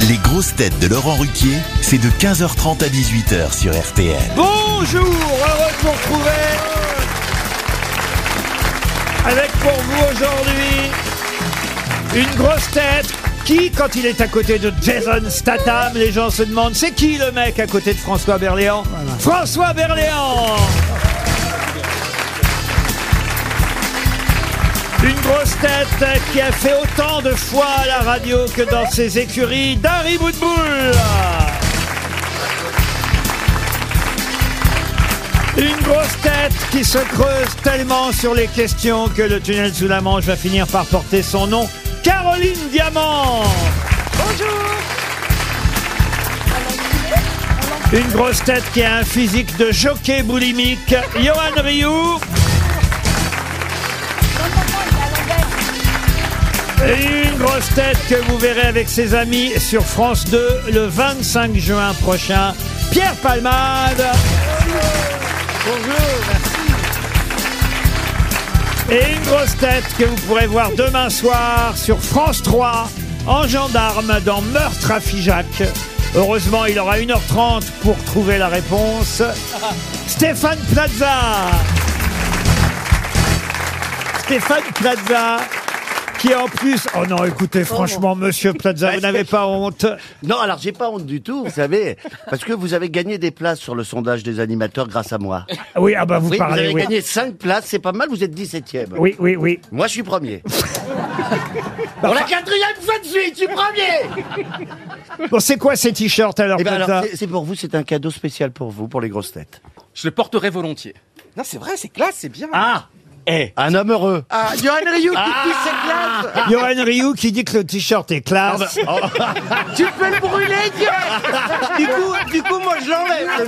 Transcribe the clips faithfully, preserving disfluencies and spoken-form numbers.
Les grosses têtes de Laurent Ruquier, c'est de quinze heures trente à dix-huit heures sur R T L. Bonjour, heureux de vous retrouver avec pour vous aujourd'hui une grosse tête qui, quand il est à côté de Jason Statham, les gens se demandent c'est qui le mec à côté de François Berléand. Voilà. François Berléand. Une grosse tête qui a fait autant de fois à la radio que dans ses écuries, Dari Boudboul. Une grosse tête qui se creuse tellement sur les questions que le tunnel sous la Manche va finir par porter son nom, Caroline Diamant. Bonjour. Une grosse tête qui a un physique de jockey boulimique, Yoann Rioux. Et une grosse tête que vous verrez avec ses amis sur France deux le vingt-cinq juin prochain, Pierre Palmade. Bonjour, merci. Et une grosse tête que vous pourrez voir demain soir sur France trois en gendarme dans Meurtre à Figeac. Heureusement, il aura une heure trente pour trouver la réponse. Stéphane Plaza. Stéphane Plaza. Qui en plus... Oh non, écoutez, franchement, monsieur Plaza, vous n'avez pas honte? Non, alors j'ai pas honte du tout, vous savez, parce que vous avez gagné des places sur le sondage des animateurs grâce à moi. Oui, ah bah vous oui, parlez, vous avez oui. gagné cinq places, c'est pas mal, vous êtes dix-septième. Oui, oui, oui. Moi, je suis premier. Pour la quatrième fois de suite, je suis premier. Bon, c'est quoi ces t-shirts alors, Eh ben Plaza? alors, c'est- c'est pour vous, c'est un cadeau spécial pour vous, pour les grosses têtes. Je le porterai volontiers. Non, c'est vrai, c'est classe, c'est bien. Ah Eh, un homme heureux. Ah, Yoann Rioux qui dit c'est classe. Yoann Rioux qui dit que le t-shirt est classe. Tu peux le brûler, Dieu. Du coup, du coup, moi, je l'enlève.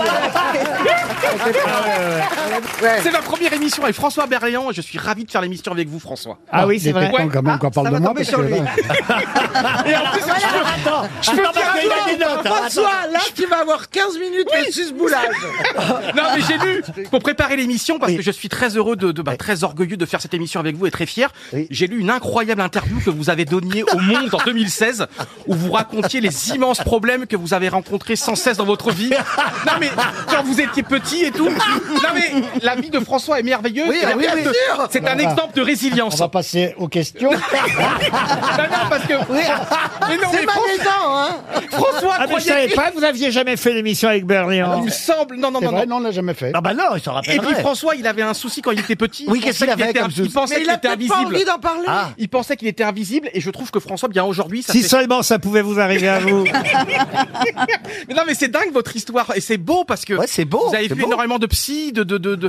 C'est ma première émission avec François Berléand et je suis ravi de faire l'émission avec vous, François. Ah oui, c'est vrai. Ouais. Quand même qu'on parle de moi, parce que là, Et en plus, je peux, Attends, je peux attends, faire parce qu'il a des notes, hein, François, là, tu vas avoir quinze minutes de susboulage. Non, mais j'ai lu pour préparer l'émission parce que je suis très heureux de, de bah, très orgueilleux de faire cette émission avec vous et très fier. Oui. J'ai lu une incroyable interview que vous avez donnée au Monde en deux mille seize où vous racontiez les immenses problèmes que vous avez rencontrés sans cesse dans votre vie. Non mais quand vous étiez petit et tout. Non mais la vie de François est merveilleuse. Oui, C'est oui, un- bien sûr. C'est un exemple de on résilience. va passer aux questions. Non, non, parce que. Mais non, C'est mais François, malaisant, hein. François Ah mais je croyait savais pas, vous aviez jamais fait l'émission avec Berléand. Il me semble. Non, non, C'est non, vrai, non. non, on l'a jamais fait. Ah bah non, il s'en Et puis rappellerait. François, il avait un souci quand il était petit. Oui, Il qu'est-ce pensait qu'il avait était- comme souci? Il pensait Mais qu'il il a était peut-être pas envie invisible. d'en parler. Ah. Il pensait qu'il était invisible et je trouve que François, bien aujourd'hui, ça Si fait... seulement ça pouvait vous arriver à vous. Mais non, mais c'est dingue votre histoire et c'est beau parce que Ouais, c'est beau, vous avez c'est vu beau. énormément de psy, de de de. de...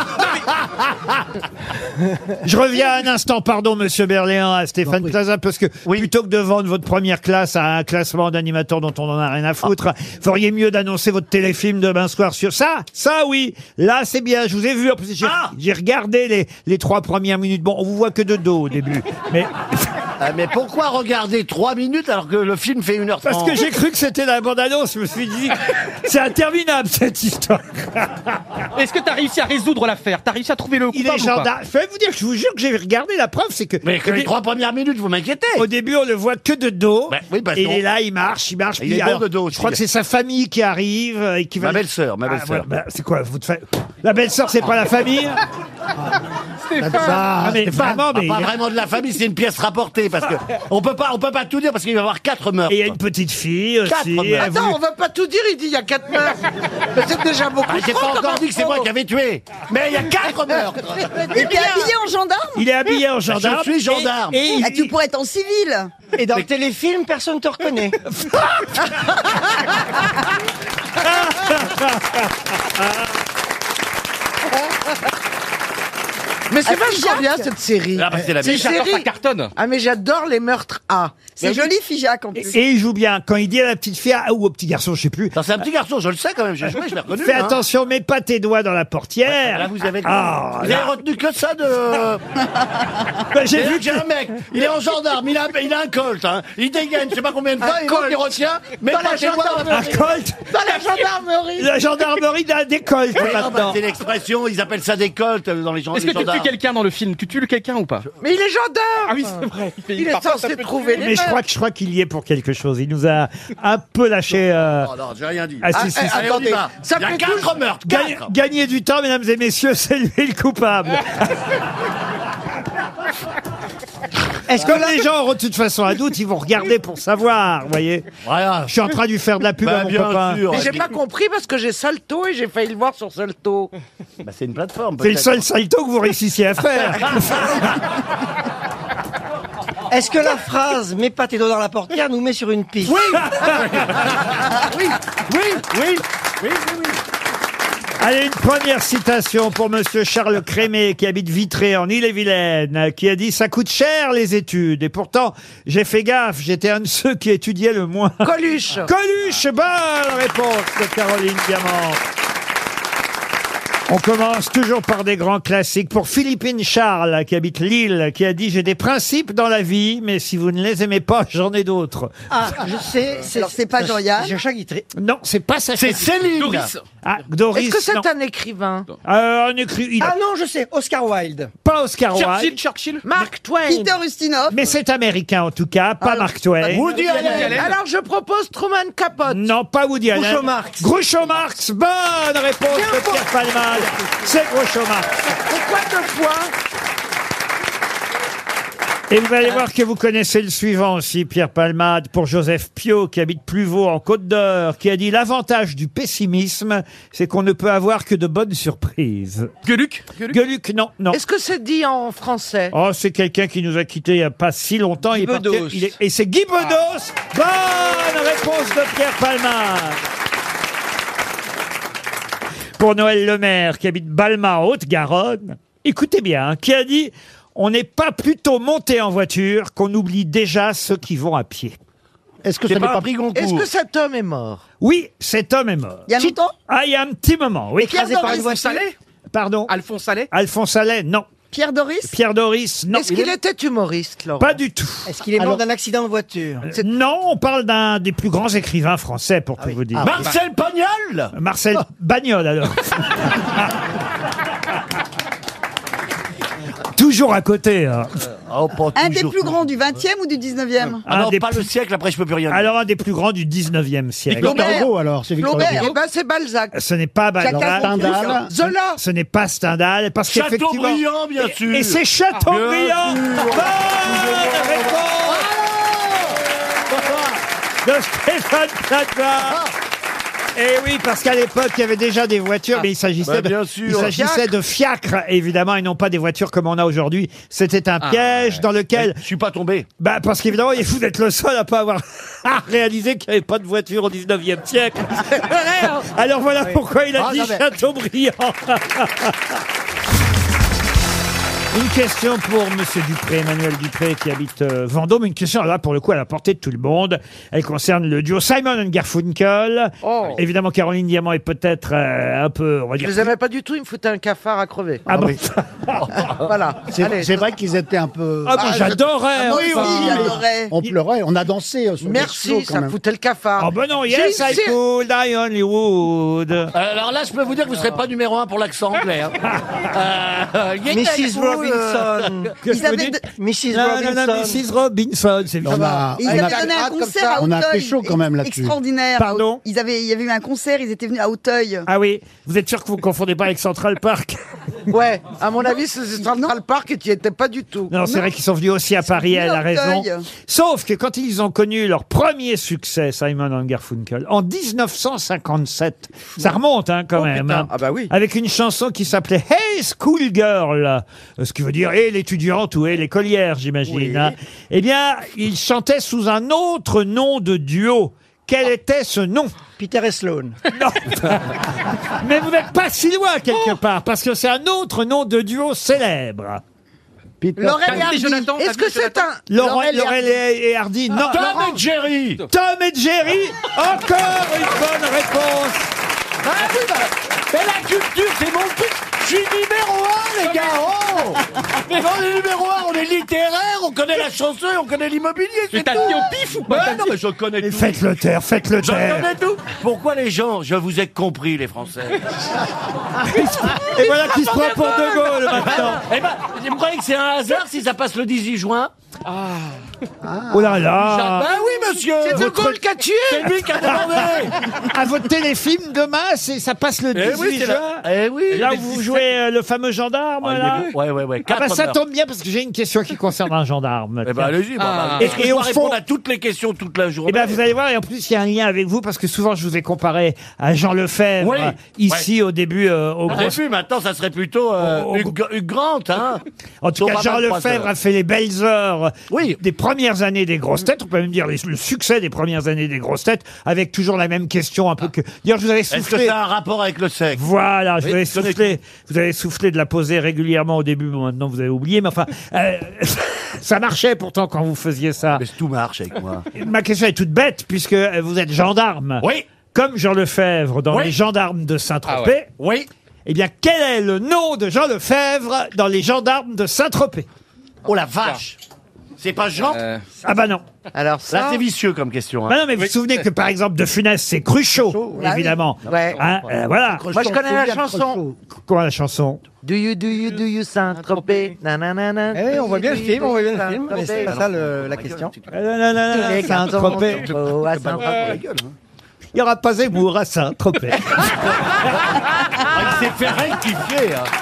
Je reviens un instant, pardon, monsieur Berléand, à Stéphane Plaza, parce que plutôt que de vendre votre première classe à un classement d'animateurs dont on en a rien à foutre, feriez mieux d'annoncer votre téléfilm demain soir sur ça. Ça, oui. Là, c'est bien. Je vous ai vu. En plus, j'ai Ah j'ai regardé les, les trois premières minutes. Bon, on vous voit que de dos au début. Mais Ah, mais pourquoi regarder trois minutes alors que le film fait une heure trente? parce que j'ai cru que c'était la bande-annonce. Je me suis dit, c'est interminable, cette histoire. Est-ce que t'as réussi à résoudre l'affaire? T'as réussi à trouver le Il coupable est ou pas? gendarme. Je vais vous dire, je vous jure que j'ai regardé la preuve, c'est que. Mais que les trois premières minutes, vous m'inquiétez. Au début, on le voit que de dos. Bah, oui, parce et il qu'on- est là, il marche, il marche. Il puis est bon alors, de dos Je crois aussi. que c'est sa famille qui arrive euh, et qui va. Ma belle-sœur, ma Ah, belle-sœur. voilà, bah, c'est quoi votre fa- La belle-sœur, c'est pas la famille. Ah, mais vraiment, mais Ah, pas vraiment de la famille, c'est une pièce rapportée parce que on peut pas, on peut pas tout dire parce qu'il va y avoir quatre meurtres. et il y a une petite fille aussi. Quatre meurtres. Elle Attends, voulait- on va pas tout dire, il dit il y a quatre meurtres. Mais c'est déjà beaucoup. Ah, j'ai trop pas comme encore dit que c'est info. moi qui avais tué, mais il y a quatre meurtres. Et t'es habillé en gendarme? Il est habillé en gendarme. Je suis gendarme. Et, et il- Ah, tu pourrais être en civil. Et dans le téléfilm, personne te reconnaît. Mais c'est Ah, vachement Figeac. bien cette série. Ah, bah, c'est la C'est vie. une J'adore, ça série. cartonne. Ah mais j'adore les meurtres A. C'est joli, Figeac, en plus. et il joue bien. Quand il dit à la petite fille ah, ou au petit garçon, je sais plus. Non, c'est un petit garçon, je le sais quand même, j'ai joué, je l'ai reconnu. Fais hein. attention, mets pas tes doigts dans la portière. Là, vous avez, Ah, vous là. avez retenu que ça de. Bah, j'ai J'ai vu vu qu'il y a que un mec, il est en gendarme, il a, il a un colt, hein. Il dégaine, je sais pas combien de fois, Un et l'autre, colt. il retient, mais Dans pas la tes doigts dans la un colt. Dans la gendarmerie. La gendarmerie d'un décolte Ah, bah, maintenant. c'est l'expression, ils appellent ça des colts euh, dans les, gens, Est-ce les que depuis quelqu'un dans le film. Tu tues quelqu'un ou pas? Mais il est gendarme. Ah oui, c'est vrai. fait- Il est parfois, ça censé peut trouver tuer. les Mais je meurtres. crois que je crois qu'il y est pour quelque chose. Il nous a un peu lâché. euh, Oh non, j'ai rien dit. Ah, si, Ah, si, eh, si. Allez, on y attendez, va. ça Il y a fait quatre meurtres. Gagne- Quatre. Gagner du temps, mesdames et messieurs, c'est lui le coupable. Est-ce que les gens auront de toute façon un doute, ils vont regarder pour savoir, vous voyez. Voilà. Je suis en train de lui faire de la pub Bah, à mon bien copain. sûr. Mais j'ai pas compris parce que j'ai Salto et j'ai failli le voir sur Salto. Bah, c'est une plateforme. C'est le peut-être. seul salto que vous réussissiez à faire. Est-ce que la phrase « mets pas tes doigts dans la portière » nous met sur une piste? Oui. oui. Oui. Oui. Oui. Oui. Oui. Allez, une première citation pour monsieur Charles Crémé, qui habite Vitré, en Ille-et-Vilaine, qui a dit « Ça coûte cher, les études. Et pourtant, j'ai fait gaffe, j'étais un de ceux qui étudiaient le moins. » Coluche. Coluche, bonne réponse de Caroline Diamant. On commence toujours par des grands classiques. Pour Philippine Charles, qui habite Lille, qui a dit « J'ai des principes dans la vie, mais si vous ne les aimez pas, j'en ai d'autres. Ah, je sais. Alors, c'est pas Jean-Yann. C'est Sacha Guitry. » Non, c'est pas ça. C'est Céline. Doris. Ah, Doris, Est-ce que c'est non. un écrivain? Euh, un écrit... il a Ah non, je sais. Oscar Wilde. pas Oscar Churchill, Wilde, Churchill. Mark Twain. Peter Ustinov. mais c'est américain en tout cas, pas Ah, Mark Twain. Woody Allen. Alors je propose Truman Capote. Non, pas Woody Allen. Groucho Marx. Groucho Marx. Bonne réponse Bien de Pierre Palmade. C'est Groucho Marx. Pourquoi deux fois? Et vous allez voir que vous connaissez le suivant aussi, Pierre Palmade, pour Joseph Piot, qui habite Pluvaux en Côte d'Or, qui a dit « L'avantage du pessimisme, c'est qu'on ne peut avoir que de bonnes surprises. Gueuluc. » Gueuluc. Gueuluc, non, non. Est-ce que c'est dit en français? Oh, c'est quelqu'un qui nous a quittés il n'y a pas si longtemps. Il est parti- Bedos. il est- et c'est Guy Bedos. Bonne réponse de Pierre Palmade. Pour Noël Lemaire, qui habite Balma, en Haute-Garonne, écoutez bien, hein, qui a dit « On n'est pas plutôt monté en voiture qu'on oublie déjà ceux qui vont à pied. Est-ce que C'est ça n'est pas pas un prix Goncourt. Est-ce que cet homme est mort? » Oui, cet homme est mort. Il y a longtemps. Ah, il y a un petit moment, oui. Écrasé par une Alphonse voiture. Salé. Pardon. Alphonse Salé. Alphonse Allais, non. Pierre Doris. Pierre Doris, non. Est-ce qu'il était humoriste, Laurent? Pas du tout. Est-ce qu'il est mort Alors- d'un accident de voiture? Non, on parle d'un des plus grands écrivains français, pour tout vous dire. Marcel Pagnol. Marcel Bagnol, alors. Toujours à côté. hein. Oh, pas Un des toujours. plus grands du vingtième ou du dix-neuvième? Ah Un non, des pas plus- le siècle, après je peux plus rien dire. Alors, un des plus grands du dix-neuvième siècle. Victor Flaubert. Hugo alors? C'est Victor Flaubert. Hugo. Eh ben c'est Balzac. Ce n'est pas Balzac. Stendhal. Zola. Ce n'est pas Stendhal, parce qu'effectivement... Chateaubriand, bien sûr. Et c'est Chateaubriand. Bonne réponse de Stéphane Plaza. Et oui, parce qu'à l'époque, il y avait déjà des voitures, mais il s'agissait Bah, de, bien sûr. il s'agissait de fiacres, évidemment, et non pas des voitures comme on a aujourd'hui. C'était un piège dans lequel, Je suis pas tombé. bah, parce qu'évidemment, il faut être le seul à pas avoir réalisé qu'il n'y avait pas de voiture au dix-neuvième siècle. Alors voilà pourquoi il a Ah, dit non, mais- Chateaubriand. Une question pour Monsieur Dupré, Emmanuel Dupré, qui habite euh, Vendôme. Une question, là, pour le coup, à la portée de tout le monde. Elle concerne le duo Simon and Garfunkel. Oh. Évidemment, Caroline Diamant est peut-être euh, un peu, on va Je dire... les aimais pas du tout, ils me foutaient un cafard à crever. Ah bon. Voilà. C'est Allez. c'est vrai qu'ils étaient un peu. Ah, moi, j'adorais. Moi enfin. aussi, j'adorais. On pleurait, on a dansé euh, sur le Merci, slow, quand ça même. foutait le cafard. Oh ben non, J'ai yes, une I sé- could, I only would. Euh, alors là, je peux vous dire que vous serez pas numéro un pour l'accent anglais. Hein. Euh, yeah, Missus cool, euh, Robinson. Qu'est-ce Ils que vous avaient dites de- Missus Non, non, non, Robinson. Missus Robinson, c'est On a, Ils on avaient a- donné un comme concert ça. à On a Auteuil. pécho quand même là-dessus. Extraordinaire. Pardon Ils avaient, il y avait eu un concert, ils étaient venus à Auteuil. Ah oui, vous êtes sûr que vous ne confondez pas avec Central Park? Ouais, à mon avis, c'est Central Park et tu y étais pas du tout. Non, c'est vrai qu'ils sont venus aussi à Paris, elle a venus à raison. Auteuil. Sauf que quand ils ont connu leur premier succès, Simon and Garfunkel, en dix-neuf cent cinquante-sept, ça remonte hein, quand Oh, même, putain. hein, Ah bah oui. avec une chanson qui s'appelait Hey School Girl, euh, ce qui veut dire Hey l'étudiante ou Hey l'écolière, j'imagine. hein. Eh bien, ils chantaient sous un autre nom de duo. Quel était ce nom? Peter et Sloan. Non. Mais vous n'êtes pas si loin quelque part, parce que c'est un autre nom de duo célèbre. Peter. Laurel et Camille Hardy. Jonathan. Est-ce que c'est un... Laurent, Laurel et Laurel et, et Hardy, non. Tom et Jerry. Tom et Jerry, encore une bonne réponse. Ah oui, bah, mais la culture, c'est mon truc. Je suis né numéro un, les gars. Oh on est numéro un, on est littéraire, on connaît la chanson, on connaît l'immobilier, Mais c'est t'as tout. dit au pif ou pas Ouais, T'as non, dit- mais je connais Mais tout. faites-le taire, faites-le Je taire. connais tout. Pourquoi les gens, je vous ai compris, les Français. Et voilà qui se prend pour De Gaulle maintenant. Eh ben, vous croyez que c'est un hasard si ça passe le dix-huit juin? Oh là là. Ben oui, monsieur. C'est De Votre- Gaulle qui a tué. C'est lui qui a demandé. À votre téléfilm demain, c'est ça passe le Eh oui, dix-huit c'est juin. là. Eh oui. Là où vous jouez euh, le fameux gendarme, là. Ouais, ouais, ouais. Ah bah Quatre ça heures. tombe bien parce que j'ai une question qui concerne un gendarme. Eh ben Tiens. allez-y, bah, Ah. bah, Et- est-ce que et je au dois fond- répondre à toutes les questions toute la journée? Eh ben vous allez voir, et en plus il y a un lien avec vous parce que souvent je vous ai comparé à Jean Lefebvre Oui. euh, ici au début euh, au Au gros- début, maintenant, ça serait plutôt euh, Au- au- Hugh, Hugh Grant, hein. En tout cas, Sauf à Jean vingt-trois Lefebvre heures. a fait les belles heures Oui. des premières années des grosses têtes. On peut même dire les- le succès des premières années des grosses têtes, avec toujours la même question un peu que. D'ailleurs, je vous avais Est-ce que soufflé. ça a un rapport avec le sexe? Voilà, je vous Oui, avais je connais soufflé. Vous avez soufflé de la poser régulièrement au début. Bon, maintenant vous avez oublié, mais enfin, euh, ça marchait pourtant quand vous faisiez ça. Mais tout marche avec moi. Ma question est toute bête puisque vous êtes gendarme. Oui. Comme Jean Lefebvre dans Oui. Les Gendarmes de Saint-Tropez. Ah ouais. Oui. Eh bien, quel est le nom de Jean Lefebvre dans Les Gendarmes de Saint-Tropez? Oh la vache. C'est pas Jean? Euh, Ah bah non. Alors Là, ça. c'est vicieux comme question. Bah Hein. non, mais vous vous souvenez que par exemple de Funès, c'est Cruchot, évidemment. Ouais. Hein, euh, voilà. Moi, je connais la chanson. Quoi la chanson? Do you, do you, do you Saint-Tropez? Nanana. Eh oui, on voit bien le Do you, film, on voit bien le do you film, mais c'est pas ça le- la question. Euh, là, là, là, là, Les Saint-Tropez. garçons sont à Saint-Tropez. Il n'y aura pas Zemmour à Saint-Tropez. Ah, il s'est fait rectifier. Hein.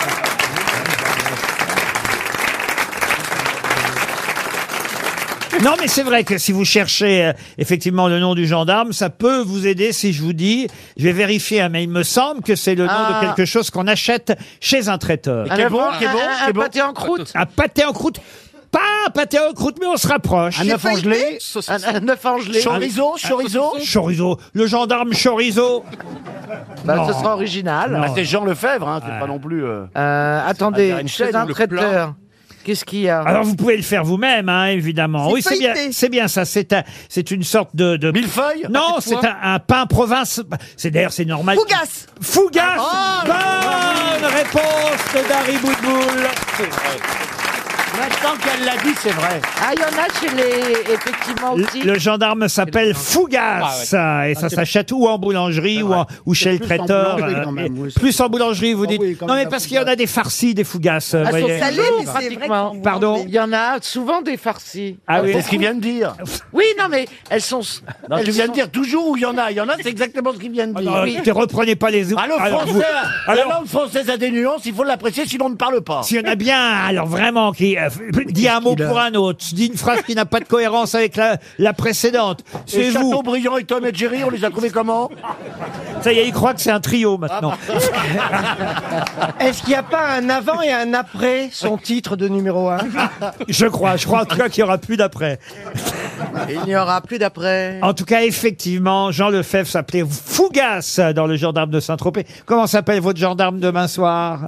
Non, mais c'est vrai que si vous cherchez euh, effectivement le nom du gendarme, ça peut vous aider si je vous dis, je vais vérifier, hein, mais il me semble que c'est le nom Ah. de quelque chose qu'on achète chez un traiteur. Un Qui est bon, œuf- qui est bon, un- qui est Un bon. pâté en croûte. Un pâté en croûte. Pas un pâté en croûte, mais on se rapproche. Un œuf angelé. Un, un œuf angelé. Chorizo, chorizo. Chorizo. Le gendarme chorizo. Bah, Non. ce sera original. Non. Ah, c'est Jean Lefebvre, hein, c'est pas non plus. euh, Euh, attendez, Ah, une chez chaîne, un le traiteur. Qu'est-ce qu'il y a? Alors vous pouvez le faire vous-même, hein, évidemment. C'est Oui, c'est bien, feuilleté. c'est bien ça. C'est un, c'est une sorte de, de... Millefeuille. Non, c'est un, un pain province. C'est d'ailleurs c'est normal. Fougasse. Fougasse. Ah, Bonne réponse de Dari Boudboul. Maintenant qu'elle l'a dit, c'est vrai. Ah, il y en a chez les. Effectivement aussi. Le gendarme s'appelle Fougasse et ça s'achète ou en boulangerie ou, en- ou chez le plus en traiteur. boulangerie, euh, quand même, et- oui. plus en boulangerie, vous Ah dites. oui, quand non mais même, parce la qu'il y en a des farcis, des Fougasses. Ah, voyez. sont Salé, Toujours, mais c'est vrai pratiquement. qu'on Pardon. mange Il y en a souvent des farcis. Ah oui. C'est ce qu'il vient de dire. Oui, non, mais elles sont. Non, elles tu viens sont- de dire toujours où il y en a. Il y en a, c'est exactement ce qu'il vient de Ah dire. non, Oui. écoutez, reprenez pas les Ah, le alors, français, vous- la alors- langue française a des nuances, il faut l'apprécier, sinon on ne parle pas. S'il y en a bien, alors vraiment, qui euh, dit un mot qu'il a pour un autre, dit une phrase qui n'a pas de cohérence avec la, la précédente, c'est Et vous. Chateaubriand et Tom et Jerry, on les a trouvés comment? Ça y est, il croit que c'est un trio maintenant. Est-ce qu'il n'y a pas un avant et un après son titre de numéro un? Je crois, je crois en tout cas qu'il y aura plus d'après. Il n'y aura plus d'après. En tout cas, effectivement, Jean Lefebvre s'appelait Fougasse dans le gendarme de Saint-Tropez. Comment s'appelle votre gendarme demain soir?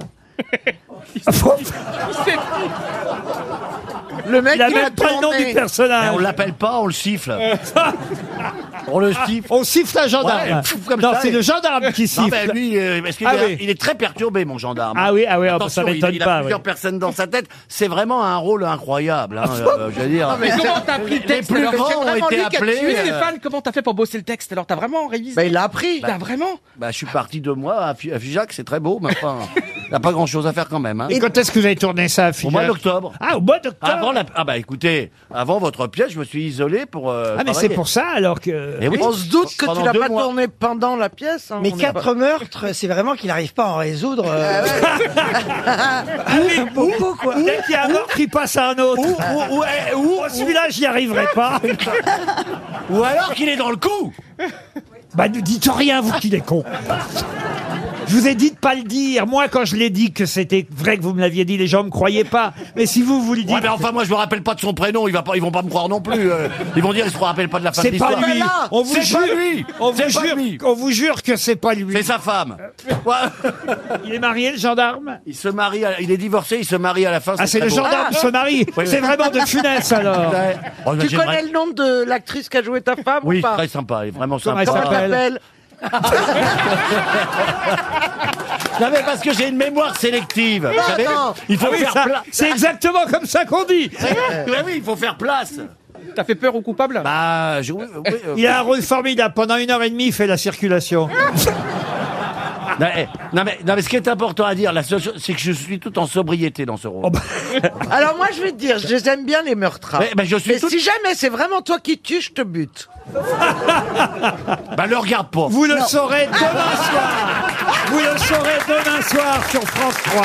Le mec, Il a il même a pas le nom tourné. du Eh, personnage. on l'appelle pas, on le siffle. On le siffle. On siffle un gendarme. Ouais, pff, comme non, ça, c'est et- le gendarme qui Non, siffle. ben lui, euh, parce qu'il Ah est, oui. il est très perturbé, mon gendarme. Ah oui, ah oui, ah bah, Attention, ça il- m'étonne il, a pas, plusieurs oui. personnes dans sa tête. C'est vraiment un rôle incroyable. Hein, euh, je veux dire. Mais comment t'as appris le Les texte plus alors grands c'est ont vraiment été lui qui a appelés. Oui, euh, Stéphane, comment t'as fait pour bosser le texte alors? T'as vraiment révisé? Bah, il a appris. T'as vraiment? Bah, je suis parti de moi à Fi- à Figeac, c'est très beau, mais enfin, il n'y a pas grand chose à faire quand même. Hein. Et quand est-ce que vous avez tourné ça, Au Figeac? mois d'octobre. Ah, au mois d'octobre. Avant la... Ah bah écoutez, avant votre pièce, je me suis isolé pour. euh, Ah, mais c'est travailler. pour ça alors que. Eh oui. On se doute que Pendant tu l'as deux pas mois. tourné pendant la pièce. hein. Mais On est quatre meurtres, c'est vraiment qu'il n'arrive pas à en résoudre. euh, Ah oui, beaucoup, quoi. Dès qu'il y a un mort qui passe à un autre. Ou, ou, ou, eh, ou- Oh, celui-là, j'y arriverai pas. ou alors qu'il est dans le coup. Bah, ne dites rien, vous qu'il est con. Je vous ai dit de pas le dire. Moi, quand je l'ai dit que c'était vrai que vous me l'aviez dit, les gens me croyaient pas. Mais si vous, vous le dites. Ouais, mais enfin, moi, je me rappelle pas de son prénom. Il va pas, ils vont pas me croire non plus. euh. Ils vont dire, ils se rappellent pas de la fin de c'est pas l'histoire. lui. On vous C'est jure. pas lui. On vous C'est pas jure. lui. On vous jure que c'est pas lui. C'est sa femme. Ouais. Il est marié, le gendarme? Il se marie, à- il est divorcé, il se marie à la fin. Ah, c'est très le beau. gendarme se marie. Oui, C'est oui. vraiment de Funès, alors. Ouais. Oh, bah, Tu j'aimerais- connais le nom de l'actrice qui a joué ta femme Oui, ou pas? très sympa, il est vraiment Comment sympa. elle Comment elle s'appelle s'appelle? Non mais parce que j'ai une mémoire sélective. Vous savez, non. il faut Ah oui, faire ça, place. c'est exactement comme ça qu'on dit. Oui, oui, il faut faire place. T'as fait peur aux coupables? Bah, je, oui, oui, euh, Il a un rôle formidable. Pendant une heure et demie, il fait la circulation. non, eh, non, mais, non mais ce qui est important à dire, la seule chose, c'est que je suis tout en sobriété dans ce rôle. Oh, bah, Alors moi, je vais te dire, je les aime bien les meurtres. Ouais, bah, je suis Mais tout- si jamais c'est vraiment toi qui tues, je te bute. Bah le regarde pas. vous le saurez demain soir. Vous le saurez demain soir sur France trois.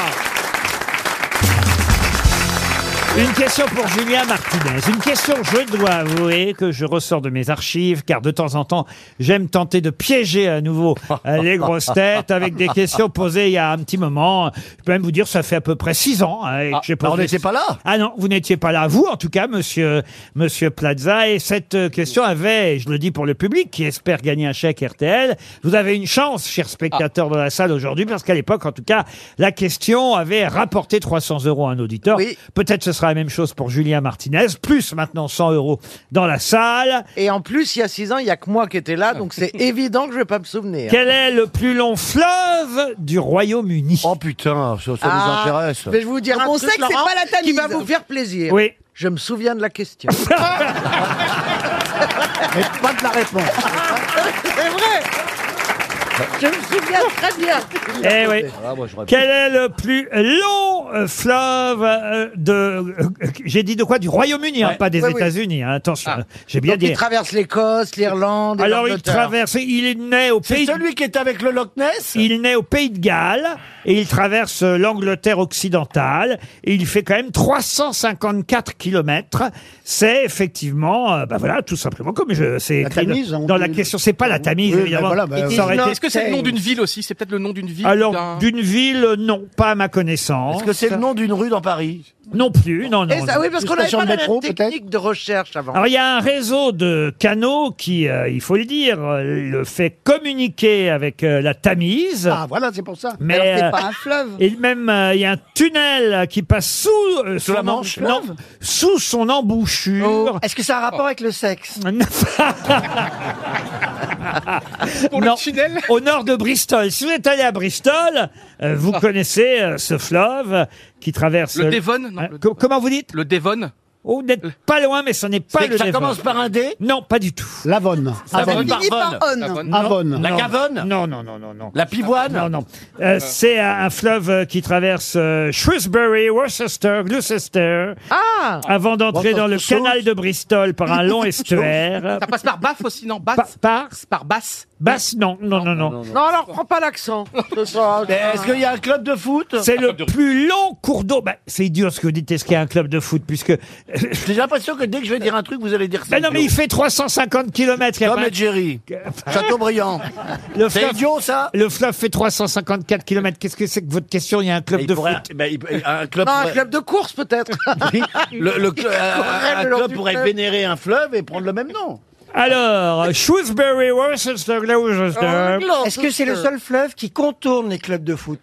Une question pour Julien Martinez. Une question, je dois avouer, que je ressors de mes archives, car de temps en temps, j'aime tenter de piéger à nouveau euh, les grosses têtes avec des questions posées il y a un petit moment. Je peux même vous dire, ça fait à peu près six ans hein, et que j'ai bah, on posé- n'était pas là. Ah non, vous n'étiez pas là, vous en tout cas, monsieur, monsieur Plaza. Et cette euh, question avait, je le dis pour le public qui espère gagner un chèque R T L, vous avez une chance, chers spectateurs de la salle aujourd'hui, parce qu'à l'époque, en tout cas, la question avait rapporté trois cents euros à un auditeur. Oui. Peut-être ce sera la même chose pour Julien Martinez, plus maintenant cent euros dans la salle. Et en plus, il y a six ans, il y a que moi qui étais là, donc c'est évident que je vais pas me souvenir. Quel est le plus long fleuve du Royaume-Uni? Oh putain, ça, ça nous Ah, intéresse. Je vais vous dire Donc un on truc, sait que c'est Laurent, pas la qui va Tamise. vous faire plaisir. Oui. Je me souviens de la question. Mais pas de la réponse. C'est vrai. Je me souviens très bien. Eh oui. Ah, moi, j'aurais- Quel est le plus long euh, fleuve euh, de... euh, j'ai dit de quoi? Du Royaume-Uni, hein, Ouais. pas des Oui, oui. États-Unis. Hein, attention, j'ai bien Donc, il dit. traverse l'Écosse, l'Irlande. et Alors il l'Angleterre. traverse, il est né au C'est pays... celui qui est avec le Loch Ness. Il est né au Pays de Galles et il traverse euh, l'Angleterre occidentale et il fait quand même trois cent cinquante-quatre kilomètres. C'est effectivement, euh, bah voilà, tout simplement comme je c'est La écrit Tamise, dans, on dans la dit- question. C'est pas la Tamise Oui, évidemment. bah voilà, bah, Ça aurait non, été- Est-ce que c'est le nom d'une ville aussi? C'est peut-être le nom d'une ville? Alors d'un- d'une ville, non, pas à ma connaissance. Est-ce que c'est le nom d'une rue dans Paris? Non plus, non, non. Et ça, non. oui, parce Une qu'on n'avait station pas de la métro, même technique de recherche avant. Alors il y a un réseau de canaux qui, euh, il faut le dire, euh, le fait communiquer avec euh, la Tamise. Ah, voilà, c'est pour ça. Mais Alors, c'est euh, pas un fleuve. et même euh, il y a un tunnel qui passe sous euh, Sous la son Manche, em- non, fleuve sous son embouchure. Est-ce que ça a un rapport avec le sexe? Pour Non. le tunnel? Au nord de Bristol. Si vous êtes allé à Bristol, euh, vous connaissez euh, ce fleuve qui traverse Le Devon? Non, Euh, le- co- comment vous dites? Le Devon? Oh, vous n'êtes pas loin, mais ce n'est pas C'est le que ça Devon. commence par un D. Non, pas du tout. L'Avon. Ça Avon. finit par Fini par Bonne. on. Avon. Avon. La Non. Gavonne. Non, non, non, non, non. La Pivoine. Non, non. Euh, c'est un, un fleuve euh, qui traverse euh, Shrewsbury, Worcester, Gloucester, Ah avant d'entrer dans le Worcester canal de Bristol par un long estuaire. Ça passe par Bath aussi, non? Par, Bath? par Par Basse? Basse, non, non, non, non. Non, alors prends pas l'accent. Ce sera- Mais Est-ce qu'il y a un club de foot? C'est le plus long cours d'eau. Bah, c'est idiot ce que vous dites. Est-ce qu'il y a un club de foot puisque J'ai l'impression que dès que je vais dire un truc, vous allez dire ça. Ben non, mais il fait trois cent cinquante kilomètres. Tom et Jerry. Chateaubriand. Le C'est fleuve, idiot, ça? le fleuve fait trois cent cinquante-quatre kilomètres. Qu'est-ce que c'est que votre question? Il y a un club Il de pourrait- foot. ben, il- un club Non, un pourrait- club de course peut-être. Oui, le, le cl- un- Courir un le long club du pourrait fleuve. vénérer un fleuve et prendre le même nom. Alors, Shrewsbury, Worcester, Gloucester. Est-ce que c'est le seul fleuve qui contourne les clubs de foot?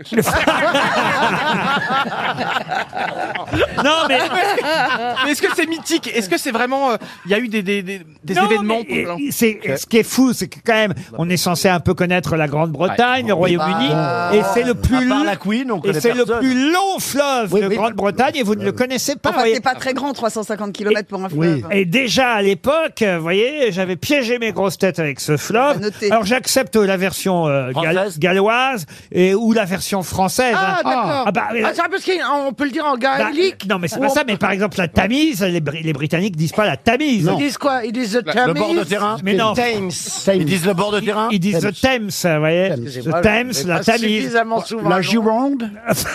Non, mais, Mais est-ce que c'est mythique? Est-ce que c'est vraiment... euh, Il y a eu des, des, des, des non, événements mais, pour- euh, c'est, ce qui est fou, c'est que quand même, on est censé un peu connaître la Grande-Bretagne, le Royaume-Uni, et c'est le plus À part long- la Queen, on et connaît c'est le personne. plus long fleuve Oui, de oui. Grande-Bretagne, et vous ne le connaissez pas. Enfin, voyez. c'est pas très grand, trois cent cinquante kilomètres pour un Oui. fleuve. Et déjà à l'époque, vous voyez, j'avais piégé mes grosses têtes avec ce fleuve. Noté. Alors j'accepte la version euh, gal- Française. galloise et ou la version française. Ah, hein. d'accord. Ah, bah, mais- Ah, c'est parce qu'on peut le dire en bah, gaélique. non mais c'est Ou pas en- ça. Mais par exemple la Tamise, les, Bri- les Britanniques disent pas la Tamise. Ils disent quoi? Ils disent the Le Tamise. bord de terrain. Mais non, Thames. Ils disent le bord de terrain. ils disent the Thames, vous voyez. Excusez-moi, The Thames, je vais la pas Tamise. suffisamment souvent. La non. Gironde.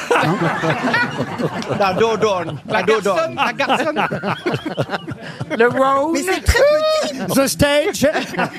La Dodone. La garçonne, la garçonne. Le Rhône. Mais c'est très petit. The Stage.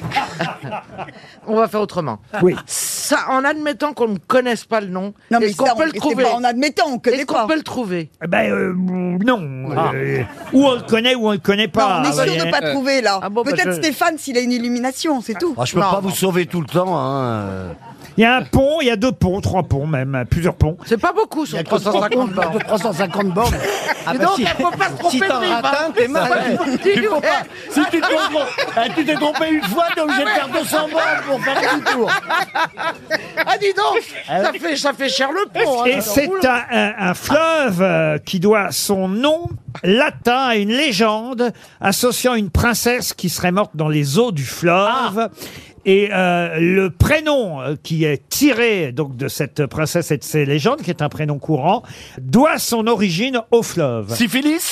On va faire autrement. Oui. Ça, en admettant qu'on ne connaisse pas le nom, Non, mais est-ce qu'on ça, peut on- le c'est trouver? pas en admettant, on connaît Est-ce qu'on pas. peut le trouver? Ben euh, non. Euh, ou on le connaît ou on le connaît Non, pas. on est vous sûr voyez. de pas trouver là. Ah bon, bah, Peut-être je- Stéphane s'il a une illumination, c'est tout. Ah, je peux Non, pas non. vous sauver tout le temps. Hein. Il y a un pont, il y a deux ponts, trois ponts même, plusieurs ponts. C'est pas beaucoup sur trois cent cinquante bornes. trois cent cinquante bornes. Ah Et bah donc, si, il faut pas se tromper si de t'en rive, rates hein. un, t'es mal. Il faut pas. Si tu te trompes, eh, tu t'es trompé une fois, t'es obligé de faire deux cents bornes pour faire le tour. Ah, dis donc, ça fait, ça fait cher le pont. hein, Et ça c'est roule. un, un- un fleuve euh, qui doit son nom latin à une légende associant une princesse qui serait morte dans les eaux du fleuve. Et euh, le prénom euh, qui est tiré donc de cette princesse et de ses légendes, qui est un prénom courant, doit son origine au fleuve. Syphilis.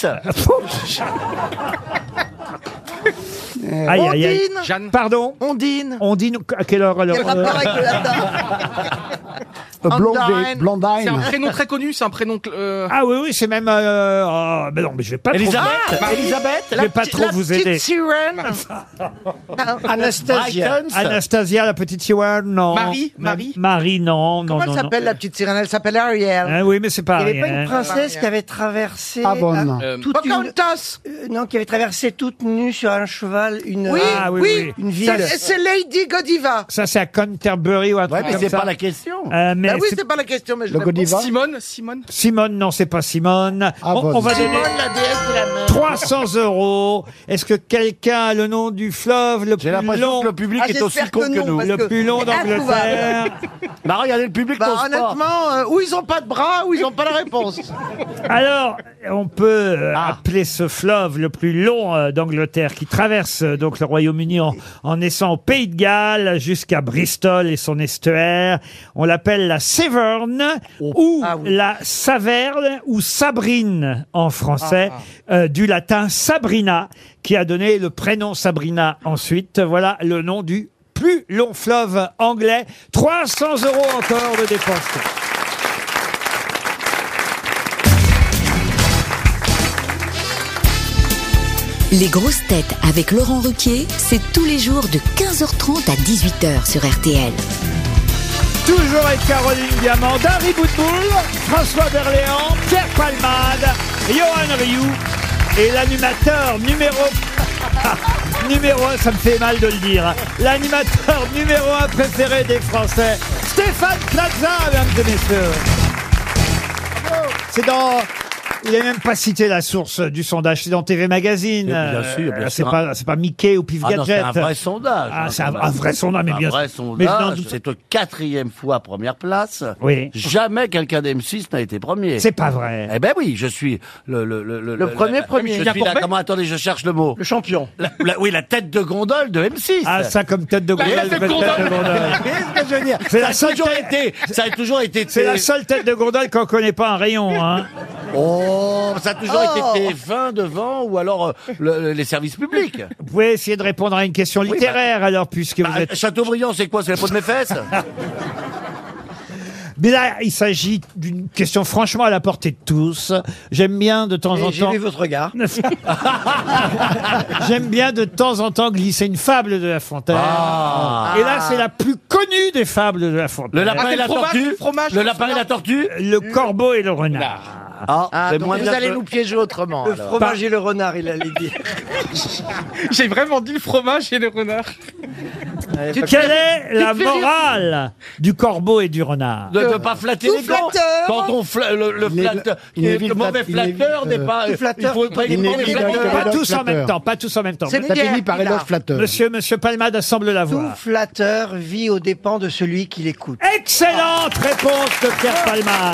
Aïe, aïe, aïe. Ondine. Jeanne. Pardon. Ondine. Ondine, à quelle heure alors Quel rapport avec le latin? Blondine. Ondine. C'est un Blondine. prénom très connu, c'est un prénom. euh, Ah oui, oui, c'est même... Euh, oh, mais non, mais je vais pas trop... Elisabeth. Elisabeth. Je vais pas trop La vous petite aider. sirène. Anastasia. Brighton. Anastasia, la petite Sirène, non. Marie, Ma- Marie. Marie, non, non, Comment elle non, non. s'appelle la petite sirène? Elle s'appelle Ariel. Ah oui, mais c'est pas Il n'y avait pas rien. une princesse qui avait traversé... Avon. euh, Euh, toute une- Pocahontas. euh, non, qui avait traversé toute nue sur un cheval une... Oui, Ah, oui, oui. oui. Une ville. Ça, C'est Lady Godiva. Ça, c'est à Canterbury ou un Ouais, truc mais comme c'est ça. pas la question. Euh, mais Bah oui, c'est- c'est pas la question, mais je Le réponds. Godiva. Simone, Simone. Simone, non, c'est pas Simone. Ah, on, bon. on va donner Simone, la déesse de la mer. trois cents euros. Est-ce que quelqu'un a le nom du fleuve le J'ai plus l'impression long, que le public Ah, est aussi j'espère con que que non, nous. parce le que plus long c'est introuvable. d'Angleterre? Bah regardez, le public Bah, n'ose pas. honnêtement, euh, ou ils ont pas de bras, ou ils ont pas la réponse. Alors, on peut euh, Ah. appeler ce fleuve le plus long euh, d'Angleterre qui traverse euh, donc le Royaume-Uni en, en naissant au Pays de Galles jusqu'à Bristol et son estuaire. On l'appelle la Severn ou Ah oui. la Saverne ou Sabrine en français, euh, du latin Sabrina, qui a donné le prénom Sabrina ensuite. Voilà le nom du plus long fleuve anglais. trois cents euros encore de dépenses. Les grosses têtes avec Laurent Ruquier, c'est tous les jours de quinze heures trente à dix-huit heures sur R T L. Toujours avec Caroline Diamant, Dari Boudboul, François Berléand, Pierre Palmade, Johan Rioux et l'animateur numéro... numéro un, ça me fait mal de le dire. L'animateur numéro un préféré des Français, Stéphane Plaza, mesdames et messieurs. C'est dans... Il n'a même pas cité la source du sondage, c'est dans T V Magazine. Eh bien sûr, bien Euh, c'est sûr. pas, c'est pas Mickey ou Pif Ah non, c'est Gadget. un vrai sondage. Ah, hein, c'est quand un, même. un vrai sondage, mais Un bien vrai sûr. Mais je n'en sondage, doute- c'est au quatrième fois première place. Oui. Jamais quelqu'un d'M six n'a été premier. C'est pas vrai. Eh ben oui, je suis le le le le, Le premier la- premier. Je Julien suis là. Courbet Comment attendez, je cherche le mot. Le champion. La- la- oui, la tête de gondole de M six. Ah, ça comme tête de gondole. tête de tête de gondole. gondole. Qu'est-ce que je veux dire C'est la Ça a seule toujours tête- été. Ça a toujours été. C'est la seule tête de gondole qu'on connaît pas un rayon, hein. Oh, ça a toujours Oh. été T F un devant ou alors euh, le- les services publics. Vous pouvez essayer de répondre à une question littéraire, alors, puisque Bah, vous êtes... Chateaubriand, c'est quoi? C'est la peau de mes fesses? Mais là, il s'agit d'une question franchement à la portée de tous. J'aime bien de temps en Et J'ai temps... vu votre regard. J'aime bien de temps en temps glisser une fable de La Fontaine. Ah. Et là, c'est la plus connue des fables de La Fontaine. Le lapin Ah, et c'est la le fromage, tortue. le fromage, Le le lapin et la tortue. Le corbeau et le renard. Ah, Ah, c'est donc moins vous bien allez que- nous piéger autrement. Le alors. fromage et le renard, il allait dire. J'ai vraiment dit le fromage et le renard. Quelle est la morale du corbeau et du renard? De ne pas flatter Tout les gants. flatteur. Quand on fla le, le Il est- flatteur, il est le mauvais flat- il est- flatteur n'est euh, pas. tout flatteur Il faut qui pas prend il des faut les éléphants. flatteurs. Pas Éloge tous en même flatteur. temps, pas tous en même temps. C'est Ça Pierre finit par qui l'a. éloge flatteur. Monsieur, monsieur Palmade semble Tout l'avoir. flatteur vit aux dépens de celui qui l'écoute. Excellente réponse de Pierre Palmade.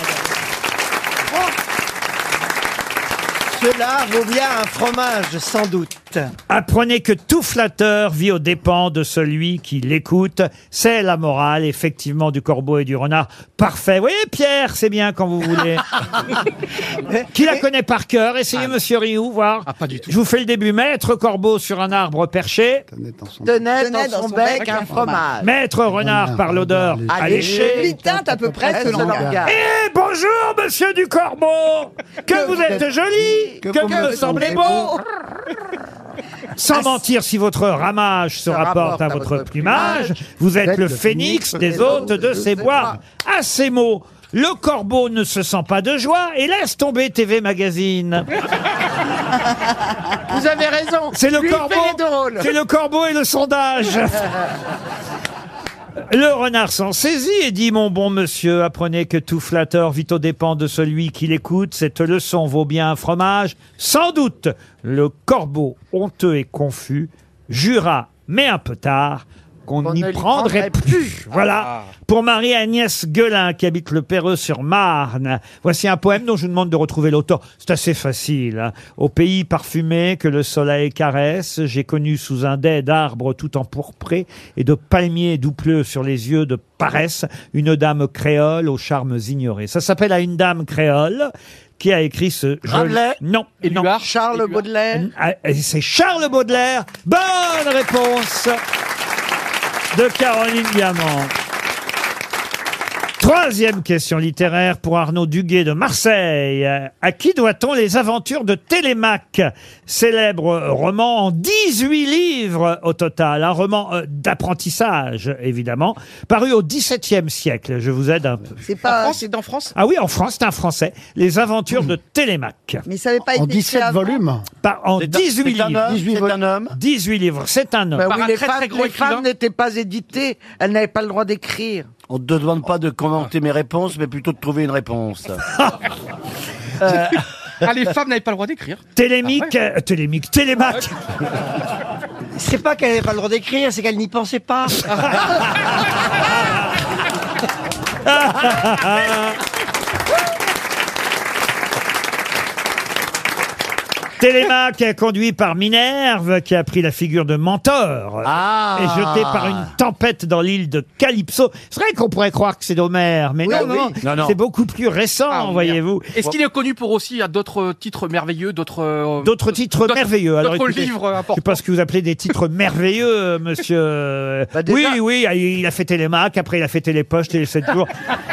Cela vaut bien un fromage, sans doute. Apprenez que tout flatteur vit aux dépens de celui qui l'écoute. C'est la morale, effectivement, du corbeau et du renard. Parfait. Oui, Pierre, c'est bien quand vous voulez. Qui la connaît par cœur? Essayez, monsieur Rioux, voir. Ah, pas du tout. Je vous fais le début. Maître corbeau sur un arbre perché. Tenait en son- Tenait Tenait dans son bec un fromage. Maître renard par l'odeur alléché. Il teinte à peu près ce langage. Et bonjour, monsieur du corbeau. Que vous êtes joli. Que, vous vous me me semblez semblez beau. Sans mentir, si votre ramage se rapporte à votre plumage, vous êtes le phénix des hôtes de ces bois. À ces mots, le corbeau ne se sent pas de joie et laisse tomber T V Magazine. Vous avez raison. C'est le Lui, il corbeau. fait les deux rôles. C'est le corbeau et le sondage. Le renard s'en saisit et dit « Mon bon monsieur, apprenez que tout flatteur vit aux dépens de celui qui l'écoute. Cette leçon vaut bien un fromage. Sans doute, le corbeau, honteux et confus, jura, mais un peu tard, qu'on On n'y ne l'y prendrait prendrait plus. plus. Voilà, Ah. pour Marie-Agnès Guelin, qui habite le Perreux-sur-Marne. Voici un poème dont je vous demande de retrouver l'auteur. C'est assez facile. Hein. Au pays parfumé que le soleil caresse, j'ai connu sous un dais d'arbres tout empourprés et de palmiers doubleux sur les yeux de paresse, une dame créole aux charmes ignorés. Ça s'appelle « À une dame créole ». Qui a écrit ce joli... Rabelais Non, non. Éluard Charles Baudelaire. Ah, c'est Charles Baudelaire. Bonne réponse de Caroline Diamant. Troisième question littéraire pour Arnaud Duguet de Marseille. À qui doit-on les aventures de Télémaque? Célèbre roman en dix-huit livres au total. Un roman euh, d'apprentissage, évidemment, paru au dix-septième siècle. Je vous aide un peu. C'est En pas. France, c'est en France. Ah oui, en France, c'est un français. Les aventures de Télémaque. Mais ça n'avait pas En été écrit dix-sept avant. volumes. Par, en C'est un- dix-huit c'est un livres. homme, dix-huit C'est un homme. dix-huit livres, c'est un homme. Bah Par oui, un les très, très femmes, gros les femmes écrivain. n'étaient pas éditées. Elles n'avaient pas le droit d'écrire. On ne te demande pas de commenter mes réponses, mais plutôt de trouver une réponse. Ah, les femmes n'avaient pas le droit d'écrire. Télémique, euh, Télémique, Télémaque. C'est pas qu'elle n'avait pas le droit d'écrire, c'est qu'elle n'y pensait pas. Télémaque, conduit par Minerve, qui a pris la figure de Mentor. Ah. Et jeté par une tempête dans l'île de Calypso. C'est vrai qu'on pourrait croire que c'est d'Homère, mais Oui, non, oui. non, Non, non. c'est beaucoup plus récent, Ah, merde. voyez-vous. Est-ce qu'il est connu pour aussi à d'autres titres merveilleux, d'autres euh, D'autres titres d'autres- merveilleux. Alors, d'autres écoutez, livres je importants. sais pas ce que vous appelez des titres merveilleux, monsieur. Bah, déjà- Oui, oui, il a fait Télémaque, après il a fait Télépoche, Télé sept jours.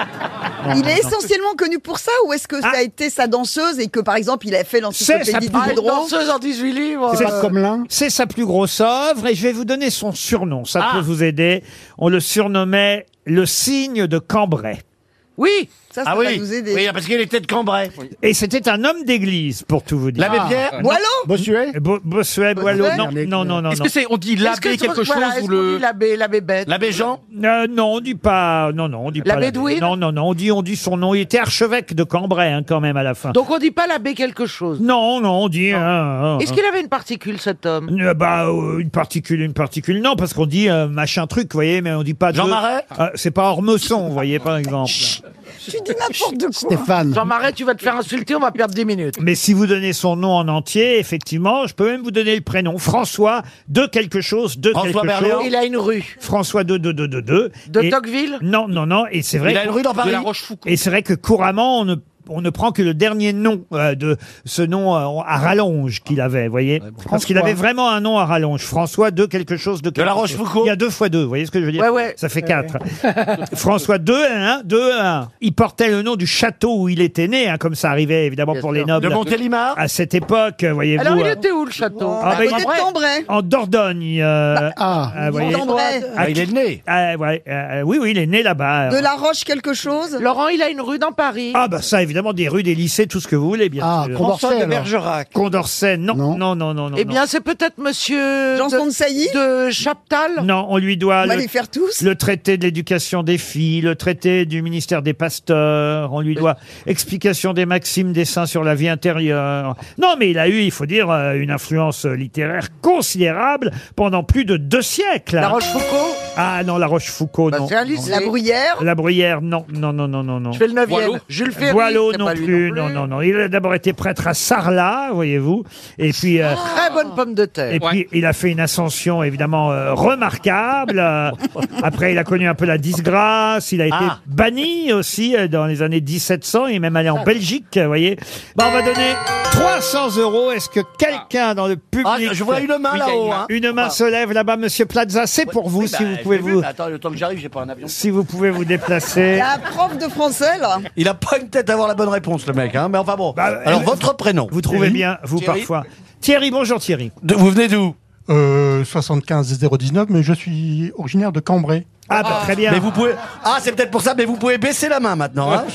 Il est essentiellement connu pour ça ou est-ce que ça a été sa danseuse et que par exemple il a fait C'est l'encyclopédie sa- du Ah, Une Boudreau? danseuse en dix-huit livres. C'est Pas euh, comme l'un. C'est sa plus grosse œuvre et je vais vous donner son surnom. Ça Ah. peut vous aider. On le surnommait le cygne de Cambrai. Oui. Ça, ça Ah va oui, nous aider. oui, parce qu'il était de Cambrai. Et c'était un homme d'église, pour tout vous dire. L'abbé Pierre. Ah, Boileau. Bossuet. Bo- Bossuet, Boileau, non, Bossuet non, non, non. Est-ce non. que c'est, on dit Est-ce l'abbé que- quelque voilà, chose est-ce ou qu'on le dit l'abbé, l'abbé bête. L'abbé Jean. Euh, non, on dit pas. Non, non, on dit La pas. Bédouine. Non, non, non. On dit, on dit son nom. Il était archevêque de Cambrai, hein, quand même, à la fin. Donc on dit pas l'abbé quelque chose. Non, non, on dit. hein, hein, Est-ce hein. qu'il avait une particule cet homme? Euh, bah, euh, une particule, une particule, non, parce qu'on dit euh, machin truc, vous voyez, mais on dit pas. Jean de- Marais. Euh, c'est pas Ormesson, vous voyez, par exemple. Tu dis n'importe quoi. Stéphane. Jean Marais, tu vas te faire insulter, on va perdre dix minutes. Mais si vous donnez son nom en entier, effectivement, je peux même vous donner le prénom. François de quelque chose, de François quelque Berléand. chose. Il a une rue. François de de de de de. De Et- Tocqueville. Non, non, non. Et c'est vrai. Il a une rue dans de Paris. la Rochefoucauld. Et c'est vrai que couramment, on ne on ne prend que le dernier nom euh, de ce nom euh, à rallonge qu'il avait, vous voyez. Parce qu'il avait vraiment un nom à rallonge. François de quelque chose de quelque la chose. Rochefoucauld. Il y a deux fois deux, vous voyez ce que je veux dire? Ouais, ouais. Ça fait quatre. François deux, un, deux, un. Il portait le nom du château où il était né, hein, comme ça arrivait évidemment Bien pour sûr. les nobles. De Montélimar. À cette époque, voyez-vous. Alors il euh, était où le château? Ah, bah, il- Côté de Cambrai. en Dordogne. euh, Ah. euh, vous voyez. Cambrai. Ah, il est né. Ah, ouais, euh, oui, oui, il est né là-bas. De la Roche quelque chose. Laurent, il a une rue dans Paris. Ah bah ça, évidemment, des rues, des lycées, tout ce que vous voulez, bien Ah, sûr. Condorcet alors. Bergerac. Condorcet, non, non, Non. non, non, non. Eh non. bien, c'est peut-être monsieur Janson de Sailly. de Chaptal. Non, on lui doit On va le, les faire tous. le traité de l'éducation des filles, le traité du ministère des pasteurs, on lui doit explication des maximes des saints sur la vie intérieure. Non, mais il a eu, il faut dire, euh, une influence littéraire considérable pendant plus de deux siècles. La Rochefoucauld. Ah non, la Rochefoucauld, Bah, non. c'est un lycée. La Bruyère. La Bruyère, non, non, non, non, non, non. Je fais le neuvième. Boileau. Jules Ferry. Boileau c'est non pas lui plus, non, non, non. Il a d'abord été prêtre à Sarlat, voyez-vous, et puis. euh, Très bonne pomme de terre. Et puis, il a fait une ascension, évidemment, euh, remarquable. Euh, après, il a connu un peu la disgrâce. Il a été Ah. banni aussi euh, dans les années dix-sept cents. Il est même allé en Belgique, vous voyez. Bon, on va donner trois cents euros. Est-ce que quelqu'un dans le public... Ah, je vois une main Oui, il y a là-haut. une Hein. Une main se lève là-bas, Monsieur Plaza. C'est pour vous, Oui, si bah, vous je pouvez l'ai vu, vous... mais attends, le temps que j'arrive, j'ai pas un avion. Si vous pouvez vous déplacer. Il y a un prof de français là. Il a pas une tête à avoir la bonne réponse, le mec. Hein. Mais enfin bon. Bah, Alors, euh, votre prénom. Vous trouvez bien, vous, Thierry. parfois. Thierry, bonjour Thierry. De- vous venez d'où? Euh, soixante-quinze zéro dix-neuf, mais je suis originaire de Cambrai. Ah, bah, très bien. Mais vous pouvez. Ah, c'est peut-être pour ça, mais vous pouvez baisser la main maintenant. Hein.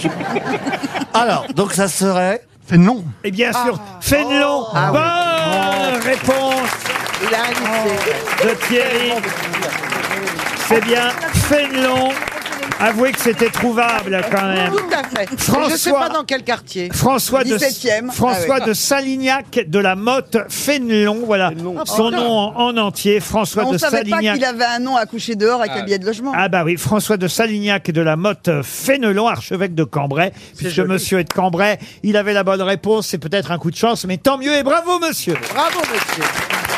Alors, donc ça serait. Fait non. Et bien sûr, Fénelon. Ah oui. Bonne réponse Il a un lycée. de Thierry. C'est bien Fénelon. Avouez que c'était trouvable quand même. Tout à fait. François- Je sais pas dans quel quartier. François de, dix-septième. François Ah oui. de Salignac de la Motte Fénelon, voilà son nom en, en entier, François On de savait pas Salignac. qu'il avait un nom à coucher dehors avec un billet de logement. Ah bah oui, François de Salignac de la Motte Fénelon, archevêque de Cambrai, puisque joli. monsieur est de Cambrai, il avait la bonne réponse, c'est peut-être un coup de chance, mais tant mieux et bravo monsieur. Bravo, monsieur.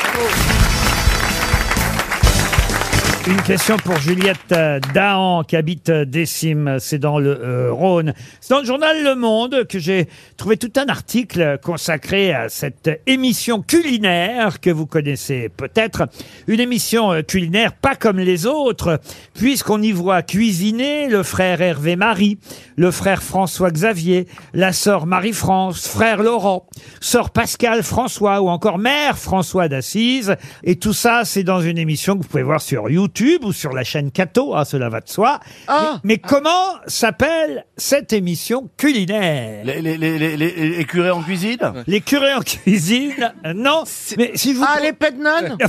Une question pour Juliette euh, Dahan qui habite euh, Décime, c'est dans le euh, Rhône. C'est dans le journal Le Monde que j'ai trouvé tout un article consacré à cette émission culinaire que vous connaissez peut-être. Une émission euh, culinaire pas comme les autres, puisqu'on y voit cuisiner le frère Hervé Marie, le frère François Xavier, la sœur Marie-France, frère Laurent, sœur Pascal François ou encore mère François d'Assise. Et tout ça, c'est dans une émission que vous pouvez voir sur YouTube ou sur la chaîne Cato, hein, cela va de soi. Ah. Mais, mais comment s'appelle cette émission culinaire? Les, les, les, les, les- les curés en cuisine. Les curés en cuisine? euh, Non. Mais si je vous... Ah, les Pednon.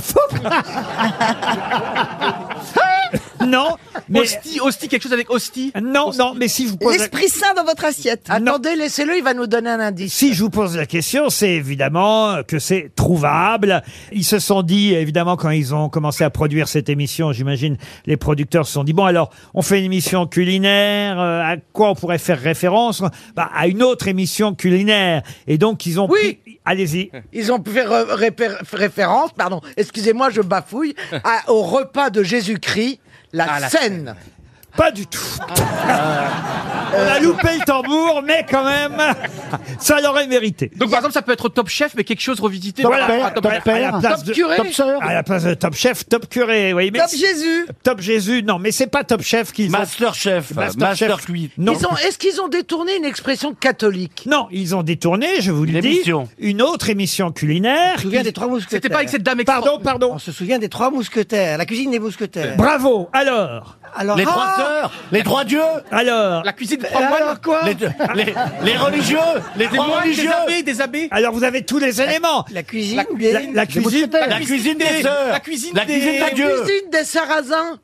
Non, mais... Hostie, hostie, quelque chose avec hostie. Non, non, mais si je vous pose... la- L'esprit sain dans votre assiette. Attendez, laissez-le, il va nous donner un indice. Si je vous pose la question, c'est évidemment que c'est trouvable. Ils se sont dit, évidemment, quand ils ont commencé à produire cette émission, j'imagine, les producteurs se sont dit, bon, alors, on fait une émission culinaire, euh, à quoi on pourrait faire référence? Bah, à une autre émission culinaire. Et donc, ils ont Oui. pris... Allez-y. Ils ont fait re- répé- référence, pardon, excusez-moi, je bafouille, à- au repas de Jésus-Christ, la Ah, la scène. Pas du tout. On a loupé le tambour, mais quand même, ça l'aurait mérité. Donc par exemple, ça peut être Top Chef, mais quelque chose revisité. Voilà, par- par Top à- Chef. à la place Top de- curé. Top sœur. À la place de Top Chef, Top Curé, oui. Mais Top c'est- Jésus. Top Jésus, non, mais c'est pas Top Chef qu'ils ont... Master Chef. Master Master, Chef. Cuit. Non. Ils ont, est-ce qu'ils ont détourné une expression catholique? Non, ils ont détourné, je vous le Une dis, émission. une autre émission culinaire. On se souvient qui- des trois mousquetaires. C'était pas avec cette dame extra- Pardon, pardon. On se souvient des trois mousquetaires, la cuisine des mousquetaires. Bravo. Alors, Alors, Les ah trois sœurs. Les trois dieux. alors, La cuisine des Et trois moines. alors quoi Les, les, les religieux. Les Des trois moines, des religieux. abbés, des abbés. alors vous avez tous les éléments. La cuisine La- des... La, la cuisine. La cuisine des sœurs. La cuisine La des- cuisine La de Dieu. cuisine des Sarrasins.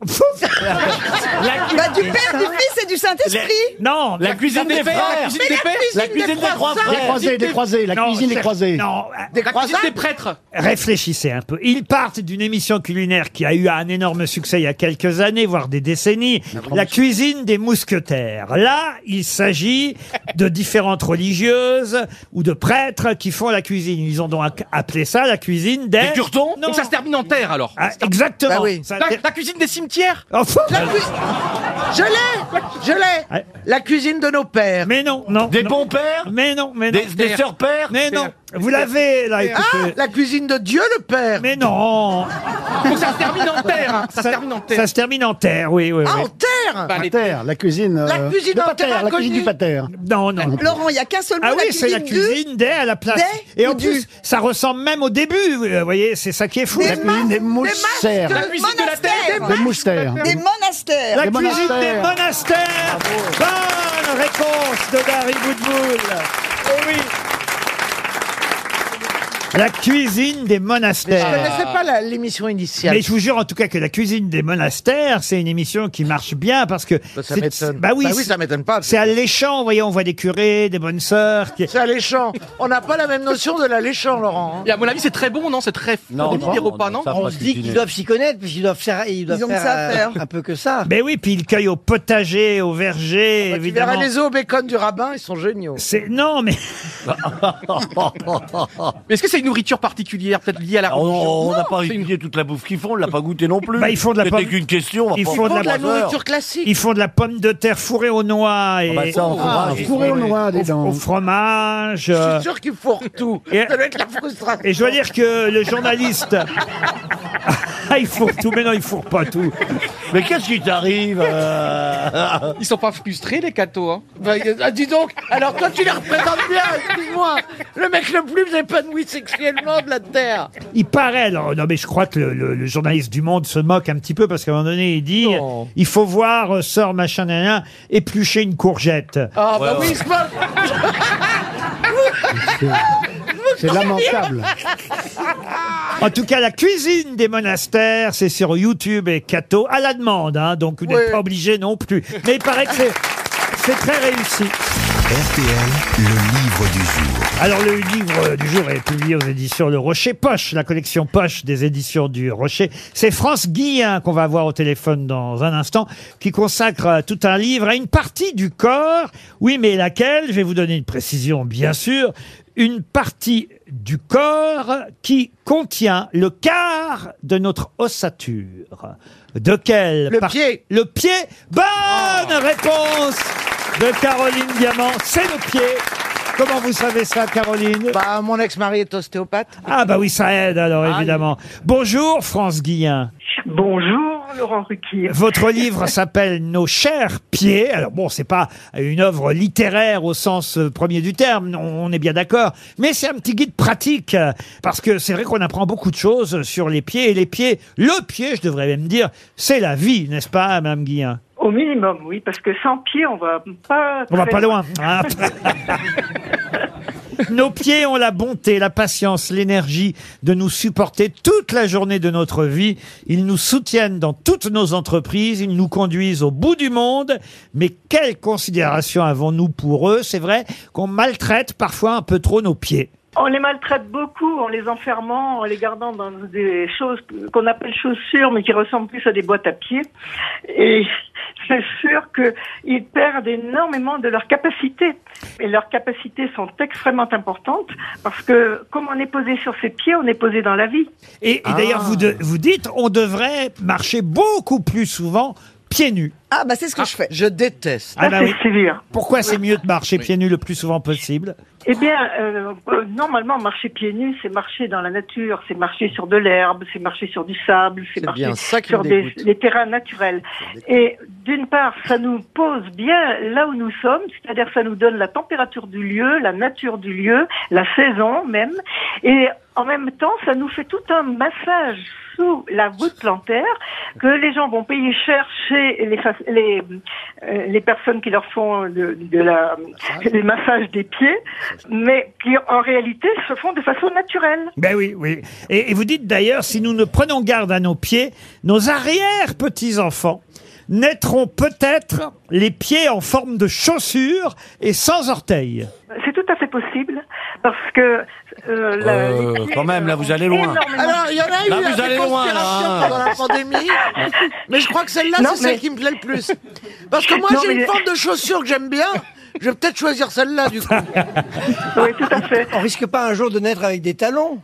La, Bah, du Père, du Fils et du Saint-Esprit. non, La cuisine des La frères. cuisine des pères. La cuisine des trois Les frères. croisés, des croisés, la non, cuisine des c'est- croisés. Non, Des La cuisine croisades. des prêtres. réfléchissez un peu. Ils partent d'une émission culinaire qui a eu un énorme succès il y a quelques années, voire des décennies, la cuisine des mousquetaires. Là, il s'agit de différentes religieuses ou de prêtres qui font la cuisine. Ils ont donc appelé ça la cuisine des... Des curtons. Non. Donc ça se termine en terre alors. Ah, exactement. Bah oui. Ça- La, la cuisine des cimetières. Oh, pff, La cuisine. Je l'ai. Je l'ai. Ouais. La cuisine de nos pères. mais non, non. Des non. bons pères. Mais non, mais non. Des, des sœurs pères. Mais non. Vous l'avez, là, Ah, écoutez. la cuisine de Dieu le père. Mais non. Donc ça se termine en terre. hein. Ça, se termine en terre. Ça se termine en terre, oui, oui, Ah, oui. en terre. Bah, La les- terre, la cuisine. La euh, cuisine le en pater, terre la cuisine inconnue. du pater. Non, non. Laurent, il n'y a qu'un seul mot, Ah oui, la c'est la cuisine du... cuisine des à la place. Des Et en ou du plus, ça ressemble même au début. Vous voyez, c'est ça qui est fou. Des La cuisine des mousserres. masques La cuisine de la terre. Des mousserères. Des monastères. La Des cuisine monastères. des monastères. Bonne réponse de Dari Boudboul. Oh oui. La cuisine des Je monastères. connaissais pas la- l'émission initiale. Mais je vous jure en tout cas que la cuisine des monastères, c'est une émission qui marche bien parce que Bah, ça c'est- m'étonne. Bah oui, Bah oui, c'est- ça m'étonne pas. c'est alléchant. Vous voyez, on voit des curés, des bonnes sœurs. Qui... C'est alléchant. On n'a pas la même notion de l'alléchant, Laurent. hein. Et à mon avis, c'est très bon, non? C'est très. Non, des non, des repas, non? ça On pas se dit cuisiner. qu'ils doivent s'y connaître, puisqu'ils doivent faire, ils doivent Ils ont que faire, ça à euh, faire. un peu que ça. Ben oui, puis ils cueillent au potager, au verger, Bah, tu évidemment. verras les œufs au bacon du rabbin, ils sont géniaux. C'est non, mais Mais est-ce que c'est une nourriture particulière, peut-être liée à la religion? On on n'a pas c'est une- étudié toute la bouffe qu'ils font, on l'a pas goûté non plus. Bah, ils font de la C'était pomme- qu'une question. on va ils pas font en de la De la prendre trois heures. nourriture classique. ils font de la pomme de terre fourrée aux noix et Ah bah ça, on fera. Ah, fourré au noix, des au, dents. au fromage. Je euh, suis sûr qu'ils fourrent tout. Et- Ça doit être la frustration. Et je dois dire que le journaliste, ah, il fourre tout, mais non, il fourre pas tout. Mais qu'est-ce qui t'arrive euh Ils sont pas frustrés, les cathos, hein? Bah, ah, dis donc, alors toi tu les représentes bien, excuse-moi. Le mec le plus épanoui sexuellement de la Terre. Il paraît, alors, non mais je crois que le, le- le journaliste du Monde se moque un petit peu parce qu'à un moment donné, il dit, Non. il faut voir, euh, sœur machin, nanana, éplucher une courgette. Ah bah Ouais, oui, ouais. il se moque. C'est lamentable. En tout cas, la cuisine des monastères, c'est sur YouTube et Kato, à la demande, hein, donc vous n'êtes Oui. pas obligé non plus. Mais il paraît que c'est, c'est très réussi. R T L, le livre du jour. Alors, le livre du jour est publié aux éditions Le Rocher Poche, la collection Poche des éditions du Rocher. C'est France Guillen qu'on va avoir au téléphone dans un instant, qui consacre tout un livre à une partie du corps. Oui, mais laquelle? Je vais vous donner une précision, bien sûr. Une partie du corps qui contient le quart de notre ossature. De quelle Le par- pied. Le pied. Bonne réponse de Caroline Diamant. C'est le pied. Comment vous savez ça, Caroline? Bah, mon ex-mari est ostéopathe. Ah bah oui, ça aide alors, évidemment. Bonjour, France Guillen. Bonjour, Laurent Ruquier. Votre livre s'appelle Nos chers pieds. Alors bon, c'est pas une œuvre littéraire au sens euh, premier du terme, on on est bien d'accord, mais c'est un petit guide pratique, euh, parce que c'est vrai qu'on apprend beaucoup de choses sur les pieds, et les pieds, le pied, je devrais même dire, c'est la vie, n'est-ce pas, Mme Guillen? Au minimum, oui, parce que sans pied, on va pas. On va très pas loin. hein. Nos pieds ont la bonté, la patience, l'énergie de nous supporter toute la journée de notre vie. Ils nous soutiennent dans toutes nos entreprises, ils nous conduisent au bout du monde. Mais quelle considération avons-nous pour eux? C'est vrai qu'on maltraite parfois un peu trop nos pieds. On les maltraite beaucoup en les enfermant, en les gardant dans des choses qu'on appelle chaussures, mais qui ressemblent plus à des boîtes à pieds. Et c'est sûr qu'ils perdent énormément de leurs capacités. Et leurs capacités sont extrêmement importantes parce que comme on est posé sur ses pieds, on est posé dans la vie. Et, et d'ailleurs, vous, de- vous dites, on devrait marcher beaucoup plus souvent pieds nus. Ah, bah c'est ce que je fais. Je déteste. Ah bah c'est oui. sévère. Pourquoi c'est mieux de marcher pieds nus le plus souvent possible? Eh bien, euh, euh, normalement, marcher pieds nus, c'est marcher dans la nature, c'est marcher sur de l'herbe, c'est marcher sur du sable, c'est C'est marcher bien ça qui sur me des, dégoûte. des terrains naturels. Et d'une part, ça nous pose bien là où nous sommes, c'est-à-dire ça nous donne la température du lieu, la nature du lieu, la saison même, et en même temps, ça nous fait tout un massage sous la voûte plantaire que les gens vont payer cher chez les, fa- les, euh, les personnes qui leur font de, de la, les massages des pieds, mais qui en réalité se font de façon naturelle. Ben oui, oui. Et, et vous dites d'ailleurs, si nous ne prenons garde à nos pieds, nos arrière-petits-enfants naîtront peut-être les pieds en forme de chaussures et sans orteils. C'est tout à fait possible, parce que euh, la, Euh, les pieds, quand même, là, euh, vous allez ont loin. énormément- Alors, il y en a eu Là, là, vous des allez loin, là, conspirations hein. pendant la pandémie, mais je crois que celle-là, Non, c'est celle mais- qui me plaît le plus. Parce que moi, Non, j'ai mais- une forme de chaussure que j'aime bien. Je vais peut-être choisir celle-là, du coup. Oui, tout à fait. On risque pas un jour de naître avec des talons.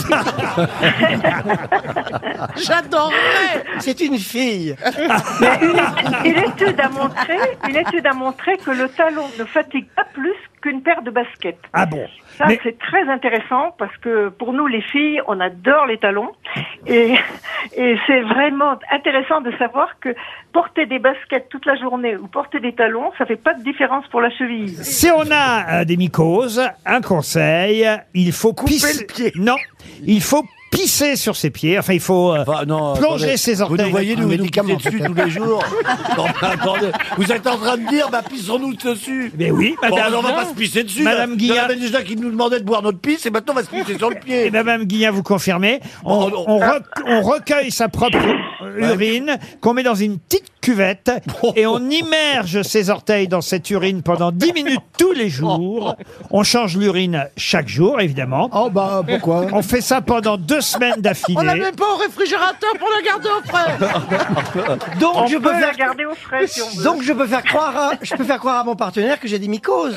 J'adorerais. C'est une fille. Mais une, une étude a montré, une étude a montré que le talon ne fatigue pas plus qu'une paire de baskets. Ah bon? Ça, Mais- c'est très intéressant parce que pour nous, les filles, on adore les talons. Et, et c'est vraiment intéressant de savoir que porter des baskets toute la journée ou porter des talons, ça fait pas de différence pour la cheville. Si on a euh, des mycoses, un conseil, il faut pisser. le pied. Non, il faut pisser sur ses pieds. Enfin, il faut euh, Enfin, non, plonger attendez. ses orteils. Vous nous voyez, Un nous, nous médicament, pisser dessus peut-être. tous les jours. Non, mais attendez. Vous êtes en train de dire, bah, pissons-nous dessus. Mais oui, Bon, madame. on va pas se pisser dessus. Madame là. Guillen. Il y en avait déjà qui nous demandaient de boire notre pisse, et maintenant on va se pisser sur le Et pied. bien, Mme Guillen, vous confirmez, on, Oh, non. on rec- on recueille sa propre euh, urine, qu'on met dans une petite cuvette, et on immerge ses orteils dans cette urine pendant dix minutes tous les jours. On change l'urine chaque jour, évidemment. Oh, bah, pourquoi? On fait ça pendant deux semaines On la d'affilée. met pas au réfrigérateur pour la garder au frais. Donc On je peut peux la faire garder au frais si on veut. donc je peux faire croire à, je peux faire croire à mon partenaire que j'ai des mycoses.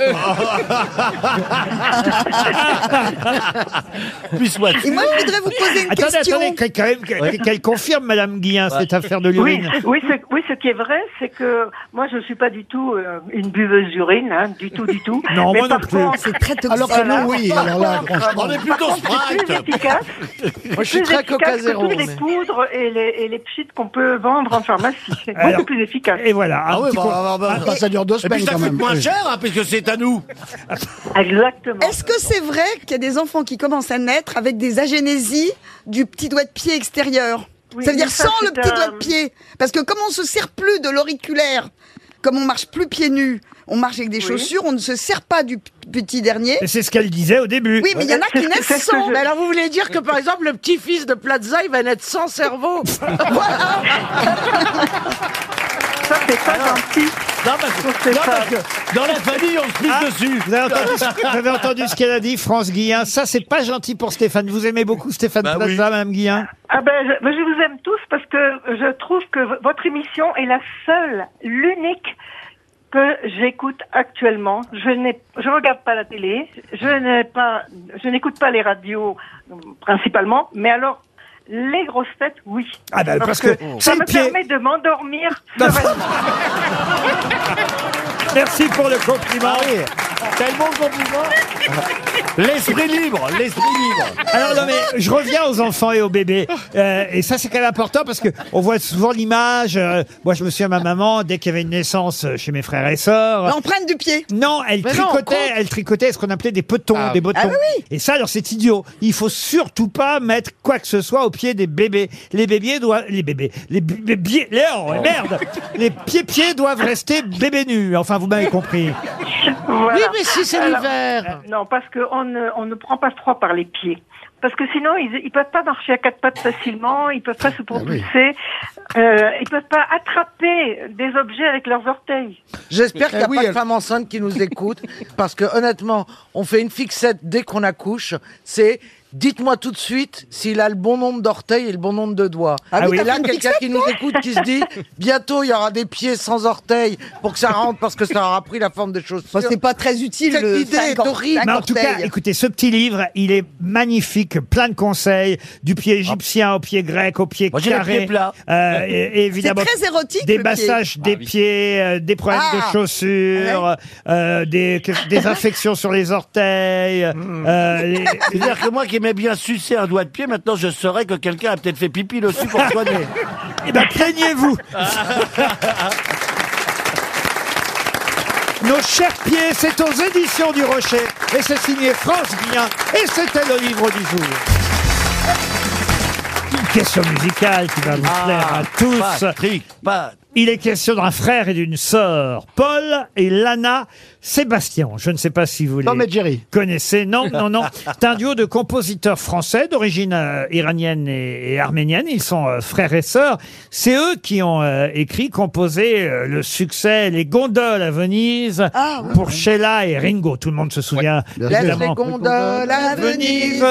Puis soit. Et moi, je voudrais vous poser une Attendez, question. attendez, qu'elle- quand même, qu'elle qu'elle confirme, Madame Guillen, cette affaire de Oui, l'urine. oui, ce, oui, ce qui est vrai, c'est que moi, je suis pas du tout euh, une buveuse d'urine, hein, du tout, du tout. Non, Mais moi non par plus. contre, C'est très toxique. Alors que Voilà. nous, oui. Alors là, franchement. On est plutôt c'est plus Sprite. efficace. Moi, je suis plus très efficace coca que zéro. toutes les mais- poudres et les, et les pchites qu'on peut vendre en pharmacie. C'est Alors, beaucoup plus efficace. Et voilà. un Ah oui, petit bah, con- bah, bah, Bah, ça dure deux Et semaines puis ça quand coûte même. moins Oui. cher, hein, puisque c'est à nous. Exactement. Est-ce que c'est vrai qu'il y a des enfants qui commencent à naître avec des agénésies du petit doigt de pied extérieur? Oui, Ça veut dire mais ça, sans le c'est petit un- doigt de pied. Parce que comme on se sert plus de l'auriculaire, comme on marche plus pieds nus, on marche avec des Oui. chaussures, on ne se sert pas du p- petit dernier. Et c'est ce qu'elle disait au début. Oui, mais il y en a qui naissent C'est ce que sans. je- Mais alors vous voulez dire que par exemple le petit-fils de Plaza, il va naître sans cerveau? Voilà. Ça, c'est pas gentil. Non, parce que, C'est non, pas- parce que dans la famille, on se pisse Ah, dessus. Vous avez entendu, ce- vous avez entendu ce qu'elle a dit, France Guillain. Ça, c'est pas gentil pour Stéphane. Vous aimez beaucoup Stéphane Bah Plaza, oui. Madame Guillain? Ah ben, je, ben, je vous aime tous parce que je trouve que v- votre émission est la seule, l'unique que j'écoute actuellement. Je n'ai, je regarde pas la télé, je n'ai pas, je n'écoute pas les radios euh, principalement, mais alors les grosses têtes, oui. Ah ben, parce que ça c'est le me pied. permet de m'endormir Non. sereinement. Merci pour le compliment. Quel bon compliment. L'esprit libre, l'esprit libre. Alors non mais je reviens aux enfants et aux bébés. Euh, et ça c'est quand même important parce que on voit souvent l'image. euh, moi je me souviens, ma maman, dès qu'il y avait une naissance chez mes frères et sœurs. L'empreinte du pied. Non, elle Mais non, tricotait, compte. elle tricotait ce qu'on appelait des petons, Ah, des bottons. Ah oui, oui. Et ça, alors c'est idiot. Il faut surtout pas mettre quoi que ce soit au pied des bébés. Les bébés doivent, les bébés, les bébés, les oh, merde, les pieds-pieds doivent rester bébés nus. Enfin, vous m'avez compris. Voilà. Oui, mais si c'est Alors, l'hiver. euh, non, parce qu'on ne, on ne prend pas froid par les pieds. Parce que sinon, ils, ils peuvent pas marcher à quatre pattes facilement, ils peuvent pas se propulser, euh, ils peuvent pas attraper des objets avec leurs orteils. J'espère qu'il n'y a Eh oui, pas de elle- femmes enceintes qui nous écoutent, parce que honnêtement, on fait une fixette dès qu'on accouche, c'est dites-moi tout de suite s'il a le bon nombre d'orteils et le bon nombre de doigts. Ah oui, et t'as là, fait une quelqu'un fixette, qui nous écoute, qui se dit, bientôt il y aura des pieds sans orteils pour que ça rentre, parce que ça aura pris la forme des chaussures. Bon, c'est pas très utile. Cette le idée cinq est or- horrible. cinq Mais en tout cas, orteils. écoutez, ce petit livre, il est magnifique, plein de conseils, du pied égyptien au pied grec, au pied Moi, j'ai les carré. pieds plats. Euh, et, et C'est évidemment, très érotique. des le pied. massages des pieds, euh, des problèmes Ah. de chaussures, euh, des, des infections sur les orteils. euh, les- C'est-à-dire que moi qui aimais bien sucer un doigt de pied, maintenant je saurais que quelqu'un a peut-être fait pipi dessus pour soigner. Eh ben, plaignez-vous. Nos chers pieds, c'est aux éditions du Rocher. Et c'est signé France Guillain. Et c'était le livre du jour. Une question musicale qui va vous plaire à tous. Patrick, pas. Il est question d'un frère et d'une sœur, Paul et Lana Sébastien. Je ne sais pas si vous les Tom et Jerry. connaissez. Non, non, non. C'est un duo de compositeurs français d'origine euh, iranienne et, et arménienne. Ils sont euh, frères et sœurs. C'est eux qui ont euh, écrit, composé euh, le succès Les Gondoles à Venise Ah, oui. pour Sheila et Ringo. Tout le monde se souvient. Bien Laisse sûr. les gondoles à Venise.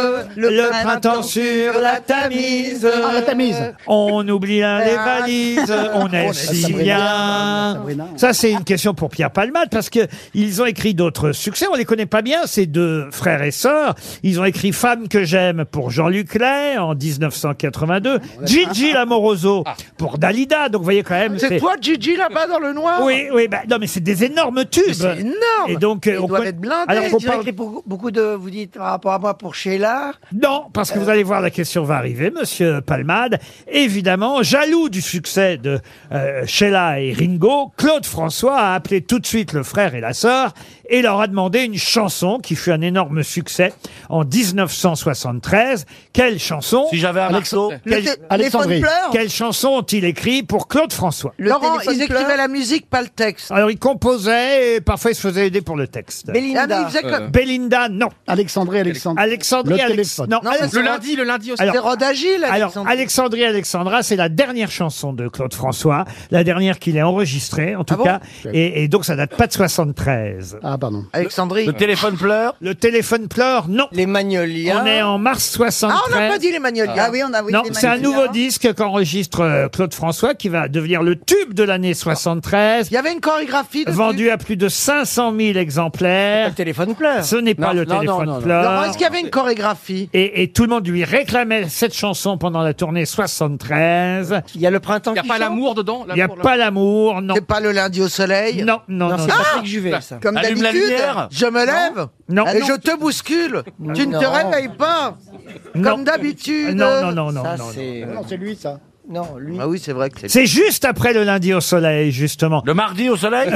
Le, printemps sur la Tamise. Ah, la Tamise. On oublie hein, les valises. On est si bien. Sabrina. Ça, c'est une question pour Pierre Palmade parce que ils ont écrit d'autres succès. On les connaît pas bien, ces deux frères et sœurs. Ils ont écrit Femme que j'aime pour Jean-Luc Lay en dix-neuf cent quatre-vingt-deux. Gigi l'amoroso pour Dalida. Donc, vous voyez quand même. C'est toi, Gigi, là-bas, dans le noir? Oui, oui, bah, non, mais c'est des énormes tubes. C'est énorme. Et donc, euh, Ils on doivent conna- être blindés. Alors Je qu'on dirais parle- que beaucoup, beaucoup de, vous dites par rapport à moi pour Sheila. Non, parce que vous allez voir, la question va arriver, monsieur Palmade. Évidemment, jaloux du succès de euh, Sheila et Ringo, Claude François a appelé tout de suite le frère et la sœur et leur a demandé une chanson qui fut un énorme succès en dix-neuf cent soixante-treize. Quelle chanson Si j'avais un marteau. Le Quelle- té- téléphone Alexandrie. pleure. Quelle chanson ont-ils écrit pour Claude François? Le Laurent, téléphone ils écrivaient pleure. la musique, pas le texte. Alors, il composait et parfois il se faisait aider pour le texte. Ah, mais Belinda. ils faisaient que- Belinda, non. Alexandrie, Alexandre. Alexandrie, Le Alex... téléphone. non. Non, mais Alex- Le lundi, le lundi aussi. Alors- C'est Rodagile, Alors, Alexandrie. Alexandrie Alexandra, c'est la dernière chanson de Claude François, la dernière qu'il ait enregistrée, en tout Ah bon cas, et, et donc ça date pas de soixante-treize. Ah, pardon. Alexandrie. Le téléphone pleure. Le téléphone pleure, non. Les Magnolias. On est en mars Ah, on n'a soixante-treize. pas dit les Magnolias. Ah oui, on a oui, Non, des c'est un Magnolias. nouveau disque qu'enregistre euh, Claude François, qui va devenir le tube de l'année soixante-treize, Il y avait une chorégraphie dessus. vendu à plus de cinq cent mille exemplaires. Le téléphone pleure. Ce n'est pas Non, le non, téléphone non, non, non. pleure. Laurent, est-ce qu'il y avait une chorégraphie? Et, et tout le monde lui réclamait cette chanson pendant la tournée soixante-treize. Il y a le printemps Il n'y a qui pas chante. l'amour dedans? Il n'y a l'amour, pas l'amour, non. C'est pas le lundi au soleil? Non, non, Non, non. c'est non. Patrick Juvet, ça. Comme Allume la d'habitude. lumière. Je me lève Non. et je te bouscule. Tu ne te Non. réveilles pas. Non. Comme d'habitude. Non, non, non, non, Ça, non, non. c'est. Non, c'est lui, ça. Non, lui. Ah oui, c'est vrai que c'est. C'est juste après le lundi au soleil, justement. Le mardi au soleil.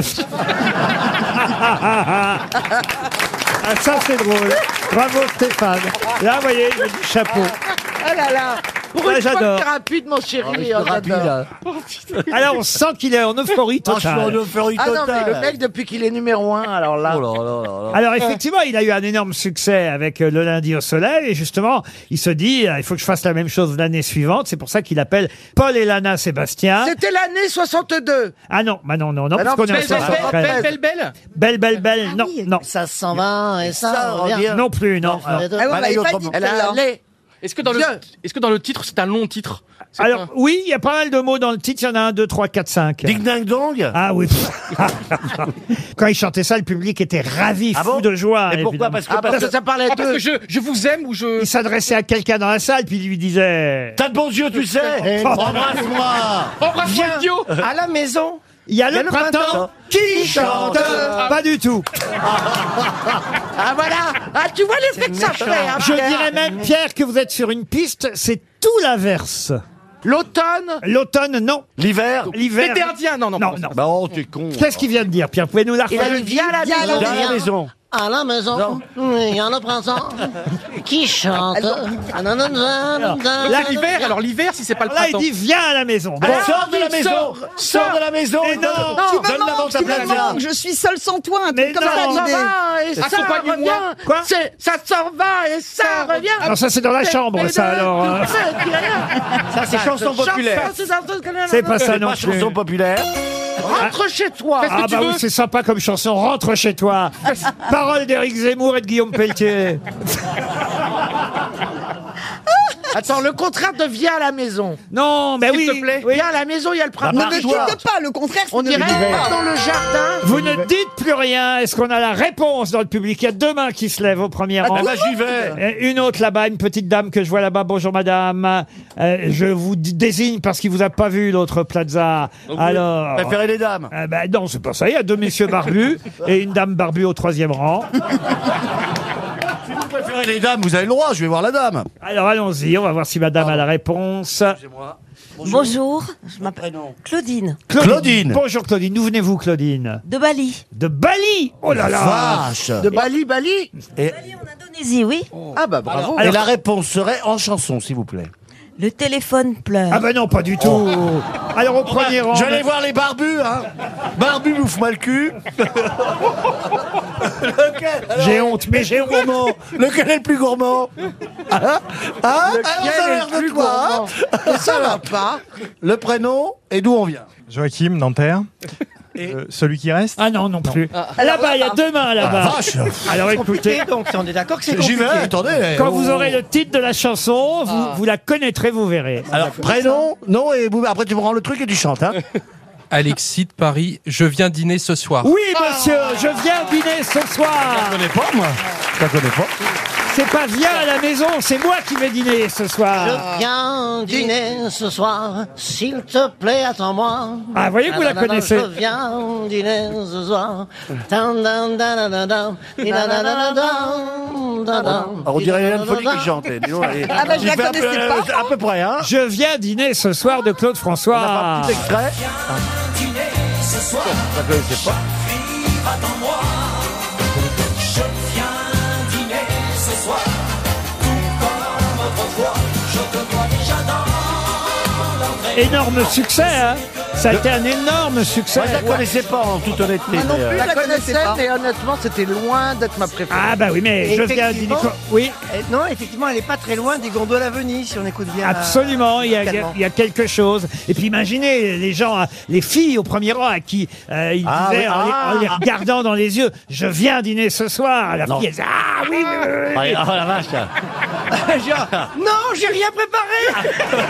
Ah, ça, c'est drôle. Bravo, Stéphane. Là, vous voyez, il y a du chapeau. Ah là là. Pour Ça, une fois que j'adore. t'es rapide, mon chéri. Ah, oh, rapide, j'adore. là. Alors, on sent qu'il est en euphorie Ah, je suis en totale. euphorie Ah non, totale. mais le mec, depuis qu'il est numéro un, alors là... Oh là là là là. Alors effectivement, il a eu un énorme succès avec euh, Le Lundi au Soleil et justement, il se dit, euh, il faut que je fasse la même chose l'année suivante. C'est pour ça qu'il appelle Paul et Lana Sébastien. C'était l'année soixante-deux. Ah non, bah non, non, non, Ah parce non, qu'on est en Belle, belle, belle, soixante-treize. belle, belle, belle. Belle, belle, belle, non, non, Ça s'en va et ça, Ça revient. revient. non plus, non. Ah ouais, on Pareil m'avait pas autrement. dit Elle a celle-là. allé. Est-ce que dans le, Vieux. est-ce que dans le titre, c'est un long titre? C'est Alors pas- oui, il y a pas mal de mots dans le titre, il y en a un, deux, trois, quatre, cinq. Ding ding dong. Ah oui. Quand il chantait ça, le public était ravi, Ah fou bon de joie. Et pourquoi? évidemment. Parce que, Ah, parce que ça parlait Ah, parce que d'eux. je, je vous aime ou je... Il s'adressait à quelqu'un dans la salle, puis il lui disait... t'as de bons yeux, tu sais. Embrasse-moi. Embrasse-moi, idiot. À la maison. Il y a le, Il y a le printemps, printemps qui chante. Pas du tout. Ah voilà. Ah, tu vois l'effet que ça fait. hein, Je Pierre. dirais même, Pierre, que vous êtes sur une piste, c'est tout l'inverse. L'automne. L'automne, non. L'hiver. L'hiver. L'été indien, non, non. Non, pas non. Bah oh, t'es con. Qu'est-ce qu'il vient de dire, Pierre? Pouvez-nous la Il a refaire? dit viens à la Viens à la maison. Dans la maison. À la maison. Il y en a printemps. Qui chante. Ah, non, non, non, non, non. Là, l'hiver, alors l'hiver, si c'est pas le Là, il printemps. dit viens à la maison. Bon. Allez, sors de la maison. sors, Sors de la maison. Et non. Tu me Donne la manques, vente à tu me Plaza. manques, je suis seule sans toi, un Mais truc comme non. ça. Ça s'en l'idée. va et ça Accompagne-moi. revient. Quoi C'est- Ça s'en va et ça revient. Alors ça, c'est dans la chambre, ça, alors. euh, Ça, c'est chanson populaire. C'est pas ça C'est non pas plus. chanson populaire. Rentre chez toi. Qu'est-ce que Ah tu bah veux oui, c'est sympa comme chanson. Rentre chez toi. Parole d'Éric Zemmour et de Guillaume Pelletier. Attends, le contraire de viens à la maison. Non, mais S'il oui. te plaît. oui. Viens à la maison, il y a le printemps. Ne me quitte pas, le contraire, c'est On ne dirait me quitte pas. dans le jardin. Vous ne dites plus rien. Est-ce qu'on a la réponse dans le public? Il y a deux mains qui se lèvent au premier rang. Eh ben, j'y vais. Et une autre là-bas, une petite dame que je vois là-bas. Bonjour madame. Euh, je vous d- désigne parce qu'il vous a pas vu l'autre Plaza. Donc, vous Alors. préférez les dames. Euh, ben non, c'est pas ça. Il y a deux messieurs barbus et une dame barbue au troisième rang. Vous préférez les dames, vous avez le droit, je vais voir la dame. Alors allons-y, on va voir si madame a la réponse. Bonjour, je m'appelle Claudine. Claudine. Bonjour Claudine. D'où venez-vous Claudine? De Bali. De Bali. Oh là là. Vache. De Bali, Bali. Et, Indonésie, oui. Ah bah bravo. et la réponse serait en chanson, s'il vous plaît. Le téléphone pleure. Ah ben non, pas du tout. Alors au premier rang. Je vais aller voir les barbus, hein. Barbu bouffe-moi le cul. Lequel alors, J'ai honte, mais j'ai honte. gourmand. Lequel est le plus gourmand? Hein? Hein? Lequel Alors, ça a est l'air le de plus toi, hein? gourmand Mais ça va pas. Le prénom et d'où on vient. Joachim, Nanterre. Euh, celui qui reste. Ah non, non plus. Là-bas, il y a deux mains là-bas. Ah, vache. Alors écoutez, Donc, on est d'accord que c'est J'y compliqué. vais, attendez. quand oh. vous aurez le titre de la chanson, vous, vous la connaîtrez, vous verrez. Alors, prénom, nom et vous- après tu me rends le truc et tu chantes, hein. Alexis de Paris, je viens dîner ce soir. Oui, monsieur, je viens dîner ce soir. Je connais pas, moi. Je connais pas. C'est pas viens à la maison, c'est moi qui vais dîner ce soir. Je viens dîner ce soir, s'il te plaît, attends-moi. Ah, voyez que vous la connaissez. Je viens dîner ce soir. Tan, dan, dan, dan, dan, dan, dan, dan, dan, dan, dan. On dirait Hélène Folie qui chantait. dis donc, et- Ah bah, je il la fait un peu- connaissais pas. À peu près, hein. Je viens dîner ce soir de Claude On a pas François. un petit extrait. Ça connaissait pas. Énorme succès, hein. Ça a été un énorme succès. Moi, je la connaissais pas, en toute honnêteté. Moi non mais, euh, plus, Je je la la connaissais connaissais, pas. mais honnêtement, c'était loin d'être ma préférée. Ah bah oui, mais Et je viens dîner. effectivement- Oui, Eh, Non, effectivement, elle est pas très loin des gondoles à Venise, si on écoute bien. la- absolument. Il y, a, il y a- musicalement. il y a quelque chose. Et puis imaginez les gens, hein, les filles au premier rang à qui euh, ils Ah disaient oui, en, les, ah. en les regardant dans les yeux, je viens dîner ce soir. La Non. fille elle dit, ah oui, oui, oui, oui. Ah, oh la vache. Genre, non, j'ai rien préparé.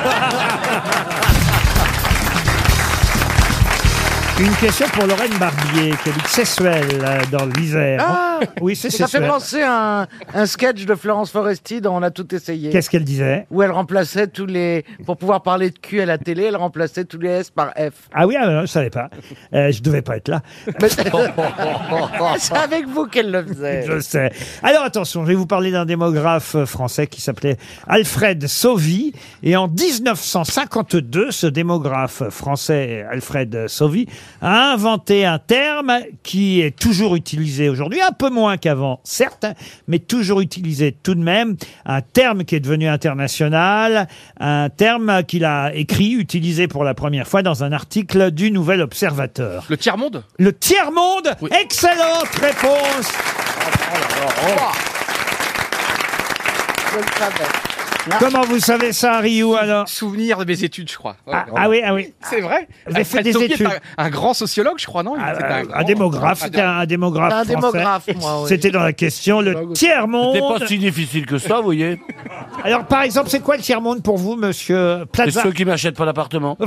Une question pour Lorraine Barbier, qui habite Sessuel, euh, dans l'Isère. Ah, Oui, c'est ça fait Sessuel. penser à un, un sketch de Florence Foresti dont on a tout essayé. Qu'est-ce qu'elle disait? Où elle remplaçait tous les... Pour pouvoir parler de cul à la télé, elle remplaçait tous les S par F. Ah oui, ah, non, je savais pas. Euh, je devais pas être là. Mais c'est avec vous qu'elle le faisait. Je sais. Alors attention, je vais vous parler d'un démographe euh, français qui s'appelait Alfred Sauvy. Et en mille neuf cent cinquante-deux, ce démographe français, Alfred Sauvy, a inventé un terme qui est toujours utilisé aujourd'hui, un peu moins qu'avant, certes, mais toujours utilisé tout de même. Un terme qui est devenu international, un terme qu'il a écrit, utilisé pour la première fois dans un article du Nouvel Observateur. Le tiers-monde? Le tiers-monde. Oui. Excellente réponse. Je le savais. Comment vous savez ça, Ryu, alors? Souvenir de mes études, je crois. Ouais, ah, ah oui, ah oui. C'est vrai. Vous avez fait des Tolkien études. est Un, un grand sociologue, je crois, non? Ah, C'était un, grand- un démographe, c'était un, un démographe Un français. démographe, moi, oui. C'était dans la question, le tiers-monde. C'est pas si difficile que ça, vous voyez. Alors, par exemple, c'est quoi le tiers-monde pour vous, monsieur C'est Plaza? ceux qui m'achètent pas d'appartement.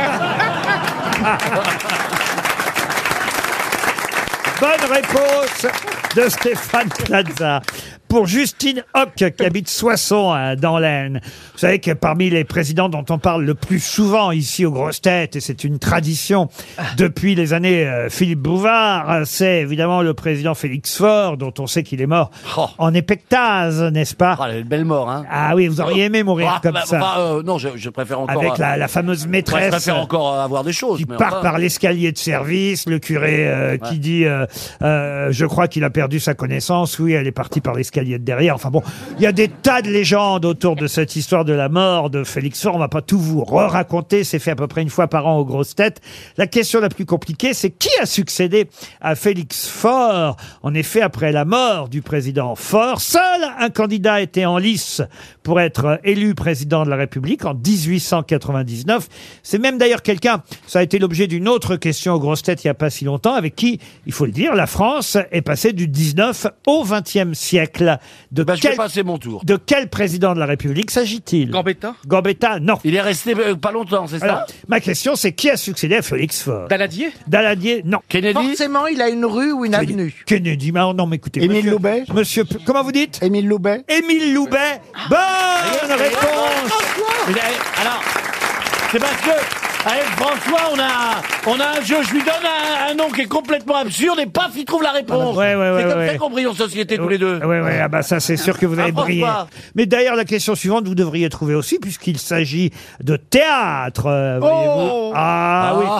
Bonne réponse de Stéphane Plaza. Pour Justine Hoc, qui habite Soissons, hein, dans l'Aisne. Vous savez que parmi les présidents dont on parle le plus souvent ici aux grosses têtes, et c'est une tradition depuis les années euh, Philippe Bouvard, c'est évidemment le président Félix Faure, dont on sait qu'il est mort Oh. en épectase, n'est-ce pas? Ah, elle est une belle mort, hein. Ah oui, vous auriez aimé mourir Ah, comme bah, ça. bah, euh, non, je, je préfère encore. Avec la, la fameuse Moi, je maîtresse préfère encore euh, avoir des choses. qui mais part enfin- par l'escalier de service, le curé euh, qui dit euh, euh, je crois qu'il a perdu sa connaissance, oui, elle est partie par l'escalier de derrière. Enfin bon, il y a des tas de légendes autour de cette histoire de la mort de Félix Faure, on va pas tout vous re-raconter, c'est fait à peu près une fois par an aux grosses têtes. La question la plus compliquée, c'est qui a succédé à Félix Faure? En effet, après la mort du président Faure, seul un candidat était en lice pour être élu président de la République en dix-huit cent quatre-vingt-dix-neuf. C'est même d'ailleurs quelqu'un, ça a été l'objet d'une autre question aux grosses têtes il n'y a pas si longtemps, avec qui, il faut le dire, la France est passée du dix-neuf au vingtième siècle. De, Bah, je vais quel, passer mon tour. de quel président de la République s'agit-il? Gambetta? Gambetta, non. Il est resté euh, pas longtemps, c'est Alors, ça? ma question, c'est qui a succédé à Félix Faure? Daladier? Daladier, non. Kennedy? Forcément, il a une rue ou une avenue. Kennedy, mais non, mais écoutez. Émile monsieur- Loubet Monsieur, P- comment vous dites? Émile Loubet. Émile Loubet. Bonne réponse. Mais, eh, alors, c'est parce que avec François, on a, on a un jeu. Je lui donne un, un nom qui est complètement absurde et paf, il trouve la réponse. Ouais, ouais, ouais, c'est comme ouais. ça qu'on brille en société tous les deux. Oui, oui, ah bah ça c'est sûr que vous Ah, avez brillé. François. Mais d'ailleurs, la question suivante, vous devriez trouver aussi, puisqu'il s'agit de théâtre, euh, voyez-vous. Ah, oui.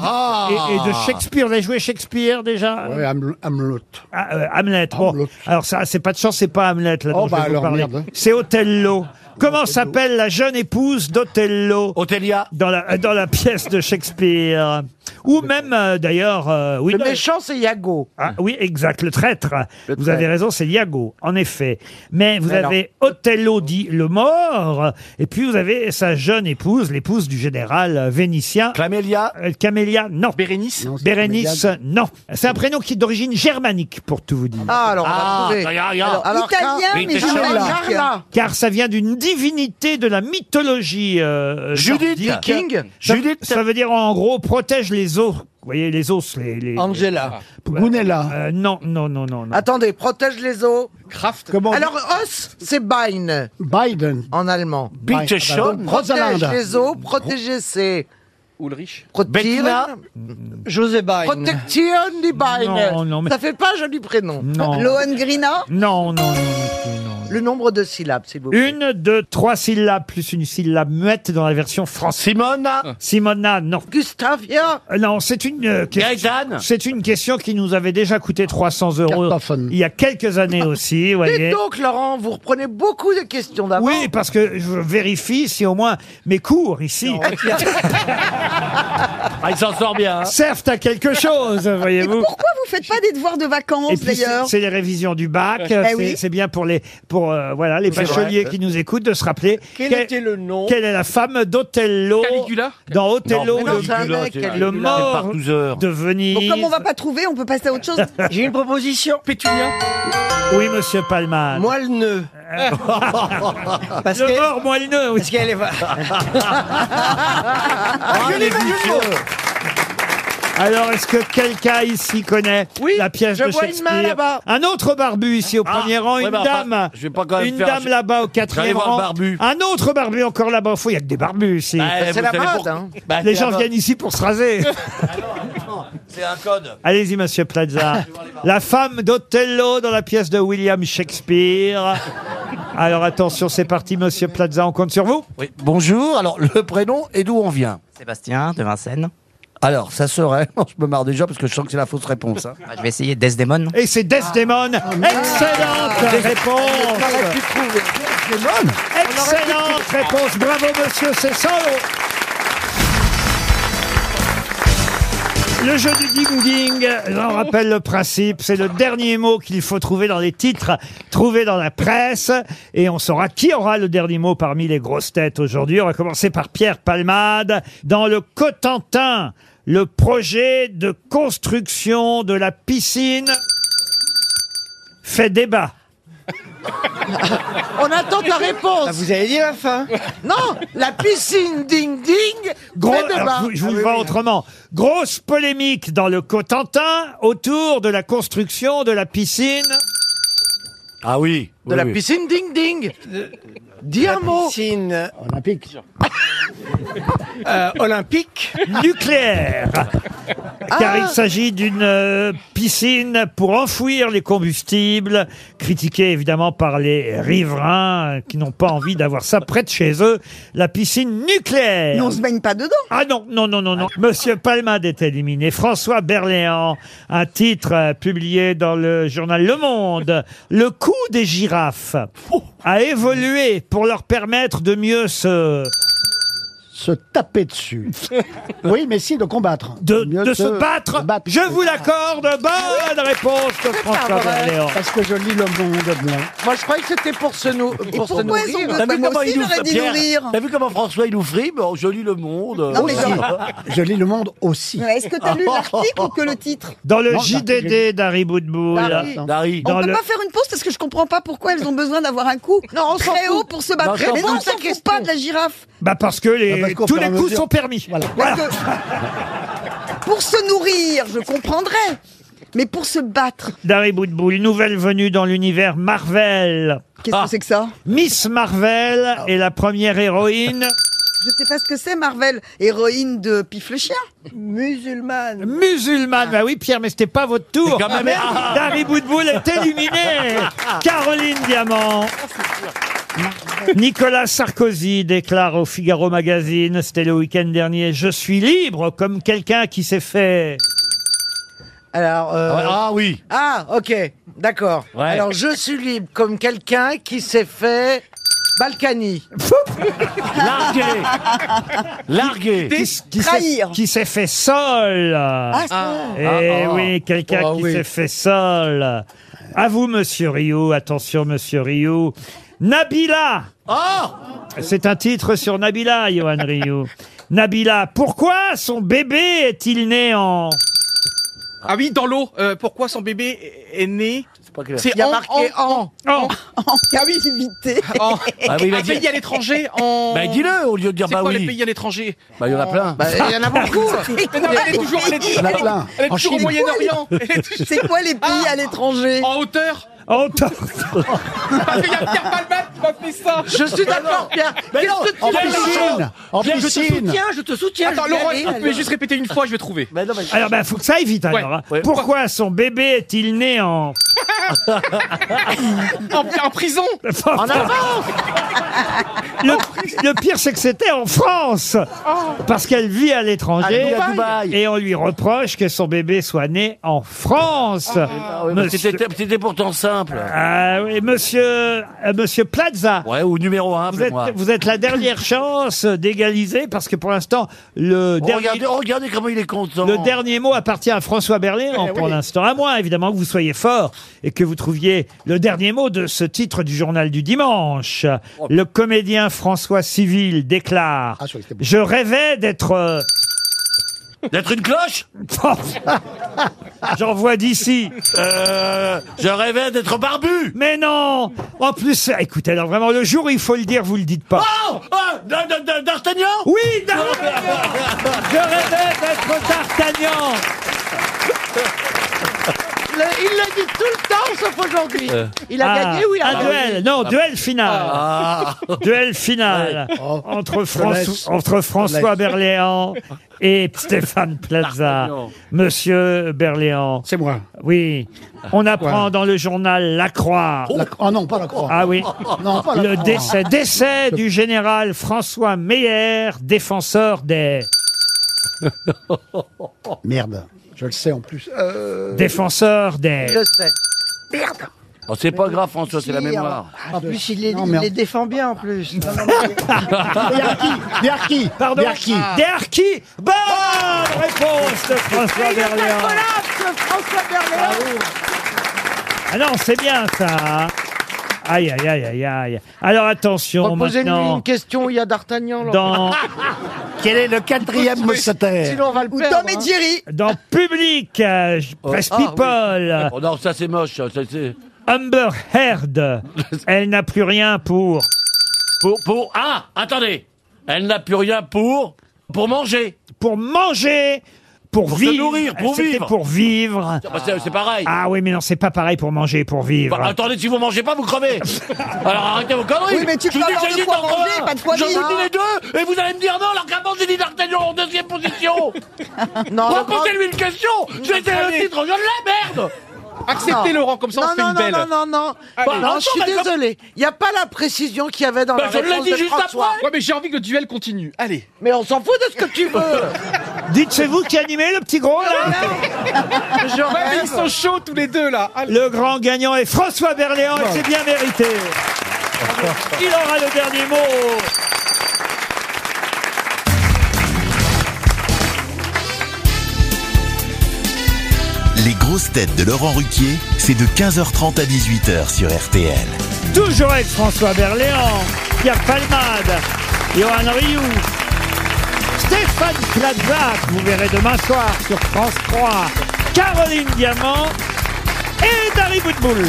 Et de, et- et de Shakespeare. Vous avez joué Shakespeare déjà? Ouais, Ham- Hamlet. Ah, euh, Hamlet. Bon, Hamlet. alors ça, c'est pas de chance, c'est pas Hamlet là dont Oh, je vais bah vous alors, parler. merde. C'est Othello. Comment s'appelle la jeune épouse d'Othello Othellia. dans la, dans la pièce de Shakespeare? Ou même, euh, d'ailleurs... euh, oui, Le non, méchant, c'est Iago. ah, oui, exact, le traître. Le vous traître. avez raison, c'est Iago, en effet. Mais vous Mais alors- avez Othello dit le mort, et puis vous avez sa jeune épouse, l'épouse du général euh, vénitien. Camélia. Euh, Camélia, non. Bérénice? Non, c'est Bérénice, Camélia. non. C'est un prénom qui est d'origine germanique, pour tout vous dire. Ah, alors on va Ah, trouver. y a- y a- Alors, alors, Italien, Oui, mais t'es germanique. Carla. Car ça vient d'une divinité de la mythologie euh, Judith. nordique. King. Ça, Judith. ça veut dire en gros protège les os. Vous voyez les os, les. les Angela. Gunella. Euh, non, non, non, non, non. Attendez, protège les os. Kraft? Comment Alors, os, c'est Bein Biden. en allemand. Bitte schon. Protège Rosalind. les os, protéger c'est Ulrich? Bettina. protieren. José Biden. Protection die Beine. Non, non, mais- Ça fait pas un joli prénom. Non. Lohengrina. Non, non, non, non, non. Le nombre de syllabes, s'il vous plaît. Une, deux, trois syllabes plus une syllabe muette dans la version française. Simona. Simona, non. Gustavia. Euh, Non, c'est une euh, question. Gaëtan. C'est une question qui nous avait déjà coûté trois cents euros Cartoffen. il y a quelques années aussi, vous Dites voyez. donc, Laurent, vous reprenez beaucoup de questions d'avant. Oui, parce que je vérifie si au moins mes cours ici Ah, il s'en sort bien. hein. servent à quelque chose, Et voyez-vous. pourquoi vous faites pas des devoirs de Et vacances puis c'est d'ailleurs? c'est les révisions du bac, Eh c'est oui. c'est bien pour les pour euh, voilà les C'est bacheliers vrai. qui nous écoutent de se rappeler Quel quelle, était le nom? quelle est la femme d'Othello Caligula? dans Othello, mais non, le, c'est un Caligula, mec, c'est- Caligula. le mort Par douze heures. de Venise. Bon, comme on va pas trouver, on peut passer à autre chose. J'ai une proposition. Pétunia? Oui, monsieur Palman. Moelle-nœud. Parce le que- mort moelleux, oui. Parce qu'elle est... Ah, les vicieux. Alors, est-ce que quelqu'un ici connaît Oui, la pièce je de vois une Shakespeare? main là-bas. Un autre barbu ici au Ah, premier rang, ouais, une mais enfin, dame. je vais pas quand même une faire dame un- là-bas au J'allais quatrième voir rang. le barbu. Un autre barbu encore là-bas. Il n'y a que des barbus ici. Bah, C'est vous la savez mode, pourquoi- hein. Bah, Les c'est gens la mode. viennent ici pour se raser. C'est un code. Allez-y, monsieur Plaza. La femme d'Othello dans la pièce de William Shakespeare. Alors attention, c'est parti, monsieur Plaza, on compte sur vous. Oui. Bonjour. Alors, le prénom et d'où on vient? Sébastien de Vincennes. Alors, ça serait... Non, je me marre déjà parce que je sens que c'est la fausse réponse. Hein. Je vais essayer Desdemone. Et c'est Desdemone. Excellente réponse. Excellente réponse. Bravo, monsieur, c'est ça. Le jeu du ding-ding, j'en rappelle le principe, c'est le dernier mot qu'il faut trouver dans les titres trouvés dans la presse. Et on saura qui aura le dernier mot parmi les grosses têtes aujourd'hui. On va commencer par Pierre Palmade. Dans le Cotentin, le projet de construction de la piscine fait débat. On attend ta réponse. Ah, vous avez dit la fin. Non, la piscine ding ding. Gros, fait débat. alors, je, je vous le vois autrement. Grosse polémique dans le Cotentin autour de la construction de la piscine. Ah oui. De oui, la oui. piscine ding ding. Dis un mot. Piscine Olympique. euh, olympique. Nucléaire. Ah. Car il s'agit d'une euh, piscine pour enfouir les combustibles, critiquée évidemment par les riverains euh, qui n'ont pas envie d'avoir ça près de chez eux, la piscine nucléaire. Mais on se baigne pas dedans. Ah non, non, non, non, non. Monsieur Palmade est éliminé. François Berléand, un titre euh, publié dans le journal Le Monde. Le cou des girafes a évolué pour leur permettre de mieux se... Se taper dessus. Oui, mais si, de combattre. De, Mieux de se battre. de battre. Je vous l'accorde. Bonne réponse de François vrai. Berléand. Parce que je lis le monde, moi. Moi, je croyais que c'était pour se, nou Et pour se pourquoi ils ont nourrir. besoin T'as vu Moi comment aussi, il nous j'aurais dit Pierre, nourrir. T'as vu comment François il nous frime? Oh, je lis le monde. Non, mais Aussi. genre- Je lis le monde aussi. Mais Est-ce que t'as lu l'article ou que le titre? Dans le Non, J D D d'Harry Boudboul. Dari. Dari. On Dans peut le- pas faire une pause parce que je comprends pas pourquoi elles ont besoin d'avoir un coup Non, on s'en très fout. haut pour se battre. Non, je mais s'en non, on fout. s'en fout pas de la girafe. Bah parce que les, Ah, parce qu'au tous fur et les à coups mesure- sont permis. Voilà. Voilà. Parce que pour se nourrir, je comprendrais. Mais pour se battre, D'Harry Boudboul, nouvelle venue dans l'univers Marvel. qu'est-ce que c'est que ça? Miss Marvel est la première héroïne Je sais pas ce que c'est, Marvel. Héroïne de Pif le chien. Musulmane. musulmane. Bah oui, Pierre, mais c'était pas votre tour. Mais quand même- Ah. D'Harry Boudboul est éliminé. Caroline Diamant. Nicolas Sarkozy déclare au Figaro Magazine, c'était le week-end dernier, je suis libre comme quelqu'un qui s'est fait... Alors, euh, Ah oui. ah, ok, d'accord. Ouais. Alors, je suis libre comme quelqu'un qui s'est fait Balkany. Largué. Largué. Qui, s- qui s'est, Trahir. qui s'est fait sol. Ah, ça. Eh oui, quelqu'un Ah qui oui. s'est fait sol. À vous, monsieur Rioux. Attention, monsieur Rioux. Nabila. Oh. C'est un titre sur Nabila, Johan Rioux. Nabila, pourquoi son bébé est-il né en... Ah oui, dans l'eau. Euh, pourquoi son bébé est né? C'est Il y a en- marqué en. en... En captivité. en, Ah oui, il a un dit- pays à l'étranger. En... Bah dis-le au lieu de dire C'est bah quoi les oui. pays à l'étranger? Bah il y en a plein. Bah, il y en a beaucoup. Mais non, mais elle est toujours, elle est, Il y en a plein. elle est En toujours au Chine. Moyen-Orient. Elle est toujours- C'est quoi les pays à l'étranger? En hauteur. en temps. Parce qu'il y a Pierre Palmade qui m'a fait ça. Je suis d'accord, Pierre. Mais non, Qu'est-ce que tu En as piscine. En Pierre, je te piscine. Tiens, je te soutiens. Attends, je vais Laurent, aller, vous pouvez alors. juste répéter une fois, je vais trouver. Mais non, mais... Alors, bah, faut que ça aille vite, alors. Ouais, hein. ouais. Pourquoi son bébé est-il né en... En, en prison. En avance. Le, le pire, c'est que c'était en France. Parce qu'elle vit à l'étranger. À Dubaï. Et on lui reproche que son bébé soit né en France. Ah oui, mais Monsieur- C'était c'était pourtant simple. Ah oui, monsieur, euh, monsieur Plaza. Ouais, ou numéro un, Vous êtes, moi. vous êtes la dernière chance d'égaliser parce que pour l'instant, le, Oh, dernier, regardez, oh, regardez comment il est content. le dernier mot appartient à François Berléand pour l'instant. À moins, évidemment, que vous soyez fort et que vous trouviez le dernier mot de ce titre du journal du dimanche. Le comédien François Civil déclare Ah, je crois que c'était « bon. Je rêvais d'être... euh, D'être une cloche. J'en vois d'ici. Euh, je rêvais d'être barbu. Mais non. En plus, écoutez, alors vraiment, le jour où il faut le dire, vous le dites pas. Oh, oh, d- d- d- D'Artagnan. Oui, D'Artagnan. Je rêvais d'être D'Artagnan. Le- il le dit tout le temps, sauf aujourd'hui. Il a Ah, gagné ou il a un perdu? duel, non, duel final. Ah. Duel final Oh, entre, je François, laisse. entre François laisse. Berléand et Stéphane Plaza. Monsieur Berléand. C'est moi. Oui. On apprend Ouais. dans le journal La Croix. La- Oh non, pas la croix. Ah oui. Non, pas la Le croix. décès, décès du général François Meyer, défenseur des... Merde, je le sais en plus. Euh... Défenseur des... Je sais. Merde. Oh, c'est pas grave, François, c'est la mémoire. En plus, il les, Non, il merde. les défend bien en plus. Des harkis, des harkis, Pardon des harkis. Des harkis. Bonne réponse de François Berléand. François Berléand. Ah non, c'est bien ça. hein. Aïe, aïe, aïe, aïe, aïe. Alors attention Reposez-lui maintenant. une question, il y a D'Artagnan. là. Dans, Quel est le quatrième mousquetaire? Sinon, on va le Ou perdre. Tom et hein. Jerry. dans Public, euh, Presse ah, oui. People, Oh non, ça c'est moche. Ça, c'est... Amber Heard, elle n'a plus rien pour... Pour, pour, ah, attendez. Elle n'a plus rien pour, pour manger. Pour manger, pour, Pour se vivre. nourrir, pour C'était vivre. pour vivre. Bah, c'est, c'est pareil. Ah oui, mais non, c'est pas pareil pour manger et pour vivre. Bah, attendez, si vous mangez pas, vous crevez. Alors arrêtez vos conneries. Oui, mais tu Je peux vous dis avoir que de j'ai quoi dit entre manger, un. pas de quoi Je vivre. vous dis les deux, et vous allez me dire non, alors qu'avant j'ai dit D'Artagnan en deuxième position. Non, le grand- Posez-lui une question. J'ai été le titre, je l'ai, merde. Acceptez, Non. Laurent, comme ça on non, se fait non, une non, belle. non, non, non, Allez. Bah, non, Attends, je suis mais comme- désolé. Il n'y a pas la précision qu'il y avait dans Bah, la je l'ai réponse dit de juste François. après. Ouais, mais j'ai envie que le duel continue. Allez. Mais on s'en fout de ce que tu veux. Dites, c'est vous qui animez le petit gros là? Je Ouais, mais ils rêve. sont chauds tous les deux là. Allez. Le grand gagnant est François Berléand et c'est bien mérité. Il aura le dernier mot. Les grosses têtes de Laurent Ruquier, c'est de quinze heures trente à dix-huit heures sur R T L. Toujours avec François Berléand, Pierre Palmade, Johan Rioux, Stéphane Plaza, que vous verrez demain soir sur France trois, Caroline Diamant et Dari Boudboul.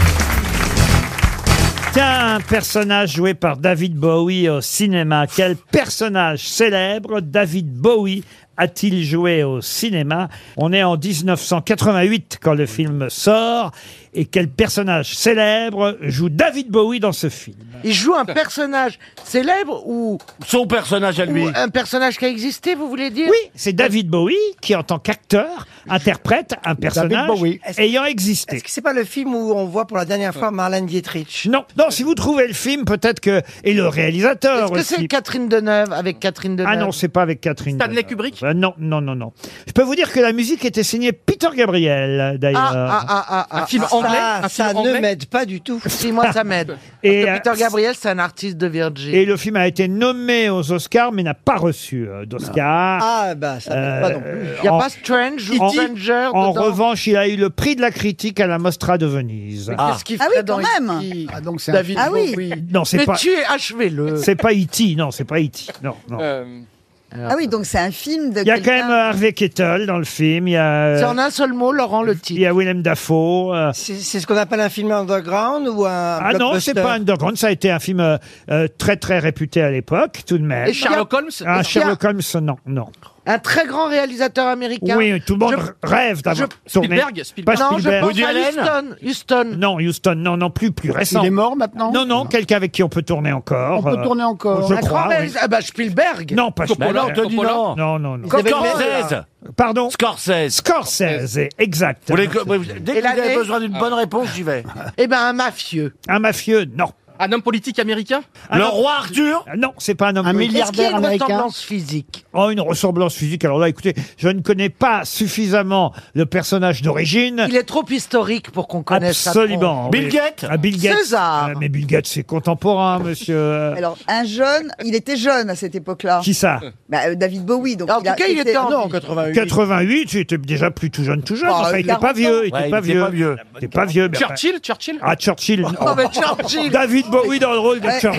Tiens, un personnage joué par David Bowie au cinéma. Quel personnage célèbre David Bowie a-t-il joué au cinéma? On est en dix-neuf cent quatre-vingt-huit quand le film sort. Et quel personnage célèbre joue David Bowie dans ce film? Il joue un personnage célèbre ou, Son personnage à lui. ou un personnage qui a existé, vous voulez dire? Oui, c'est David Bowie qui, en tant qu'acteur, interprète un personnage Bowie. ayant existé. Est-ce que c'est pas le film où on voit pour la dernière fois Marlène Dietrich? Non, non, si vous trouvez le film, peut-être que... Et le réalisateur Est-ce que aussi. c'est Catherine Deneuve, avec Catherine Deneuve? Ah non, c'est pas avec Catherine. Stanley Deneuve. Kubrick Euh, Non, non, non, non. Je peux vous dire que la musique était signée Peter Gabriel, d'ailleurs. Ah, ah, ah, ah, ah. Un film ah, anglais. Ça, Un ça film ne anglais. m'aide pas du tout. Si, moi, ça m'aide. Et, Parce que euh, Peter Gabriel, c'est un artiste de Virgin. Et le film a été nommé aux Oscars, mais n'a pas reçu euh, d'Oscar. Ah bah ça m'aide pas non plus. Il n'y a en- pas Strange ou en- Stranger En dedans? revanche, il a eu le prix de la critique à la Mostra de Venise. Qu'est-ce qu'il Ah ferait oui, dans quand même. E T? Ah, donc c'est un- David Ah oui. Bowie. Non, c'est Mais pas. tu es achevez-le. C'est pas E T, non, c'est pas E T. Non, non. Euh, Ah oui, donc c'est un film de Il y a quand quelqu'un- même euh, Harvey Keitel dans le film. Il y a, C'est en un seul mot, Laurent, le il titre. y a Willem Dafoe. euh, C'est c'est ce qu'on appelle un film underground ou un Ah non, blockbuster? c'est pas Underground. Ça a été un film euh, euh, très très réputé à l'époque, tout de même. Et Sherlock Holmes. Ah, Est-ce qu'il y a- Sherlock Holmes, non, non. Un très grand réalisateur américain. Oui, tout le monde Je- rêve d'avoir tourné. Spielberg, Spielberg. Pas Non, je Spielberg. pense Woody à Allen Houston. Houston. Non, Houston, non, non, plus, plus récent. Il est mort maintenant? Non, non, quelqu'un avec qui on peut tourner encore. On peut euh, tourner encore. Je Un crois, grand oui. réalisateur. Ah bah Spielberg. Non, pas Bah non, Spielberg. te dis non. Non, non, non. Ils avaient Scorsese. Pardon Scorsese. Scorsese, exact. Vous voulez que- vous- dès que Et vous avez l'année besoin d'une bonne réponse, j'y vais. Eh ben un mafieux. Un mafieux, non. Un homme politique américain. Ah, Le non. roi Arthur. Ah, non, c'est pas un homme Un politique. Est-ce qu'il y a milliardaire une américain. ressemblance physique? Oh, une ressemblance physique. Alors là, écoutez, je ne connais pas suffisamment le personnage d'origine. Il est trop historique pour qu'on connaisse sa Absolument. Bill oui. Gates. Ah, Bill Gates. César. Euh, mais Bill Gates, c'est contemporain, monsieur. Alors, un jeune, il était jeune à cette époque-là. Qui ça Bah, euh, David Bowie. Donc En il tout a cas, il été- était en Non, vie. quatre-vingt-huit. quatre-vingt-huit, il était déjà plus tout jeune, tout jeune. Bah, Enfin, il n'était quarante pas vieux. Il Ouais, était il pas était vieux. pas vieux. Il était pas vieux. mais enfin- Churchill, Churchill. Ah, Churchill. non. Non mais Churchill. David Bowie dans le rôle de Ouais. Churchill.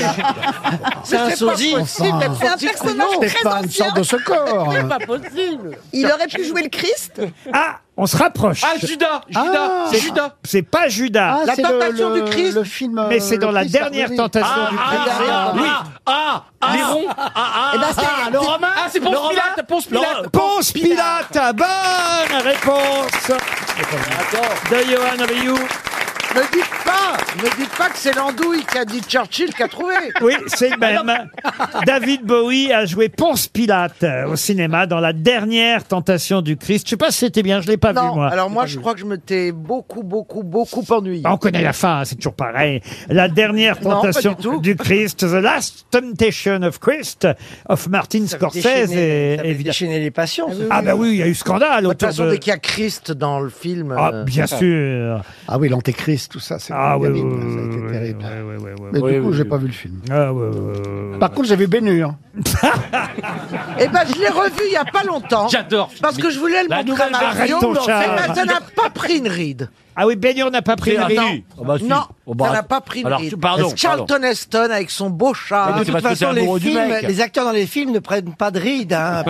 C'est un C'est pas sosie. possible d'être C'est un aussi personnage couillon. très Stéphane, ancien. sort de ce corps. C'est pas possible. Il aurait pu jouer le Christ. Ah, on se rapproche. Ah, Judas, Judas, Ah. c'est Judas. C'est pas Judas. Ah, La c'est le- tentation le, du Christ. Le film. Mais euh, c'est dans le la Christ dernière Sarkozy. tentation Ah, du ah, Christ. ah, Oui. ah, ah, ah, Les ronds. ah, ah, Eh ben, c'est- ah, le Romain. Ah, c'est Ponce Le Romain. Pilate, Ponce Pilate. Ponce Pilate, bonne réponse de Johan Rioux. Me dites pas, me dites pas que c'est l'andouille qui a dit Churchill qui a trouvé. Oui, c'est le même. David Bowie a joué Ponce Pilate euh, au cinéma dans La Dernière Tentation du Christ. Je sais pas si c'était bien, je l'ai pas Non, vu moi. alors moi je crois que je m'étais beaucoup, beaucoup, beaucoup ennuyé. On connaît la fin, hein, c'est toujours pareil. La Dernière Non, pas Tentation du tout. du Christ, The Last Temptation of Christ, of Martin Scorsese. Et, Ça avait déchaîné les passions. ce Ah film. bah oui, il y a eu scandale De toute autour façon, de... dès qu'il y a Christ dans le film. Ah, euh, bien sûr. Ah oui, l'antéchrist, tout ça, c'est Ah oui, oui, terrible, oui, ça a été oui, terrible. oui, oui, oui, oui, Mais oui, du coup, oui, j'ai oui. pas vu le film. Ah, ouais, ouais, ouais. Par contre, j'ai vu Ben Hur. Eh ben, je l'ai revu il y a pas longtemps. J'adore. Parce que je voulais le La montrer à nouvelle ma version, radio, ton chat. mais ça n'a pas pris une ride. Ah oui, Ben Hur n'a pas pris C'est une un ride. non. Oh bah si. Non, Oh bah, ça n'a pas pris une alors, ride. pardon, Charlton Heston avec son beau chat. Mais De c'est toute parce que façon, t'es les, amoureux du films, mec. les acteurs dans les films ne prennent pas de rides. Hein.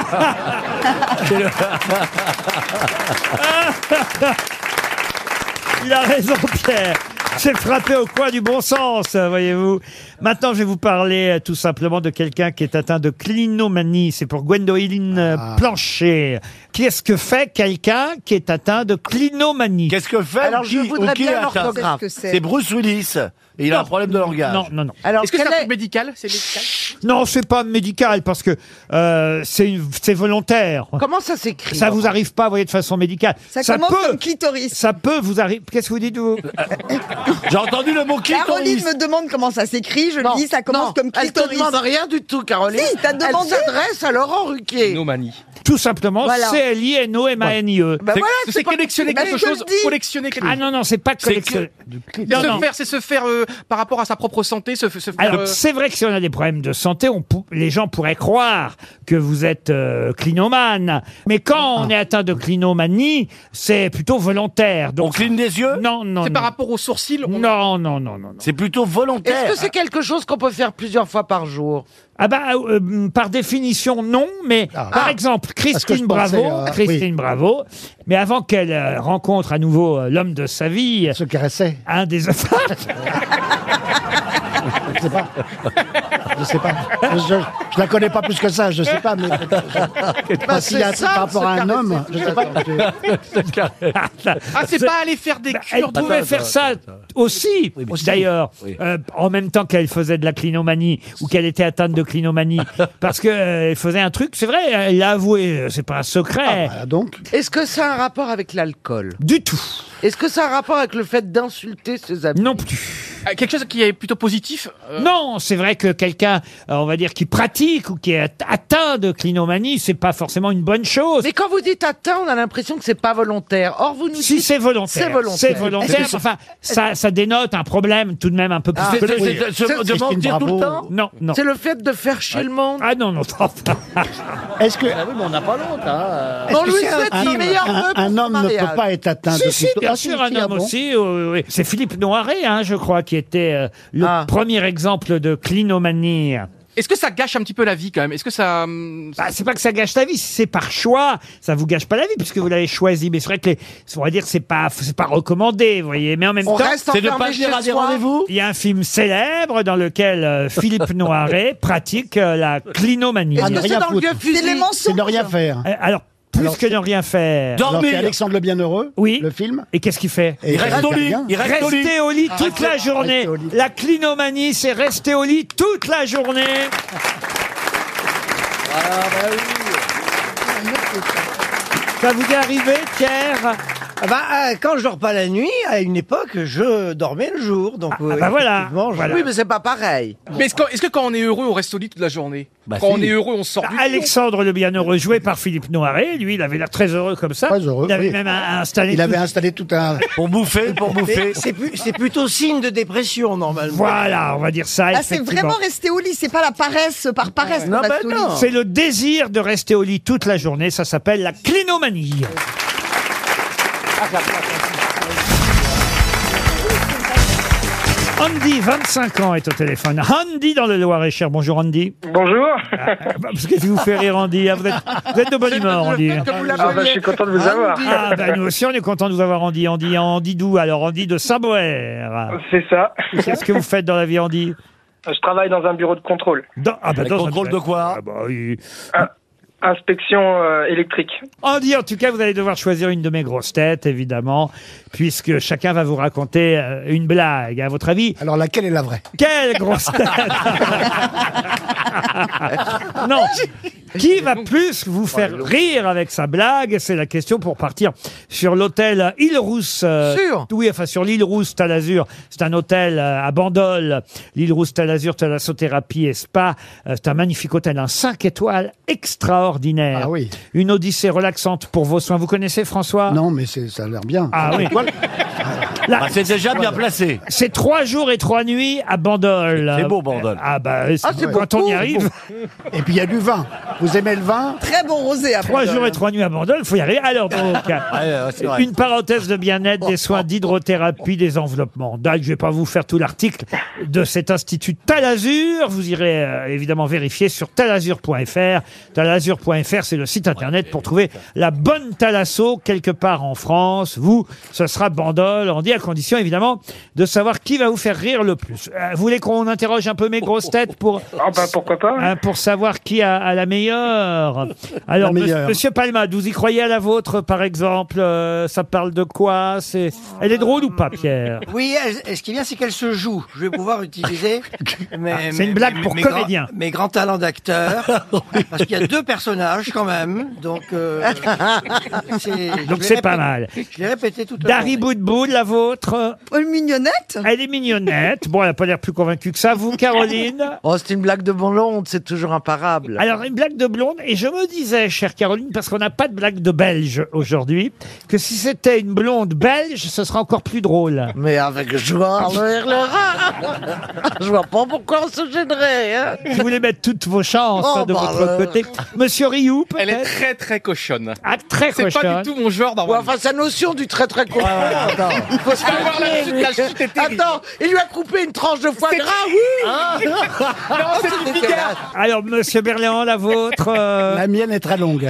Il a raison, Pierre. C'est frappé au coin du bon sens, voyez-vous. Maintenant, je vais vous parler euh, tout simplement de quelqu'un qui est atteint de clinomanie. C'est pour Gwendoline euh, Ah. Plancher. Qu'est-ce que fait quelqu'un qui est atteint de clinomanie? Qu'est-ce que fait Alors, ou je qui, voudrais ou qui bien est atteint l'orthographe. Qu'est-ce que c'est C'est Bruce Willis. Et il a un problème de langage. Non, non, non. Alors, Est-ce que c'est quel un est- truc médical? C'est médical? Non, c'est pas médical parce que euh, c'est une- c'est volontaire. Comment ça s'écrit Ça vous arrive pas, vous voyez, de façon médicale. Ça commence peut, comme clitoris. ça peut vous arriver. Qu'est-ce que vous dites, vous? J'ai entendu le mot Caroline clitoris. me demande comment ça s'écrit. Je Non, lui dis ça commence non, comme elle te clitoris. demande rien du tout, Caroline. Si, t'as demandé. Elle s'adresse à Laurent Ruquier. Nomanie. Tout simplement, Voilà. C L I N O M A N I E. Ben C'est voilà, c'est pas- collectionner Ben, quelque je te chose. le dis. Collectionner quelque Ah chose. non, non, c'est pas C'est collectionné. C'est Non, se non. faire, c'est se faire euh, par rapport à sa propre santé, se, se faire. Alors, euh, c'est vrai que si on a des problèmes de santé, on pou- les gens pourraient croire que vous êtes euh, clinomane. Mais quand on est atteint de clinomanie, c'est plutôt volontaire. On Donc, cligne des yeux. non, non, c'est non. par rapport aux sourcils. on- Non, non, non, non, non. C'est plutôt volontaire. Est-ce que c'est quelque chose qu'on peut faire plusieurs fois par jour? Ah bah, euh, par définition, non, mais Ah. par Ah. exemple, Parce que Christine je pensais, Bravo, euh, Christine Bravo, mais avant qu'elle euh, rencontre à nouveau euh, l'homme de sa vie, Se caressait. un des... Je sais pas. Je sais pas. Je, je, je la connais pas plus que ça, je sais pas, mais. Bah, s'il y a un c'est truc ça, par rapport se à un caresser. homme, je sais pas. Ah, c'est pas aller faire des Elle cures. pouvait de- faire ça aussi, d'ailleurs, euh, en même temps qu'elle faisait de la clinomanie ou qu'elle était atteinte de clinomanie, parce que euh, elle faisait un truc, c'est vrai, elle l'a avoué, euh, c'est pas un secret. Voilà, donc. Est-ce que ça a un rapport avec l'alcool? Du tout. Est-ce que ça a un rapport avec le fait d'insulter ses amis? Non plus. Ah, quelque chose qui est plutôt positif. euh, Non, c'est vrai que quelqu'un, euh, on va dire, qui pratique ou qui est at- atteint de clinomanie, c'est pas forcément une bonne chose. Mais quand vous dites atteint, on a l'impression que c'est pas volontaire. Or, vous nous Si dites... c'est volontaire, C'est volontaire. c'est volontaire. Enfin, ça, ça dénote un problème tout de même un peu plus. Ah, que C'est- le- c'est- c'est- C'est- de mentir tout le Bravo. temps. Non, non. C'est le fait de faire chier le monde. Ah non, non. Est-ce que. Ah oui, mais on n'a pas l'autre. Hein. est-ce On que lui c'est souhaite un, le meilleur un- vœu pour un son homme ne mariage. peut pas être atteint Si, de si, clito- bien Ah, si, sûr, si, un ah homme bon aussi. oui, oui, oui. C'est Philippe Noiret, hein, je crois, qui était euh, le Ah. premier exemple de clinomanie. Est-ce que ça gâche un petit peu la vie quand même? Est-ce que ça. hum, Bah, c'est pas que ça gâche la vie, si c'est par choix, ça vous gâche pas la vie puisque vous l'avez choisi. Mais c'est vrai que les, on va dire que c'est pas, c'est pas recommandé, vous voyez. Mais en même On temps, reste C'est de pas enfermé venir à chez des soi. rendez-vous. il y a un film célèbre dans lequel euh, Philippe Noiret pratique euh, la clinomanie. Est-ce ne que c'est rien dans le vieux foutre. fusil? C'est les C'est mensonges. de rien faire. Euh, Alors, plus Alors, que ne rien faire. Alors, c'est Dormir. Alexandre le Bienheureux, Oui. le film. Et qu'est-ce qu'il fait? Et Il reste au lit. rien. Il reste au lit. Rester au lit toute la journée. rester au lit. La clinomanie, c'est rester au lit toute la journée. Ça vous est arrivé, Pierre? Ah bah, euh, quand je dors pas la nuit, à une époque, je dormais le jour. Donc, euh, ah bah voilà, effectivement, je- voilà. Oui, mais c'est pas pareil. Mais est-ce que, est-ce que quand on est heureux, on reste au lit toute la journée? Bah Quand si. on est heureux, on sort du lit. Alexandre le Bienheureux, joué par Philippe Noiret, lui, il avait l'air très heureux comme ça. Très heureux, Il avait oui. même un- installé. Il avait tout- installé tout un. Pour bouffer, pour Mais bouffer. c'est plus- c'est plutôt signe de dépression, normalement. Voilà, on va dire ça. Ah, c'est effectivement. vraiment rester au lit, c'est pas la paresse par paresse. Non, qu'on ben reste au lit. non. C'est le désir de rester au lit toute la journée. Ça s'appelle la clinomanie. Andy, vingt-cinq ans, est au téléphone. Andy dans le Loir-et-Cher. Bonjour Andy. Bonjour. Ah, bah, parce que si vous fait rire Andy, hein, vous, êtes, vous êtes de bonne humeur Andy. Que vous Ah bah, je suis content de vous avoir. Ah bah nous aussi on est content de vous avoir Andy. Andy, Andy d'où? Alors Andy de Saint-Boër. C'est ça. Qu'est-ce que vous faites dans la vie Andy? Je travaille dans un bureau de contrôle. Dans, ah bah, Le dans un- contrôle de quoi? Ah bah, oui. inspection euh, électrique. On dit en tout cas, vous allez devoir choisir une de mes grosses têtes, évidemment, puisque chacun va vous raconter euh, une blague. À votre avis, Alors laquelle est la vraie? quelle grosse tête Non. Qui va plus vous faire rire avec sa blague? C'est la question pour partir sur l'hôtel Île Rousse. euh, Sûr. Oui, enfin sur l'île Rousse Talazur. C'est un hôtel euh, à Bandol. L'île Rousse Talazur, thalassothérapie et spa. Euh, C'est un magnifique hôtel, un cinq étoiles extraordinaire. Ah oui. Une odyssée relaxante pour vos soins. Vous connaissez François? Non, mais c'est- ça a l'air bien. Ah oui. Quoi Là, Bah, c'est déjà bien placé. c'est trois jours et trois nuits à Bandol. C'est beau, Bandol. Ah bah, Ah, c'est quand on y beaucoup. arrive. Et puis il y a du vin. Vous aimez le vin? Très bon rosé à Trois Bandol. jours et trois nuits à Bandol, il faut y arriver. Alors donc, ouais, c'est vrai. une parenthèse de bien-être, des soins d'hydrothérapie, des enveloppements d'algues. Je vais pas vous faire tout l'article de cet institut Talazur. Vous irez euh, évidemment vérifier sur talazur point f r. talazur point f r, c'est le site internet pour trouver la bonne thalasso quelque part en France. Vous, ce sera Bandol. On dit à condition évidemment de savoir qui va vous faire rire le plus. Euh, vous voulez qu'on interroge un peu mes grosses têtes pour Ah bah pourquoi pas. Hein, pour savoir qui a, a la meilleure. Alors, La monsieur- meilleure. Monsieur Palmade, vous y croyez à la vôtre, par exemple euh, Ça parle de quoi C'est, elle est drôle ou pas, Pierre Oui, elle- ce qui est bien, c'est qu'elle se joue. Je vais pouvoir utiliser mes, Ah, c'est une blague mes- pour mes comédien. grands- mes grands talents d'acteur. Parce qu'il y a deux personnages quand même. Donc, euh, c'est, je Donc l'ai c'est pas répété- mal. Je l'ai répété tout à l'heure. Dari Boudboul, la vôtre Paul Mignonnette. Elle est mignonnette. Bon, elle n'a pas l'air plus convaincue que ça. Vous, Caroline Oh, c'est une blague de blonde, c'est toujours imparable. Alors, une blague de blonde. Et je me disais, chère Caroline, parce qu'on n'a pas de blague de belge aujourd'hui, que si c'était une blonde belge, ce serait encore plus drôle. Mais avec joie, le le rat. Je vois pas pourquoi on se gênerait. Hein. Vous voulez mettre toutes vos chances Oh, hein, de bah, votre euh, côté. Monsieur Rioux, peut-être Elle est très très cochonne. Ah, très C'est pas cochonne. du tout mon genre Ouais, d'avoir. enfin, sa notion du très très court. Attends. Il faut se avoir la calmer, chute, lui. la chute est terrible. Attends, il lui a coupé une tranche de foie gras, oui. Non, c'est du Bigard. Alors, Monsieur Berléand, la vôtre. euh, La mienne est très longue.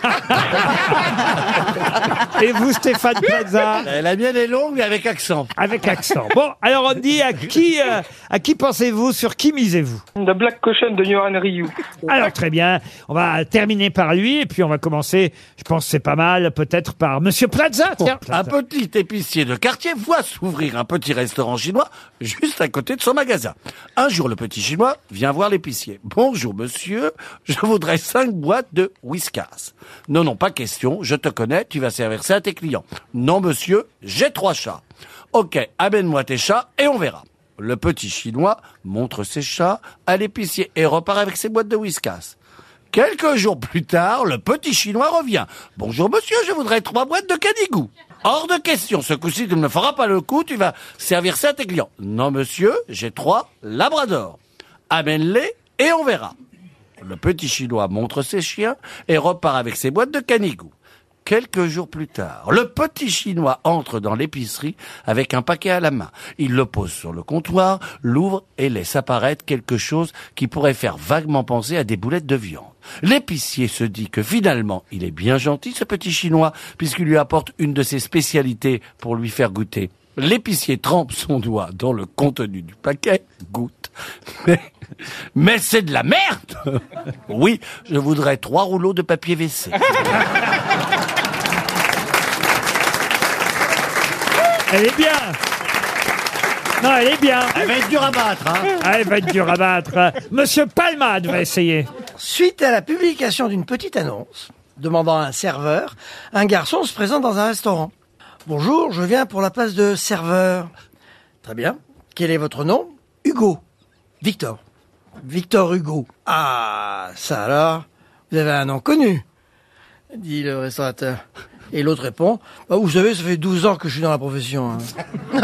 Et vous, Stéphane Plaza, La mienne est longue, mais avec accent. avec accent. Bon, alors on dit à qui, euh, à qui pensez-vous, sur qui misez-vous La blague cochonne de Johan Ryu. Alors très bien, on va terminer par lui et puis on va commencer. Je pense que c'est pas mal, peut-être par Monsieur Plaza. Tiens, Un petit épicier de quartier voit s'ouvrir un petit restaurant chinois juste à côté de son magasin. Un jour, le petit chinois vient voir l'épicier. Bonjour monsieur, je voudrais cinq boîtes de Whiskas. Non, non, pas question, je te connais, tu vas servir ça à tes clients. Non monsieur, j'ai trois chats. Ok, amène-moi tes chats et on verra. Le petit chinois montre ses chats à l'épicier et repart avec ses boîtes de Whiskas. Quelques jours plus tard, le petit chinois revient. Bonjour monsieur, je voudrais trois boîtes de Canigou. Hors de question, ce coup-ci tu ne me feras pas le coup, tu vas servir ça à tes clients. Non monsieur, j'ai trois labradors. Amène-les et on verra. Le petit chinois montre ses chiens et repart avec ses boîtes de Canigou. Quelques jours plus tard, le petit chinois entre dans l'épicerie avec un paquet à la main. Il le pose sur le comptoir, l'ouvre et laisse apparaître quelque chose qui pourrait faire vaguement penser à des boulettes de viande. L'épicier se dit que finalement, il est bien gentil ce petit chinois puisqu'il lui apporte une de ses spécialités pour lui faire goûter. L'épicier trempe son doigt dans le contenu du paquet, goûte. Mais, mais c'est de la merde! Oui, je voudrais trois rouleaux de papier W C. elle est bien. Non, elle est bien. Elle va être dure à battre, hein. Ah, elle va être dure à battre. Monsieur Palmade va essayer. Suite à la publication d'une petite annonce demandant à un serveur, un garçon se présente dans un restaurant. Bonjour, je viens pour la place de serveur. Très bien. Quel est votre nom? Hugo. Victor. Victor Hugo. Ah, ça alors, vous avez un nom connu, dit le restaurateur. Et l'autre répond, bah, vous savez, ça fait douze ans que je suis dans la profession. Hein.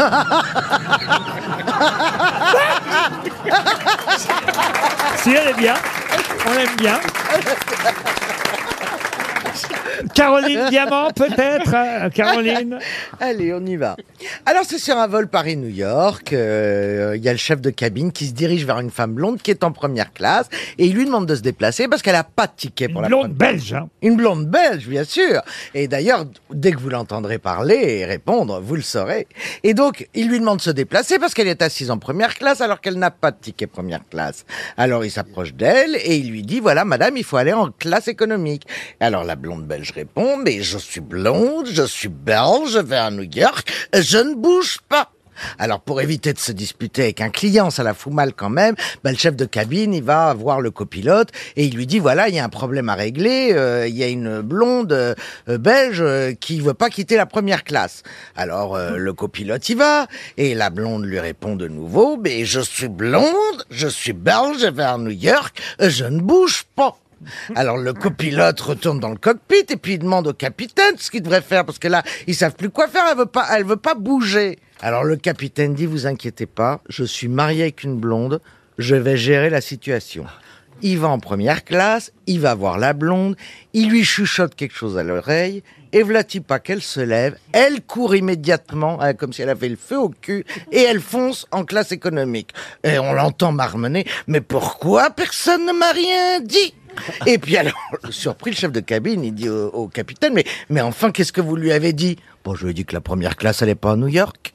Si elle est bien, on l'aime bien. Caroline Diamant, peut-être hein, Caroline. Allez, on y va. Alors, c'est sur un vol Paris-New York. euh, Il y a le chef de cabine qui se dirige vers une femme blonde qui est en première classe et il lui demande de se déplacer parce qu'elle a pas de ticket pour Une la blonde première- belge. Hein. Une blonde belge, bien sûr. Et d'ailleurs, dès que vous l'entendrez parler et répondre, vous le saurez. Et donc, il lui demande de se déplacer parce qu'elle est assise en première classe alors qu'elle n'a pas de ticket première classe. Alors, il s'approche d'elle et il lui dit, voilà, madame, il faut aller en classe économique. Alors, la blonde belge répond, mais je suis blonde, je suis belge, je vais à New York, je ne bouge pas. Alors, pour éviter de se disputer avec un client, ça la fout mal quand même, bah, le chef de cabine, il va voir le copilote et il lui dit, voilà, il y a un problème à régler, euh, il y a une blonde euh, belge euh, qui veut pas quitter la première classe. Alors, euh, le copilote y va et la blonde lui répond de nouveau, mais je suis blonde, je suis belge, je vais à New York, je ne bouge pas. Alors le copilote retourne dans le cockpit et puis il demande au capitaine ce qu'il devrait faire parce que là ils savent plus quoi faire, elle veut pas, elle veut pas bouger. Alors le capitaine dit, vous inquiétez pas, je suis marié avec une blonde, je vais gérer la situation. Il va en première classe, il va voir la blonde, il lui chuchote quelque chose à l'oreille et v'là-t-il pas qu'elle se lève, elle court immédiatement hein, comme si elle avait le feu au cul et elle fonce en classe économique. Et on l'entend marmonner, mais pourquoi personne ne m'a rien dit? Et puis alors, surpris, le chef de cabine, il dit au, au capitaine, mais, mais enfin, qu'est-ce que vous lui avez dit? Bon, je lui ai dit que la première classe, elle n'est pas à New York.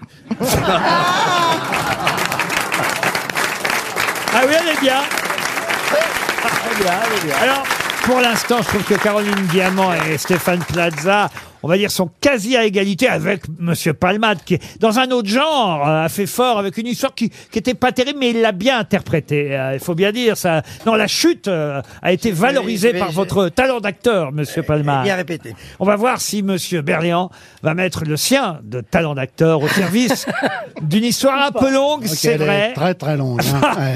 Ah oui, elle est bien. Elle est bien, elle est bien. Alors, pour l'instant, je trouve que Caroline Diamant et Stéphane Plaza, on va dire, sont quasi à égalité avec Monsieur Palmade, qui, dans un autre genre, a fait fort avec une histoire qui, qui était pas terrible, mais il l'a bien interprétée. Euh, Il faut bien dire ça. Non, la chute euh, a été valorisée vais- par je- votre talent d'acteur, Monsieur Palmade. Bien répété. On va voir si Monsieur Berléand va mettre le sien de talent d'acteur au service d'une histoire un peu longue, Ok, c'est elle est vrai. Très très longue. hein,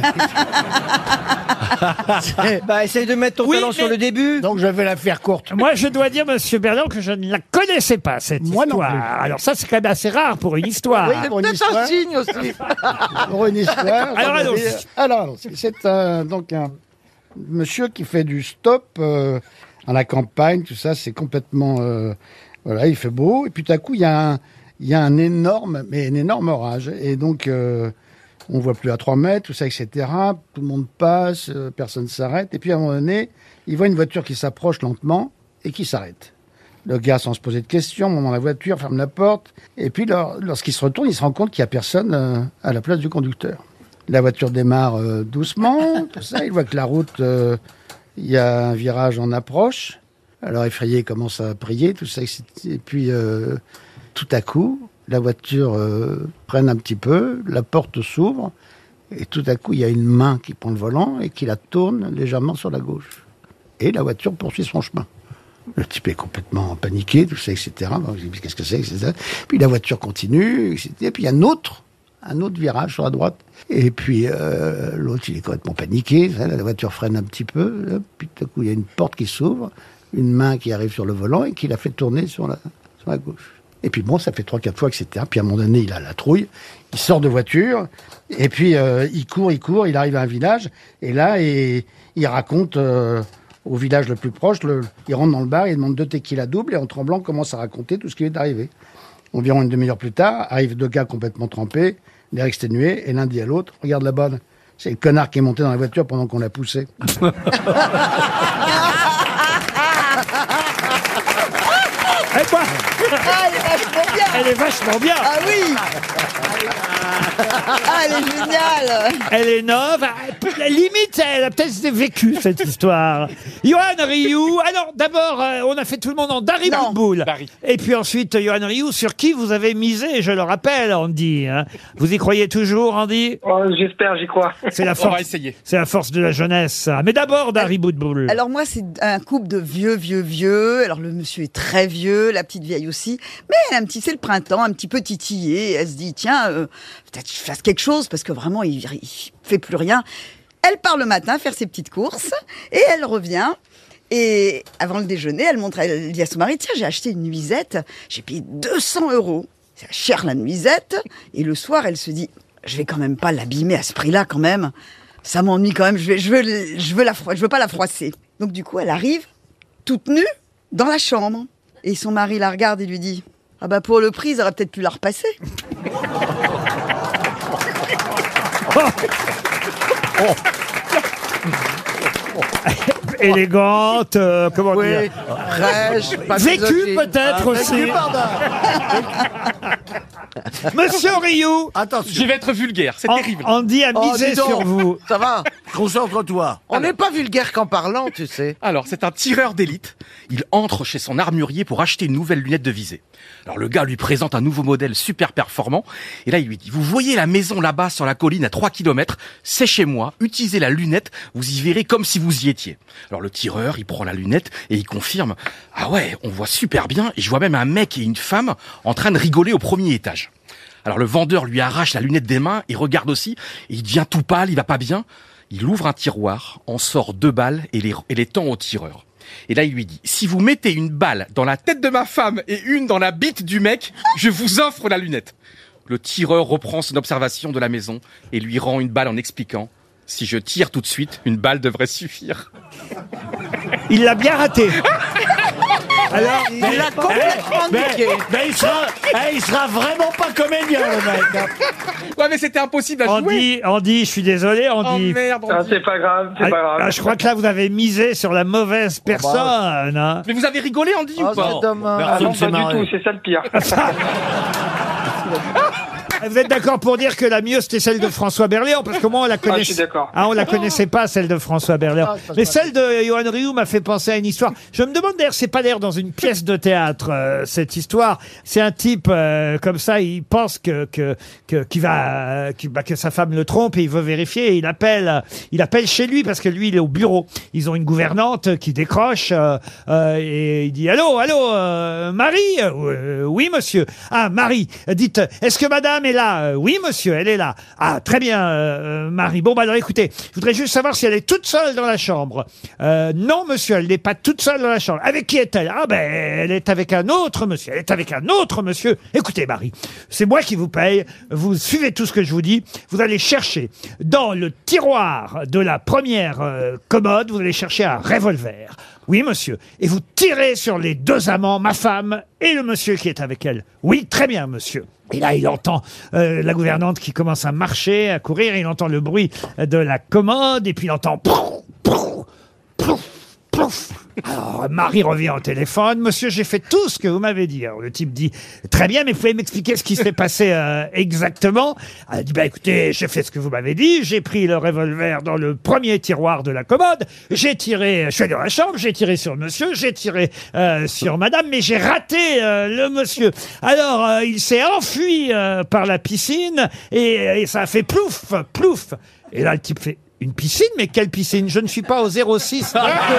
ouais. Bah, essaye de mettre ton Oui, talent mais- sur le début. Donc je vais la faire courte. Moi, je dois dire, Monsieur Berléand, que je ne la connaissais pas, cette Moi non histoire. plus. Alors ça, c'est quand même assez rare pour une histoire. Oui, C'est pour une peut-être un histoire. signe aussi. Pour une histoire. Alors, ça veut allons-y. dire- Alors, allons-y. c'est un, donc un monsieur qui fait du stop euh, à la campagne, tout ça, c'est complètement... euh, voilà, il fait beau, et puis tout à coup, il y a un, il y a un énorme, mais un énorme orage. Et donc, euh, on voit plus à trois mètres, tout ça, et cetera. Tout le monde passe, euh, personne ne s'arrête. Et puis, à un moment donné, il voit une voiture qui s'approche lentement et qui s'arrête. Le gars, sans se poser de questions, monte dans la voiture, ferme la porte. Et puis, lors- lorsqu'il se retourne, il se rend compte qu'il n'y a personne euh, à la place du conducteur. La voiture démarre euh, doucement, tout ça. Il voit que la route, euh, il y a un virage en approche. Alors, effrayé, il commence à prier, tout ça. Et puis, euh, tout à coup, la voiture euh, freine un petit peu, la porte s'ouvre. Et tout à coup, il y a une main qui prend le volant et qui la tourne légèrement sur la gauche. Et la voiture poursuit son chemin. Le type est complètement paniqué, tout ça, et cetera. Bon, je dis, qu'est-ce que c'est, et cetera. Puis la voiture continue, et cetera. Et puis il y a un autre, un autre virage sur la droite. Et puis euh, l'autre, il est complètement paniqué. La voiture freine un petit peu. Là. Puis tout à coup, il y a une porte qui s'ouvre, une main qui arrive sur le volant et qui la fait tourner sur la, sur la gauche. Et puis bon, ça fait trois, quatre fois, et cetera. Puis à un moment donné, il a la trouille, il sort de voiture, et puis euh, il court, il court, il arrive à un village, et là, et, il raconte euh, au village le plus proche, le, il rentre dans le bar, il demande deux tequila double, et en tremblant, commence à raconter tout ce qui lui est arrivé. Environ une demi-heure plus tard, arrivent deux gars complètement trempés, l'air exténué, et l'un dit à l'autre, regarde là-bas, c'est le connard qui est monté dans la voiture pendant qu'on l'a poussé. Et quoi Ah, elle est vachement bien. Elle est vachement bien. Ah oui. Ah, elle est géniale. Elle est neuve. À la limite, elle a peut-être vécu cette histoire. Johan Rioux. Alors, d'abord, euh, on a fait tout le monde en Dari Boudboul. Et puis ensuite, Johan Rioux, sur qui vous avez misé, je le rappelle, Andy. Hein. Vous y croyez toujours, Andy? Oh, j'espère, j'y crois. C'est la On force. va essayer. C'est la force de la jeunesse. Ça. Mais d'abord, Dari Boudboul. Alors moi, c'est un couple de vieux, vieux, vieux. Alors le monsieur est très vieux, la petite vieille aussi. Mais elle a un petit, c'est le printemps, un petit peu titillé. Elle se dit, tiens, euh, peut-être que je fasse quelque chose parce que vraiment, il, il fait plus rien. Elle part le matin faire ses petites courses et elle revient. Et avant le déjeuner, elle montre, elle dit à son mari, tiens, j'ai acheté une nuisette, j'ai payé deux cents euros. C'est cher la nuisette. Et le soir, elle se dit, je vais quand même pas l'abîmer à ce prix-là quand même. Ça m'ennuie quand même, je, vais, je, veux, je, veux la, je veux pas la froisser. Donc du coup, elle arrive toute nue dans la chambre. Et son mari la regarde et lui dit « Ah bah pour le prix, ils auraient peut-être pu la repasser. » Élégante, euh, comment Oui, dire fraîche, pas Vécu misogyne. peut-être Ah, aussi. vécu, pardon. Monsieur Rioux, Je vais être vulgaire, c'est An- terrible. Andy a Oh, misé dis donc, sur vous. Ça va. Concentre-toi. On n'est pas vulgaire qu'en parlant, tu sais. Alors, c'est un tireur d'élite. Il entre chez son armurier pour acheter une nouvelle lunette de visée. Alors, le gars lui présente un nouveau modèle super performant. Et là, il lui dit, vous voyez la maison là-bas sur la colline à trois kilomètres, c'est chez moi, utilisez la lunette, vous y verrez comme si vous y étiez. Alors, le tireur, il prend la lunette et il confirme, ah ouais, on voit super bien et je vois même un mec et une femme en train de rigoler au premier étage. Alors, le vendeur lui arrache la lunette des mains, il regarde aussi, et il devient tout pâle, il va pas bien. Il ouvre un tiroir, en sort deux balles et les, et les tend au tireur. Et là, il lui dit, si vous mettez une balle dans la tête de ma femme et une dans la bite du mec, je vous offre la lunette. Le tireur reprend son observation de la maison et lui rend une balle en expliquant, si je tire tout de suite, une balle devrait suffire. Il l'a bien raté. Alors, il a complètement Mais, niqué. mais il, sera, eh, il sera vraiment pas comédien, le mec. hein. Ouais, mais c'était impossible à jouer. Andy, Andy, je suis désolé, Oh Andy. merde, Ah, Andy. c'est pas grave, c'est Ah, pas grave. ah, je crois que là, vous avez misé sur la mauvaise personne. hein. Mais vous avez rigolé, Andy, Oh, ou pas c'est dommage. Ah non, Personne pas s'est du marré. tout, c'est ça le pire. Vous êtes d'accord pour dire que la mieux, c'était celle de François Berléand, parce que moi, on la Ah, je connaissait. suis d'accord. Ah, on la connaissait pas, celle de François Berléand. Ah, c'est pas Mais ça. celle de Johan Rioux m'a fait penser à une histoire. Je me demande d'ailleurs, c'est pas d'ailleurs dans une pièce de théâtre, euh, cette histoire. C'est un type, euh, comme ça, il pense que, que, que, qu'il va, euh, qu'il- bah, que sa femme le trompe et il veut vérifier et il appelle, euh, il appelle chez lui parce que lui, il est au bureau. Ils ont une gouvernante qui décroche, euh, euh, et il dit, allô, allô, euh, Marie? Euh, oui, monsieur. Ah, Marie, dites, est-ce que madame est là? Euh, Oui, monsieur, elle est là. Ah, très bien, euh, Marie. Bon, bah alors écoutez, je voudrais juste savoir si elle est toute seule dans la chambre. Euh, non, monsieur, elle n'est pas toute seule dans la chambre. Avec qui est-elle? Ah, ben, elle est avec un autre monsieur. Elle est avec un autre monsieur. Écoutez, Marie, c'est moi qui vous paye. Vous suivez tout ce que je vous dis. Vous allez chercher dans le tiroir de la première euh, commode, vous allez chercher un revolver. Oui, monsieur. Et vous tirez sur les deux amants, ma femme et le monsieur qui est avec elle. Oui, très bien, monsieur. Et là, il entend euh, la gouvernante qui commence à marcher, à courir. Il entend le bruit de la commode et puis il entend... Plouf, plouf, plouf, plouf. Alors, Marie revient au téléphone. Monsieur, j'ai fait tout ce que vous m'avez dit. Alors, le type dit, très bien, mais vous pouvez m'expliquer ce qui s'est passé euh, exactement? Elle dit, bah écoutez, j'ai fait ce que vous m'avez dit. J'ai pris le revolver dans le premier tiroir de la commode. J'ai tiré, je suis allé dans la chambre, j'ai tiré sur le monsieur, j'ai tiré euh, sur madame, mais j'ai raté euh, le monsieur. Alors, euh, il s'est enfui euh, par la piscine et, et ça a fait plouf, plouf. Et là, le type fait, une piscine? Mais quelle piscine? Je ne suis pas au zéro six.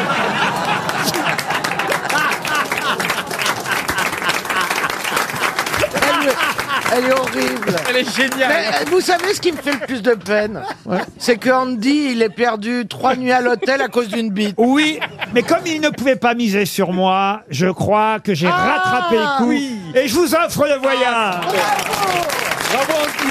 Elle, elle est horrible. Elle est géniale. Mais euh, vous savez ce qui me fait le plus de peine? C'est que Andy, il est perdu trois nuits à l'hôtel à cause d'une bite. Oui, mais comme il ne pouvait pas miser sur moi, je crois que j'ai Ah, rattrapé le coup. oui. Et je vous offre le voyage. Bravo Andy.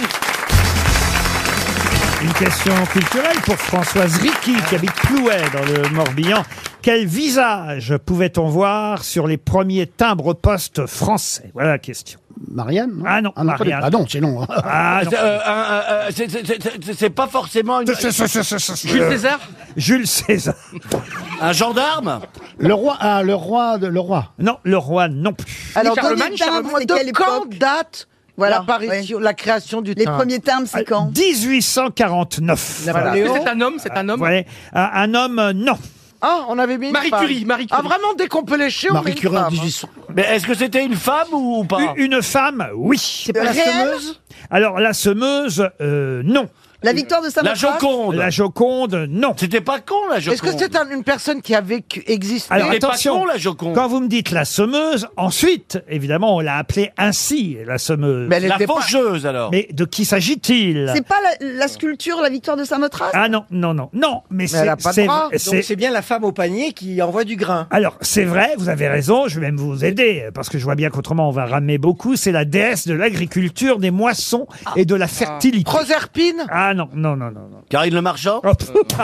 Une question culturelle pour Françoise Ricky, qui habite Plouay, dans le Morbihan. Quel visage pouvait-on voir sur les premiers timbres-poste français? Voilà la question. Marianne non Ah non, ah non, pas- Marianne. ah non, c'est long. Ah non. C'est, euh, un- un- un- c'est- c'est- c'est- c'est pas forcément une... Jules César? Jules César. un gendarme. Le roi, ah, le roi, de, le roi. Non, le roi non plus. Alors, Charlemagne, donnez-moi Charlemagne, de c'est quelle quand époque? date Voilà, l'apparition, la création du Les timbre? premiers timbres, c'est quand? dix-huit cent quarante-neuf. Napoléon. Est-ce que c'est un homme, c'est un homme? Ouais. Un, un homme, euh, non. Ah, on avait mis une Marie femme. Curie, Marie Curie. Ah, vraiment, dès qu'on peut lécher, on met Marie une Curie en femme, hein. dix-huit cents. Mais est-ce que c'était une femme ou pas? Une une femme, oui. C'est pas la Réel semeuse? Alors, la semeuse, euh, non. La victoire de La Saint-Martin? Joconde. La Joconde, non. C'était pas con, la Joconde. Est-ce que c'est un- une personne qui a vécu, existé? Alors C'était pas attention, con, la Joconde. quand vous me dites la semeuse, ensuite, évidemment, on l'a appelée ainsi, la semeuse. Mais elle La était pas- faucheuse, alors. Mais de qui s'agit-il? C'est pas la, la sculpture, la victoire de Saint-Martin? Ah non, non, non, non, mais, c'est... elle a pas de c'est- bras, c'est- C'est bien la femme au panier qui envoie du grain. Alors, c'est vrai, vous avez raison, je vais même vous aider, parce que je vois bien qu'autrement on va ramer beaucoup, c'est la déesse de l'agriculture, des moissons et de la fertilité. Proserpine? Ah Ah non, non, non, non. non. Karine Le Marchand. Oh,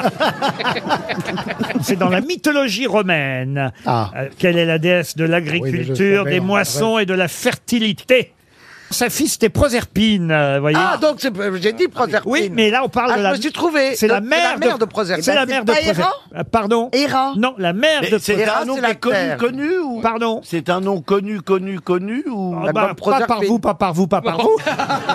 C'est dans la mythologie romaine. Ah. Euh, quelle est la déesse de Oui, mais l'agriculture, je savais, des en moissons et de la fertilité? Sa fille, c'était Proserpine, euh, voyez. Ah, donc c'est- j'ai dit Proserpine. Oui, mais là, on parle Ah, de je la... me suis trouvé. C'est De- la de mère, la mère de Proserpine. C'est la Bah, mère c'est de pas Proserpine. Héra Euh, Pardon Héra. Non, la mère Mais de c'est Proserpine. un nom c'est qui la est connu, terre. connu ou Pardon C'est un nom connu, connu, connu ou Ah bah, pas par vous, pas par vous, pas par vous.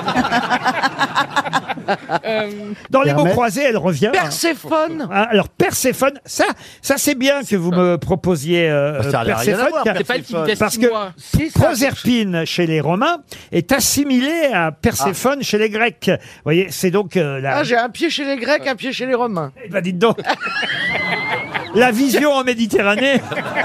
Dans les mots Hermès. croisés, elle revient. Perséphone. Ah, alors Perséphone, ça, ça c'est bien que vous me proposiez euh, Bah, ça a rien à Perséphone, voir, car- C'est pas une Perséphone. vitesse parce que chinoise. Si, ça- Proserpine chez les Romains est assimilée à Perséphone chez les Grecs. Vous voyez, c'est donc euh, la. Ah, j'ai un pied chez les Grecs, un pied chez les Romains. Eh ben, dites donc. La vision en Méditerranée.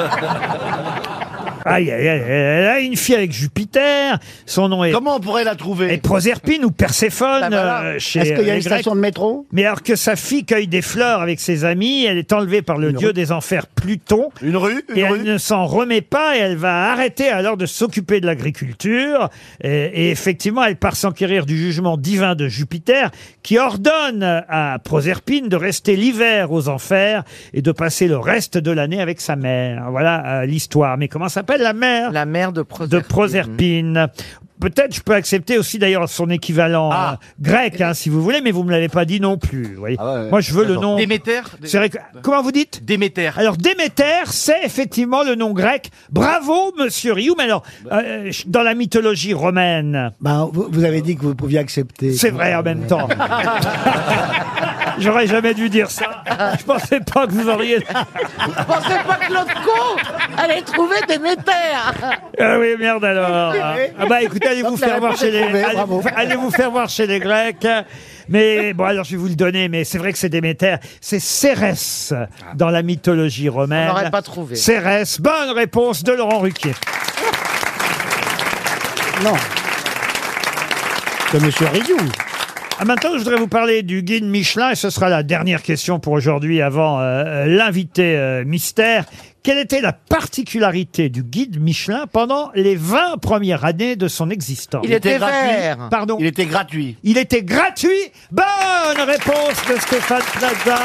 Aïe, aïe, aïe, elle a une fille avec Jupiter. Son nom est, Comment on pourrait la est trouver Proserpine ou Perséphone Bah, voilà. euh, chez Est-ce qu'il y a les une Grecs. station de métro? Mais alors que sa fille cueille des fleurs avec ses amis, elle est enlevée par le Une dieu rue. des enfers Pluton. Une rue Et Une elle rue ne s'en remet pas et elle va arrêter alors de s'occuper de l'agriculture. Et, et effectivement, elle part s'enquérir du jugement divin de Jupiter qui ordonne à Proserpine de rester l'hiver aux enfers et de passer le reste de l'année avec sa mère. Voilà euh, l'histoire. Mais comment s'appelle la mère La mère de de Proserpine. Proserpine? Peut-être je peux accepter aussi d'ailleurs son équivalent Ah. euh, grec, hein, si vous voulez, mais vous me l'avez pas dit non plus. Vous voyez. Ah ouais, ouais. Moi, je veux le nom. Déméter. C'est vrai que- Comment vous dites Déméter. Alors Déméter, c'est effectivement le nom grec. Bravo, Monsieur Rioux. Mais alors, euh, dans la mythologie romaine, Ben, vous, vous avez dit que vous pouviez accepter. c'est vrai en même temps. J'aurais jamais dû dire ça. Je pensais pas que vous auriez. Je pensais pas que l'autre con allait trouver des métères. Ah oui, merde alors. Ah bah écoutez, allez vous Donc, la faire voir réponse chez est les, trouvée, allez, bravo. vous- allez vous faire voir chez les Grecs. Mais bon, alors je vais vous le donner, mais c'est vrai que c'est Déméter. C'est Cérès dans la mythologie romaine. On n'aurait pas trouvé. Cérès. Bonne réponse de Laurent Ruquier. Non. C'est Monsieur Rioux. Ah, maintenant, je voudrais vous parler du guide Michelin, et ce sera la dernière question pour aujourd'hui avant euh, l'invité euh, mystère. Quelle était la particularité du guide Michelin pendant les vingt premières années de son existence? Il était gratuit. vert. Pardon. Il était gratuit. Il était gratuit. Bonne réponse de Stéphane Plaza.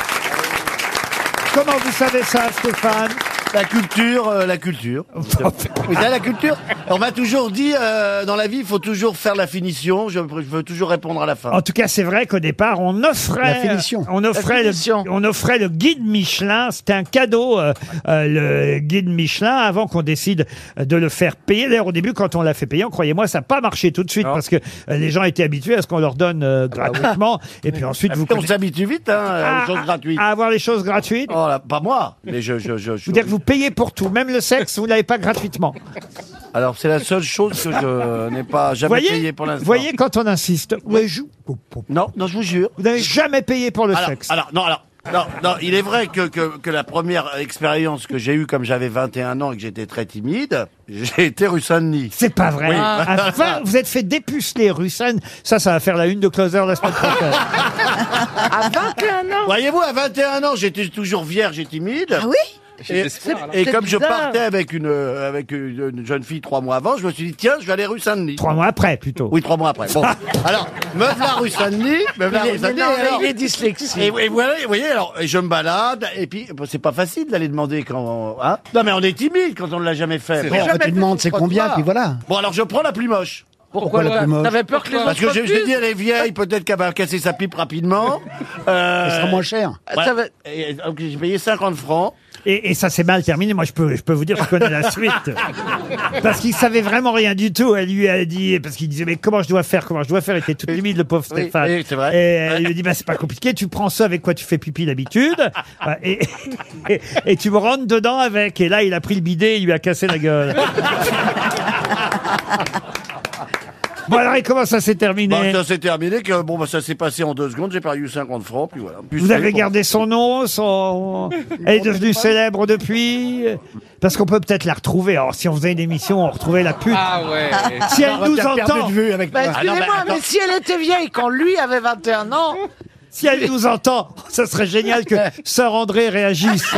Comment vous savez ça, Stéphane? La culture, euh, la culture. Vous savez, la culture, on m'a toujours dit, euh, dans la vie, il faut toujours faire la finition. Je, je veux toujours répondre à la fin. En tout cas, c'est vrai qu'au départ, on offrait, La finition. on offrait, La le, finition. on offrait le guide Michelin. C'était un cadeau, euh, euh, le guide Michelin, avant qu'on décide de le faire payer. D'ailleurs, au début, quand on l'a fait payer, croyez-moi, ça n'a pas marché tout de suite parce que euh, les gens étaient habitués à ce qu'on leur donne euh, gratuitement. Et puis ensuite, vous on s'habitue vite, hein, Ah, aux choses gratuites. à avoir les choses gratuites. Oh là, pas moi, mais je, je, je, je- Vous dire que vous payez pour tout, même le sexe, vous l'avez pas gratuitement. Alors, c'est la seule chose que je n'ai pas jamais Voyez, payé pour l'instant. voyez quand on insiste. Ouais, je- Non, non, je vous jure. Vous n'avez jamais payé pour le alors, sexe. alors, non, alors, non, non, il est vrai que, que, que la première expérience que j'ai eue, comme j'avais vingt et un ans et que j'étais très timide, j'ai été rue Saint-Denis. C'est pas vrai. Oui. À vingt, vous êtes fait dépuceler rue Seine. Ça, ça va faire la une de Closer la semaine prochaine. À vingt et un ans. Voyez-vous, à vingt et un ans, j'étais toujours vierge et timide. Ah oui? Et, C'est- et c'est comme je bizarre. partais avec une, euh, avec une une jeune fille trois mois avant, je me suis dit, tiens, je vais aller rue Saint-Denis. Trois mois après, plutôt. Oui, trois mois après. Bon, alors, me voilà rue Saint-Denis, me voilà Il est- rue Saint-Denis. mais non, mais alors- il est dyslexique. Et, et voilà, vous voyez, alors, et je me balade, et puis, bon, c'est pas facile d'aller demander quand, hein. Non, mais on est timide quand on ne l'a jamais fait. Bon. On te demande c'est combien, puis voilà. Bon, alors, je prends la plus moche. Pourquoi la plus moche? T'avais peur que les Parce autres que je me suis refusent dit, elle est vieille, peut-être qu'elle va casser sa pipe rapidement. Euh, Ce sera moins cher. ouais. Ça va- Et donc, j'ai payé cinquante francs. Et, et ça s'est mal terminé. Moi, je peux, je peux vous dire, je connais la suite. Parce qu'il savait vraiment rien du tout. Elle lui a dit, parce qu'il disait, mais comment je dois faire, comment je dois faire. Il était tout timide, le pauvre Oui, Stéphane. oui, c'est vrai. Et elle lui a dit, bah, c'est pas compliqué. Tu prends ça avec quoi tu fais pipi d'habitude. Ouais, et, et, et tu me rentres dedans avec. Et là, il a pris le bidet et il lui a cassé la gueule. Bon, alors, et comment ça s'est terminé? Bah, ça s'est terminé, que bon, bah, ça s'est passé en deux secondes, j'ai perdu cinquante francs, puis voilà. Puis Vous c'est avez bon. gardé son nom, son... Elle est devenue célèbre depuis. Parce qu'on peut peut-être la retrouver. Alors, si on faisait une émission, on retrouvait la pute. Ah ouais. Si elle On va nous faire perdu entend, de vue avec Bah, toi. Ah non, excusez-moi, mais mais, attends. si elle était vieille quand lui avait vingt et un ans, si elle nous entend, ça serait génial que Sœur André réagisse.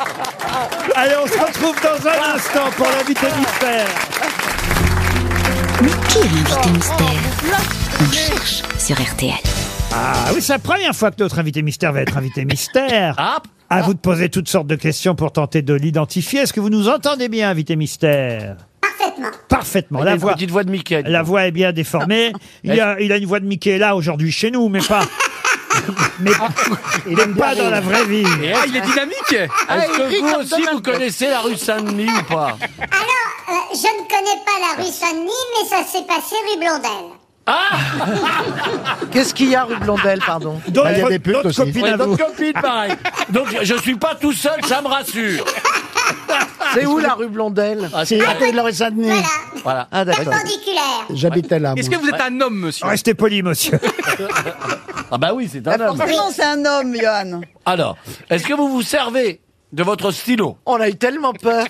Allez, on se retrouve dans un instant pour l'invité mystère. Mais qui est l'invité mystère? On cherche sur R T L. Ah oui, c'est la première fois que notre invité mystère va être invité mystère. Ah. À vous de poser toutes sortes de questions pour tenter de l'identifier. Est-ce que vous nous entendez bien, invité mystère? Parfaitement. Parfaitement. Il a La une voix, petite voix de Mickey. la voix est bien déformée. Il a, il a une voix de Mickey là aujourd'hui chez nous, mais pas, mais, mais pas dans la vraie vie. Et Ah, il est dynamique. Est-ce que vous aussi, vous connaissez la rue Saint-Denis ou pas? Alors, euh, je ne connais pas la rue Saint-Denis, mais ça s'est passé rue Blondel. Qu'est-ce qu'il y a rue Blondel, pardon? D'autres, il y a des putes d'autres aussi. copines Ouais, à vous. d'autres copines, pareil. Donc, je suis pas tout seul, ça me rassure. C'est où la rue Blondel? Ah, C'est à côté de la rue Saint-Denis. Voilà, Voilà. Ah d'accord. perpendiculaire. J'habitais là. Est-ce que moi. vous êtes un homme, monsieur? Restez poli, monsieur. Ah bah oui, c'est un homme. Forcément, c'est un homme, Johan. Alors, est-ce que vous vous servez de votre stylo? On a eu tellement peur.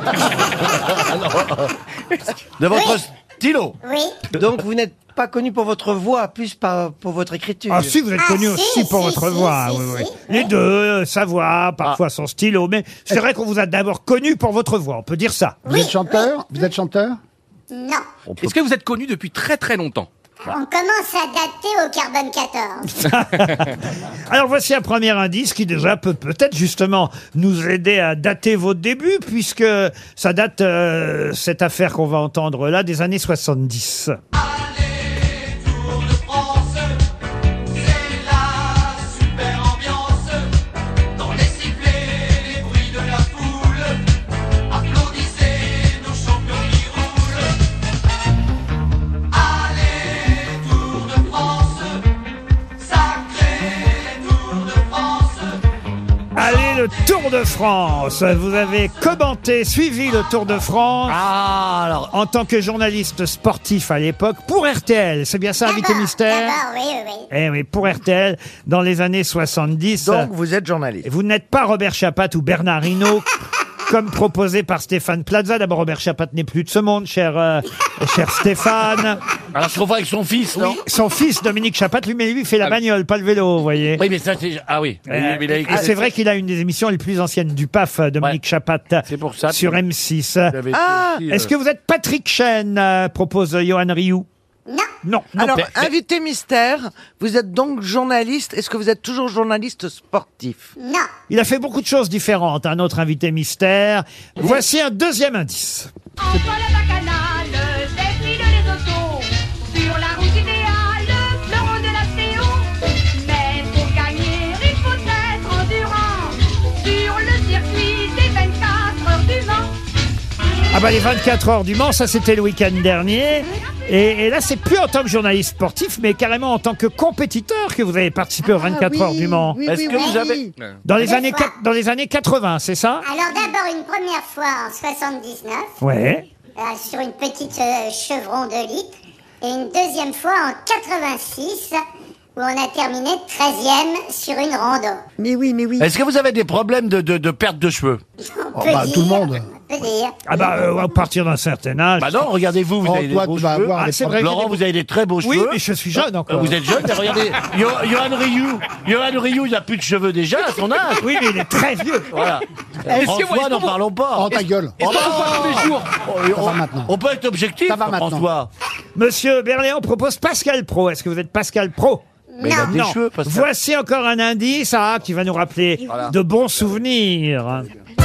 De votre stylo? Oui. Donc vous n'êtes pas connu pour votre voix, plus pas pour votre écriture. Ah si, vous êtes Ah, connu si, aussi pour si, votre si, voix. si, oui, oui. si. Les deux, euh, sa voix, parfois son stylo. Mais c'est vrai qu'on vous a d'abord connu pour votre voix, on peut dire ça. Vous êtes chanteur? Vous êtes chanteur? Non. Est-ce que vous êtes connu depuis très très longtemps? On commence à dater au carbone quatorze. Alors voici un premier indice qui déjà peut peut-être justement nous aider à dater vos débuts, puisque ça date, euh, cette affaire qu'on va entendre là, des années soixante-dix. Allez, le Tour de France. Vous avez commenté, suivi le Tour de France. Ah, alors. En tant que journaliste sportif à l'époque, pour R T L. C'est bien ça, invité mystère? D'abord, oui, oui, oui. Eh oui, pour R T L, dans les années soixante-dix. Donc vous êtes journaliste. Vous n'êtes pas Robert Chapat ou Bernard Hinault, comme proposé par Stéphane Plaza. D'abord, Robert Chapat n'est plus de ce monde, cher, euh, cher Stéphane. Alors, je comprends avec son fils, non? Oui, son fils, Dominique Chapat, lui, mais lui, il fait la bagnole, pas le vélo, vous voyez. Oui, mais ça, c'est... Ah oui. Euh, Mais il a écrit- et c'est vrai qu'il a une des émissions les plus anciennes du P A F, Dominique Ouais. Chapat, C'est pour ça. sur M six. J'avais Ah, aussi, euh, Est-ce que vous êtes Patrick Chen, euh, propose Johan Rioux? Non. Non, non. Alors, mais- invité mystère, vous êtes donc journaliste. Est-ce que vous êtes toujours journaliste sportif? Non. Il a fait beaucoup de choses différentes, un autre invité mystère. Voici un deuxième indice. Entre la bacchanale, défilent les autos. Sur la route idéale, le fleuron de la C O. Mais pour gagner, il faut être endurant. Sur le circuit des vingt-quatre heures du Mans. Ah bah les vingt-quatre heures du Mans, ça c'était le week-end dernier. Et, et là, c'est plus en tant que journaliste sportif, mais carrément en tant que compétiteur que vous avez participé aux vingt-quatre Ah oui, heures du Mans. oui, Est-ce oui, que oui, vous avez- oui. Dans les Des années fois. quat- dans les années quatre-vingts, c'est ça? Alors d'abord une première fois en soixante-dix-neuf, Ouais. euh, sur une petite euh, chevron de litre, et une deuxième fois en quatre-vingt-six, où on a terminé treizième sur une rando. Mais oui, mais oui. Est-ce que vous avez des problèmes de, de, de perte de cheveux? On Oh, peut bah, dire, tout le monde. on peut dire. Ah bah euh, à partir d'un certain âge. Bah non, regardez-vous, vous Oh, avez toi, des beaux tu vas cheveux. avoir Ah, des c'est problèmes. vrai. Laurent, vous avez des très beaux Oui, cheveux. mais je suis jeune Euh, encore. Vous êtes jeune, mais regardez, Yo- Johan Rioux, Johan Rioux, il a plus de cheveux déjà à son âge. Oui, mais il est très vieux. Voilà. Est-ce que- François, est-ce n'en que- parlons pas. Oh, ta gueule. Est-ce qu'on vous voit tous les jours? Ça va maintenant. On peut être objectif, Ça va maintenant. François. Monsieur Berléand propose Pascal Pro. Est-ce que vous êtes Pascal Pro? Mais il a des Non. cheveux, Pascal. Voici encore un indice ah, qui va nous rappeler Voilà. de bons souvenirs.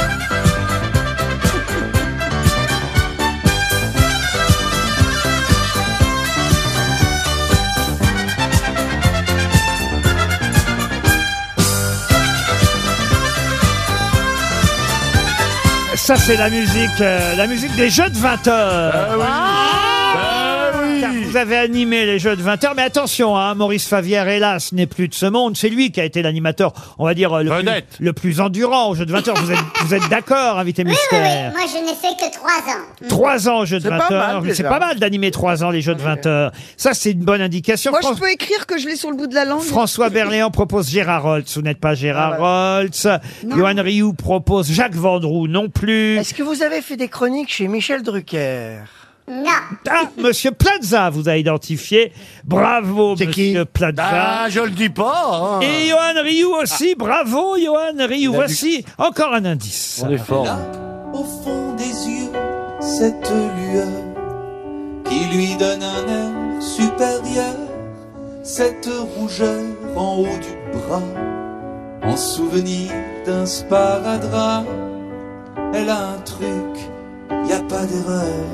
Ça, c'est la musique, euh, la musique des Jeux de vingt heures. Car vous avez animé les Jeux de vingt heures, mais attention, hein, Maurice Favière, hélas, n'est plus de ce monde. C'est lui qui a été l'animateur, on va dire, le plus, Vedette. le plus endurant aux Jeux de vingt heures. Vous êtes, vous êtes d'accord, invité Oui, oui, oui. mystère? Moi, je n'ai fait que trois ans. Trois ans aux Jeux de C'est vingt pas mal, heures. déjà. C'est pas mal d'animer trois ans les Jeux de vingt heures. Ça, c'est une bonne indication. Moi, Fran- je peux écrire que je l'ai sur le bout de la langue. François Berléand propose Gérard Holtz. Vous n'êtes pas Gérard Ah Holtz. Johan Rioux propose Jacques Vendroux non plus. Est-ce que vous avez fait des chroniques chez Michel Drucker? Non. Ah, Monsieur Plaza vous a identifié. Bravo, C'est qui Monsieur Plaza. Ah, je le dis pas. hein. Et Johan Rioux aussi, bravo Johan Rioux. Voici encore un indice. On est fort. Au fond des yeux, cette lueur qui lui donne un air supérieur, cette rougeur en haut du bras, en souvenir d'un sparadrap. Elle a un truc, y a pas d'erreur.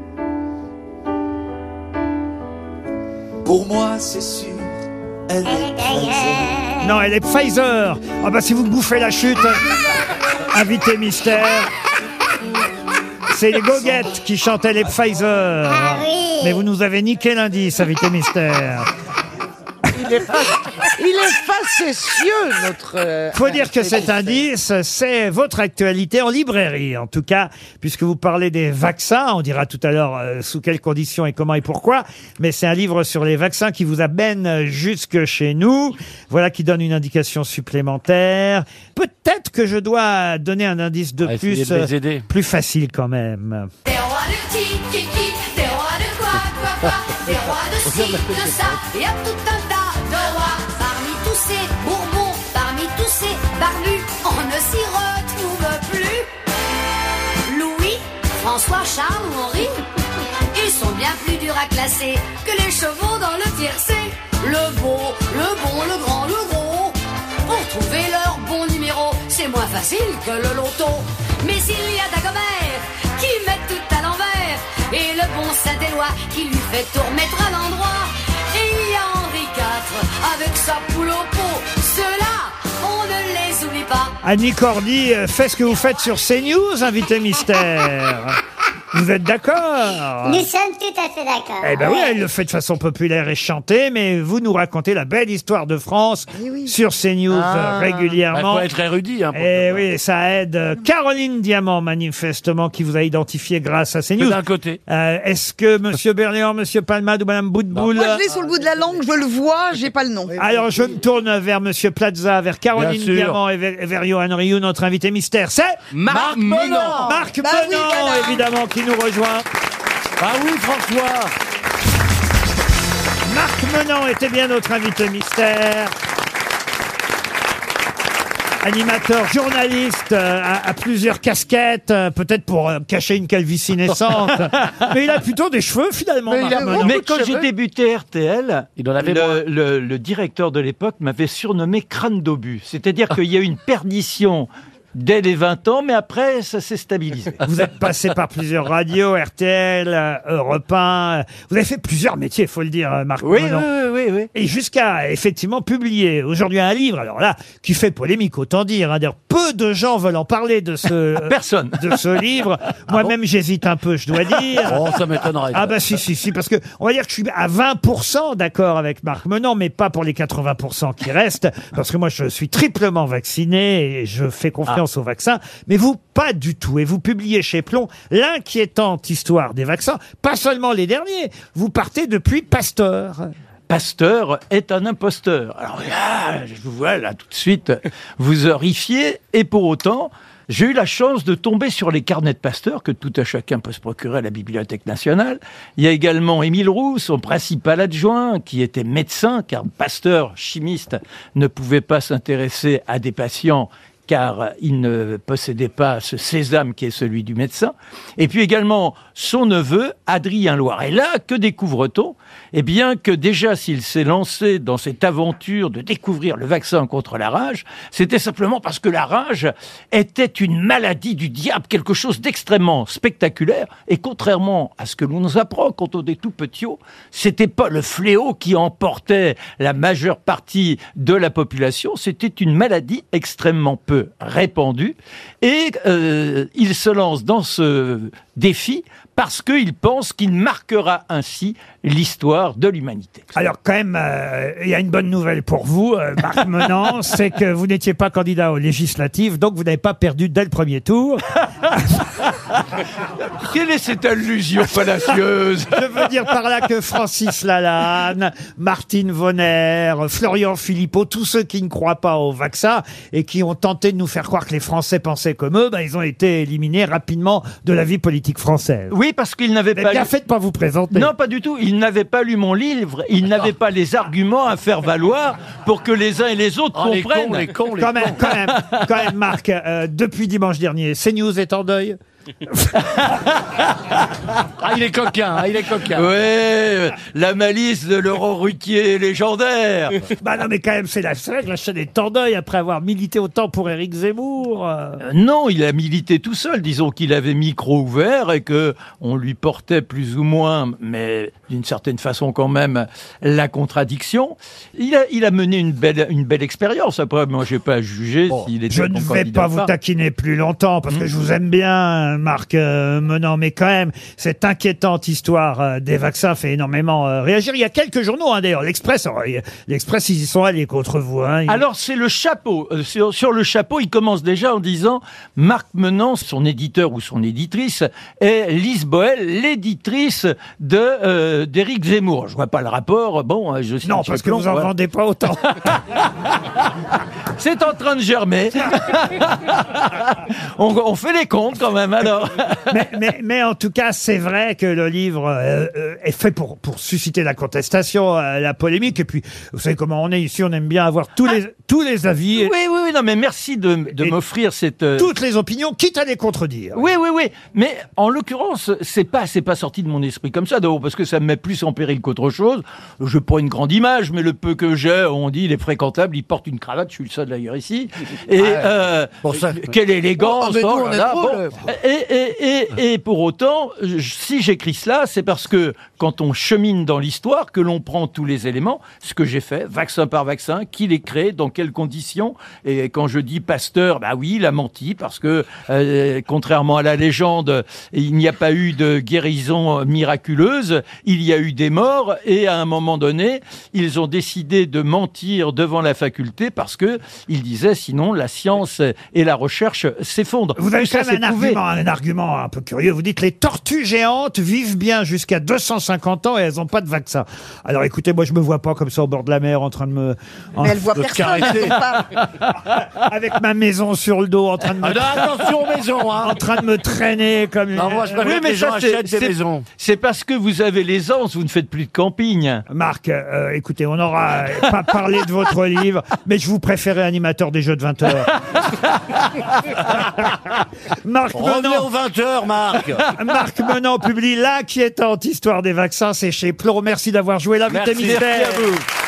Pour moi, c'est sûr, elle est Pfizer. Non, elle est Pfizer. Ah bah si vous bouffez la chute, invité mystère. C'est les Goguettes qui chantaient les Pfizer. Ah oui. Mais vous nous avez niqué l'indice, invité mystère. Il est, fa... Il est facétieux, notre... euh, Faut dire que invité cet mystère. indice, c'est votre actualité en librairie, en tout cas, puisque vous parlez des vaccins. On dira tout à l'heure euh, sous quelles conditions et comment et pourquoi. Mais c'est un livre sur les vaccins qui vous amène jusque chez nous. Voilà qui donne une indication supplémentaire. Peut-être que je dois donner un indice de Ah, essayez plus, de les aider. euh, plus facile quand même. Des rois de qui, qui, qui, des rois de quoi, quoi, quoi, des rois de ci, de ça, et hop, tout un tas de rois. Parmi tous ces bourbons, parmi tous ces barbus, on ne s'y retrouve plus. Louis, François, Charles ou Henri, ils sont bien plus durs à classer que les chevaux dans le tiercé. Le beau, le bon, le grand, le gros, pour trouver leur bon numéro, c'est moins facile que le loto. Mais il y a Dagobert qui met tout à l'envers, et le bon Saint-Éloi qui lui fait tout remettre à l'endroit. Et il y a Henri quatre avec sa poule au pot. Ceux-là, on ne les oublie pas. Annie Cordy euh, fait ce que vous faites sur CNews, invité mystère. Vous êtes d'accord? Nous sommes tout à fait d'accord. Eh ben oui, Ouais. elle le fait de façon populaire et chantée, mais vous nous racontez la belle histoire de France sur CNews Ah. euh, régulièrement. Il faut être érudit. Hein, pour Eh ça. oui, ça aide. Euh, Caroline Diamant, manifestement, qui vous a identifié grâce à CNews. D'un côté. Euh, Est-ce que Monsieur Berléand, Monsieur Palmade ou Madame Boutboul... Moi, je l'ai sur le bout de la langue, je le vois, j'ai pas le nom. Alors, je me tourne vers Monsieur Plaza, vers Caroline Bien sûr. Diamant et vers, vers Johan Rioux, notre invité mystère. C'est Marc Menon. Marc Bah oui, Menon, voilà. évidemment, qui nous rejoint. Ah oui, François. Marc Menon était bien notre invité mystère. Animateur, journaliste, euh, à, à plusieurs casquettes, euh, peut-être pour euh, cacher une calvitie naissante. Mais il a plutôt des cheveux, finalement, Mais il Marc a Menon. beaucoup Mais de quand j'ai cheveux. débuté R T L, Il en avait moins. le, le, le directeur de l'époque m'avait surnommé crâne d'obus. C'est-à-dire qu'il y a eu une perdition dès les vingt ans, mais après, ça s'est stabilisé. Vous êtes passé par plusieurs radios, R T L, euh, Europe un. euh, Vous avez fait plusieurs métiers, faut le dire, euh, Marc Oui, oui, Menon. oui, oui, oui. Et jusqu'à effectivement publier aujourd'hui un livre, alors là, qui fait polémique, autant dire. Hein, d'ailleurs, peu de gens veulent en parler de ce, Personne. de ce livre. Moi-même, j'hésite un peu, je dois dire. Oh, ça m'étonnerait. Ah bah si, si, si, parce que on va dire que je suis à vingt pour cent d'accord avec Marc Menon, mais pas pour les quatre-vingts pour cent qui restent, parce que moi je suis triplement vacciné et je fais confiance aux vaccins, mais vous, pas du tout. Et vous publiez chez Plomb l'inquiétante histoire des vaccins, pas seulement les derniers, vous partez depuis Pasteur. Pasteur est un imposteur. Alors là, je vous vois là tout de suite vous horrifier, et pour autant, j'ai eu la chance de tomber sur les carnets de Pasteur que tout à chacun peut se procurer à la Bibliothèque nationale. Il y a également Émile Roux, son principal adjoint, qui était médecin, car Pasteur, chimiste, ne pouvait pas s'intéresser à des patients car il ne possédait pas ce sésame qui est celui du médecin. Et puis également son neveu, Adrien Loire. Et là, que découvre-t-on ? Eh bien que déjà, s'il s'est lancé dans cette aventure de découvrir le vaccin contre la rage, c'était simplement parce que la rage était une maladie du diable, quelque chose d'extrêmement spectaculaire. Et contrairement à ce que l'on nous apprend quand on est tout petit, c'était pas le fléau qui emportait la majeure partie de la population, c'était une maladie extrêmement peu répandue. Et euh, il se lance dans ce défi parce qu'il pense qu'il marquera ainsi l'histoire de l'humanité. Alors quand même, euh, il y a une bonne nouvelle pour vous, euh, Marc Menon, c'est que vous n'étiez pas candidat aux législatives, donc vous n'avez pas perdu dès le premier tour. Quelle est cette allusion fallacieuse? Je veux dire par là que Francis Lalanne, Martine Vonner, Florian Philippot, tous ceux qui ne croient pas au vaccin et qui ont tenté de nous faire croire que les Français pensaient comme eux, ben, ils ont été éliminés rapidement de la vie politique française. Oui, parce qu'ils n'avaient Vous pas avez bien lu... fait de pas vous présenter. Non, pas du tout. Ils n'avaient pas lu mon livre. Ils n'avaient pas les arguments à faire valoir pour que les uns et les autres comprennent. quand même, quand même, quand même, Marc, euh, depuis dimanche dernier, CNews est en deuil. Ah, il est coquin, ah, il est coquin. Ouais, la malice de Laurent Ruquier, légendaire. Bah non, mais quand même, c'est la c'est que la chaîne est en deuil après avoir milité autant pour Éric Zemmour. Euh, non, il a milité tout seul. Disons qu'il avait micro ouvert et que on lui portait plus ou moins, mais d'une certaine façon quand même, la contradiction. Il a, il a mené une belle, une belle expérience. Après, moi, j'ai pas à juger Bon, s'il était je bon ne vais candidat pas ou vous taquiner plus longtemps parce que je vous aime bien, Marc euh, Menant, mais quand même, cette inquiétante histoire euh, des vaccins fait énormément euh, réagir. Il y a quelques journaux, hein, d'ailleurs, l'Express, oh, il- l'Express, ils y sont allés contre vous. Hein. Ils- Alors, c'est le chapeau. Euh, Sur, sur le chapeau, il commence déjà en disant Marc Menant, son éditeur ou son éditrice, est Lise Boel, l'éditrice de euh, d'Éric Zemmour. Je vois pas le rapport. Bon, euh, je suis Non, parce que vous en ouais. vendez pas autant. C'est en train de germer. on, on fait les comptes quand même, alors. mais, mais, mais en tout cas, c'est vrai que le livre euh, euh, est fait pour, pour susciter la contestation, euh, la polémique. Et puis, vous savez comment on est ici, on aime bien avoir tous les, tous les avis. et Oui, oui, oui, non, mais merci de, de Et m'offrir cette. euh, toutes les opinions, quitte à les contredire. Oui, oui, oui. Mais en l'occurrence, c'est pas, c'est pas sorti de mon esprit comme ça, d'abord parce que ça me met plus en péril qu'autre chose. Je prends une grande image, mais le peu que j'ai, on dit, il est fréquentable, il porte une cravate, je suis le seul d'ailleurs ici. Et euh, quelle élégance. Oh, mais nous, oh on là est là, drôle. bon. Et, et, et, et pour autant, je- si j'écris cela, c'est parce que quand on chemine dans l'histoire, que l'on prend tous les éléments, ce que j'ai fait, vaccin par vaccin, qui les crée, dans quelles conditions. Et quand je dis Pasteur, bah oui, il a menti parce que, euh, contrairement à la légende, il n'y a pas eu de guérison miraculeuse, il y a eu des morts et à un moment donné, ils ont décidé de mentir devant la faculté parce que ils disaient sinon la science et la recherche s'effondrent. Vous avez Tout ça, quand même c'est un prouvé. argument, un argument un peu curieux. Vous dites les tortues géantes vivent bien jusqu'à deux cent cinquante ans et elles n'ont pas de vaccin. Alors écoutez, moi je me vois pas comme ça au bord de la mer en train de me... en- Mais elle voit de personne, caresser. elle sait pas. Avec ma maison sur le dos en train de me... Ah, non, attention aux maisons, hein. En train de me traîner comme une... Non, moi, je préfère que les gens c'est- achètent des c'est- maisons. C'est parce que vous avez l'aisance, vous ne faites plus de camping. Marc, euh, écoutez, on n'aura pas parlé de votre livre, mais je vous préférais animateur des jeux de vingt heures. Marc Revenez Menant, aux vingt heures, Marc. Marc Menant publie L'inquiétante histoire des vaccins, c'est chez Plon. Merci d'avoir joué l'invité Merci. mystère. Merci à vous.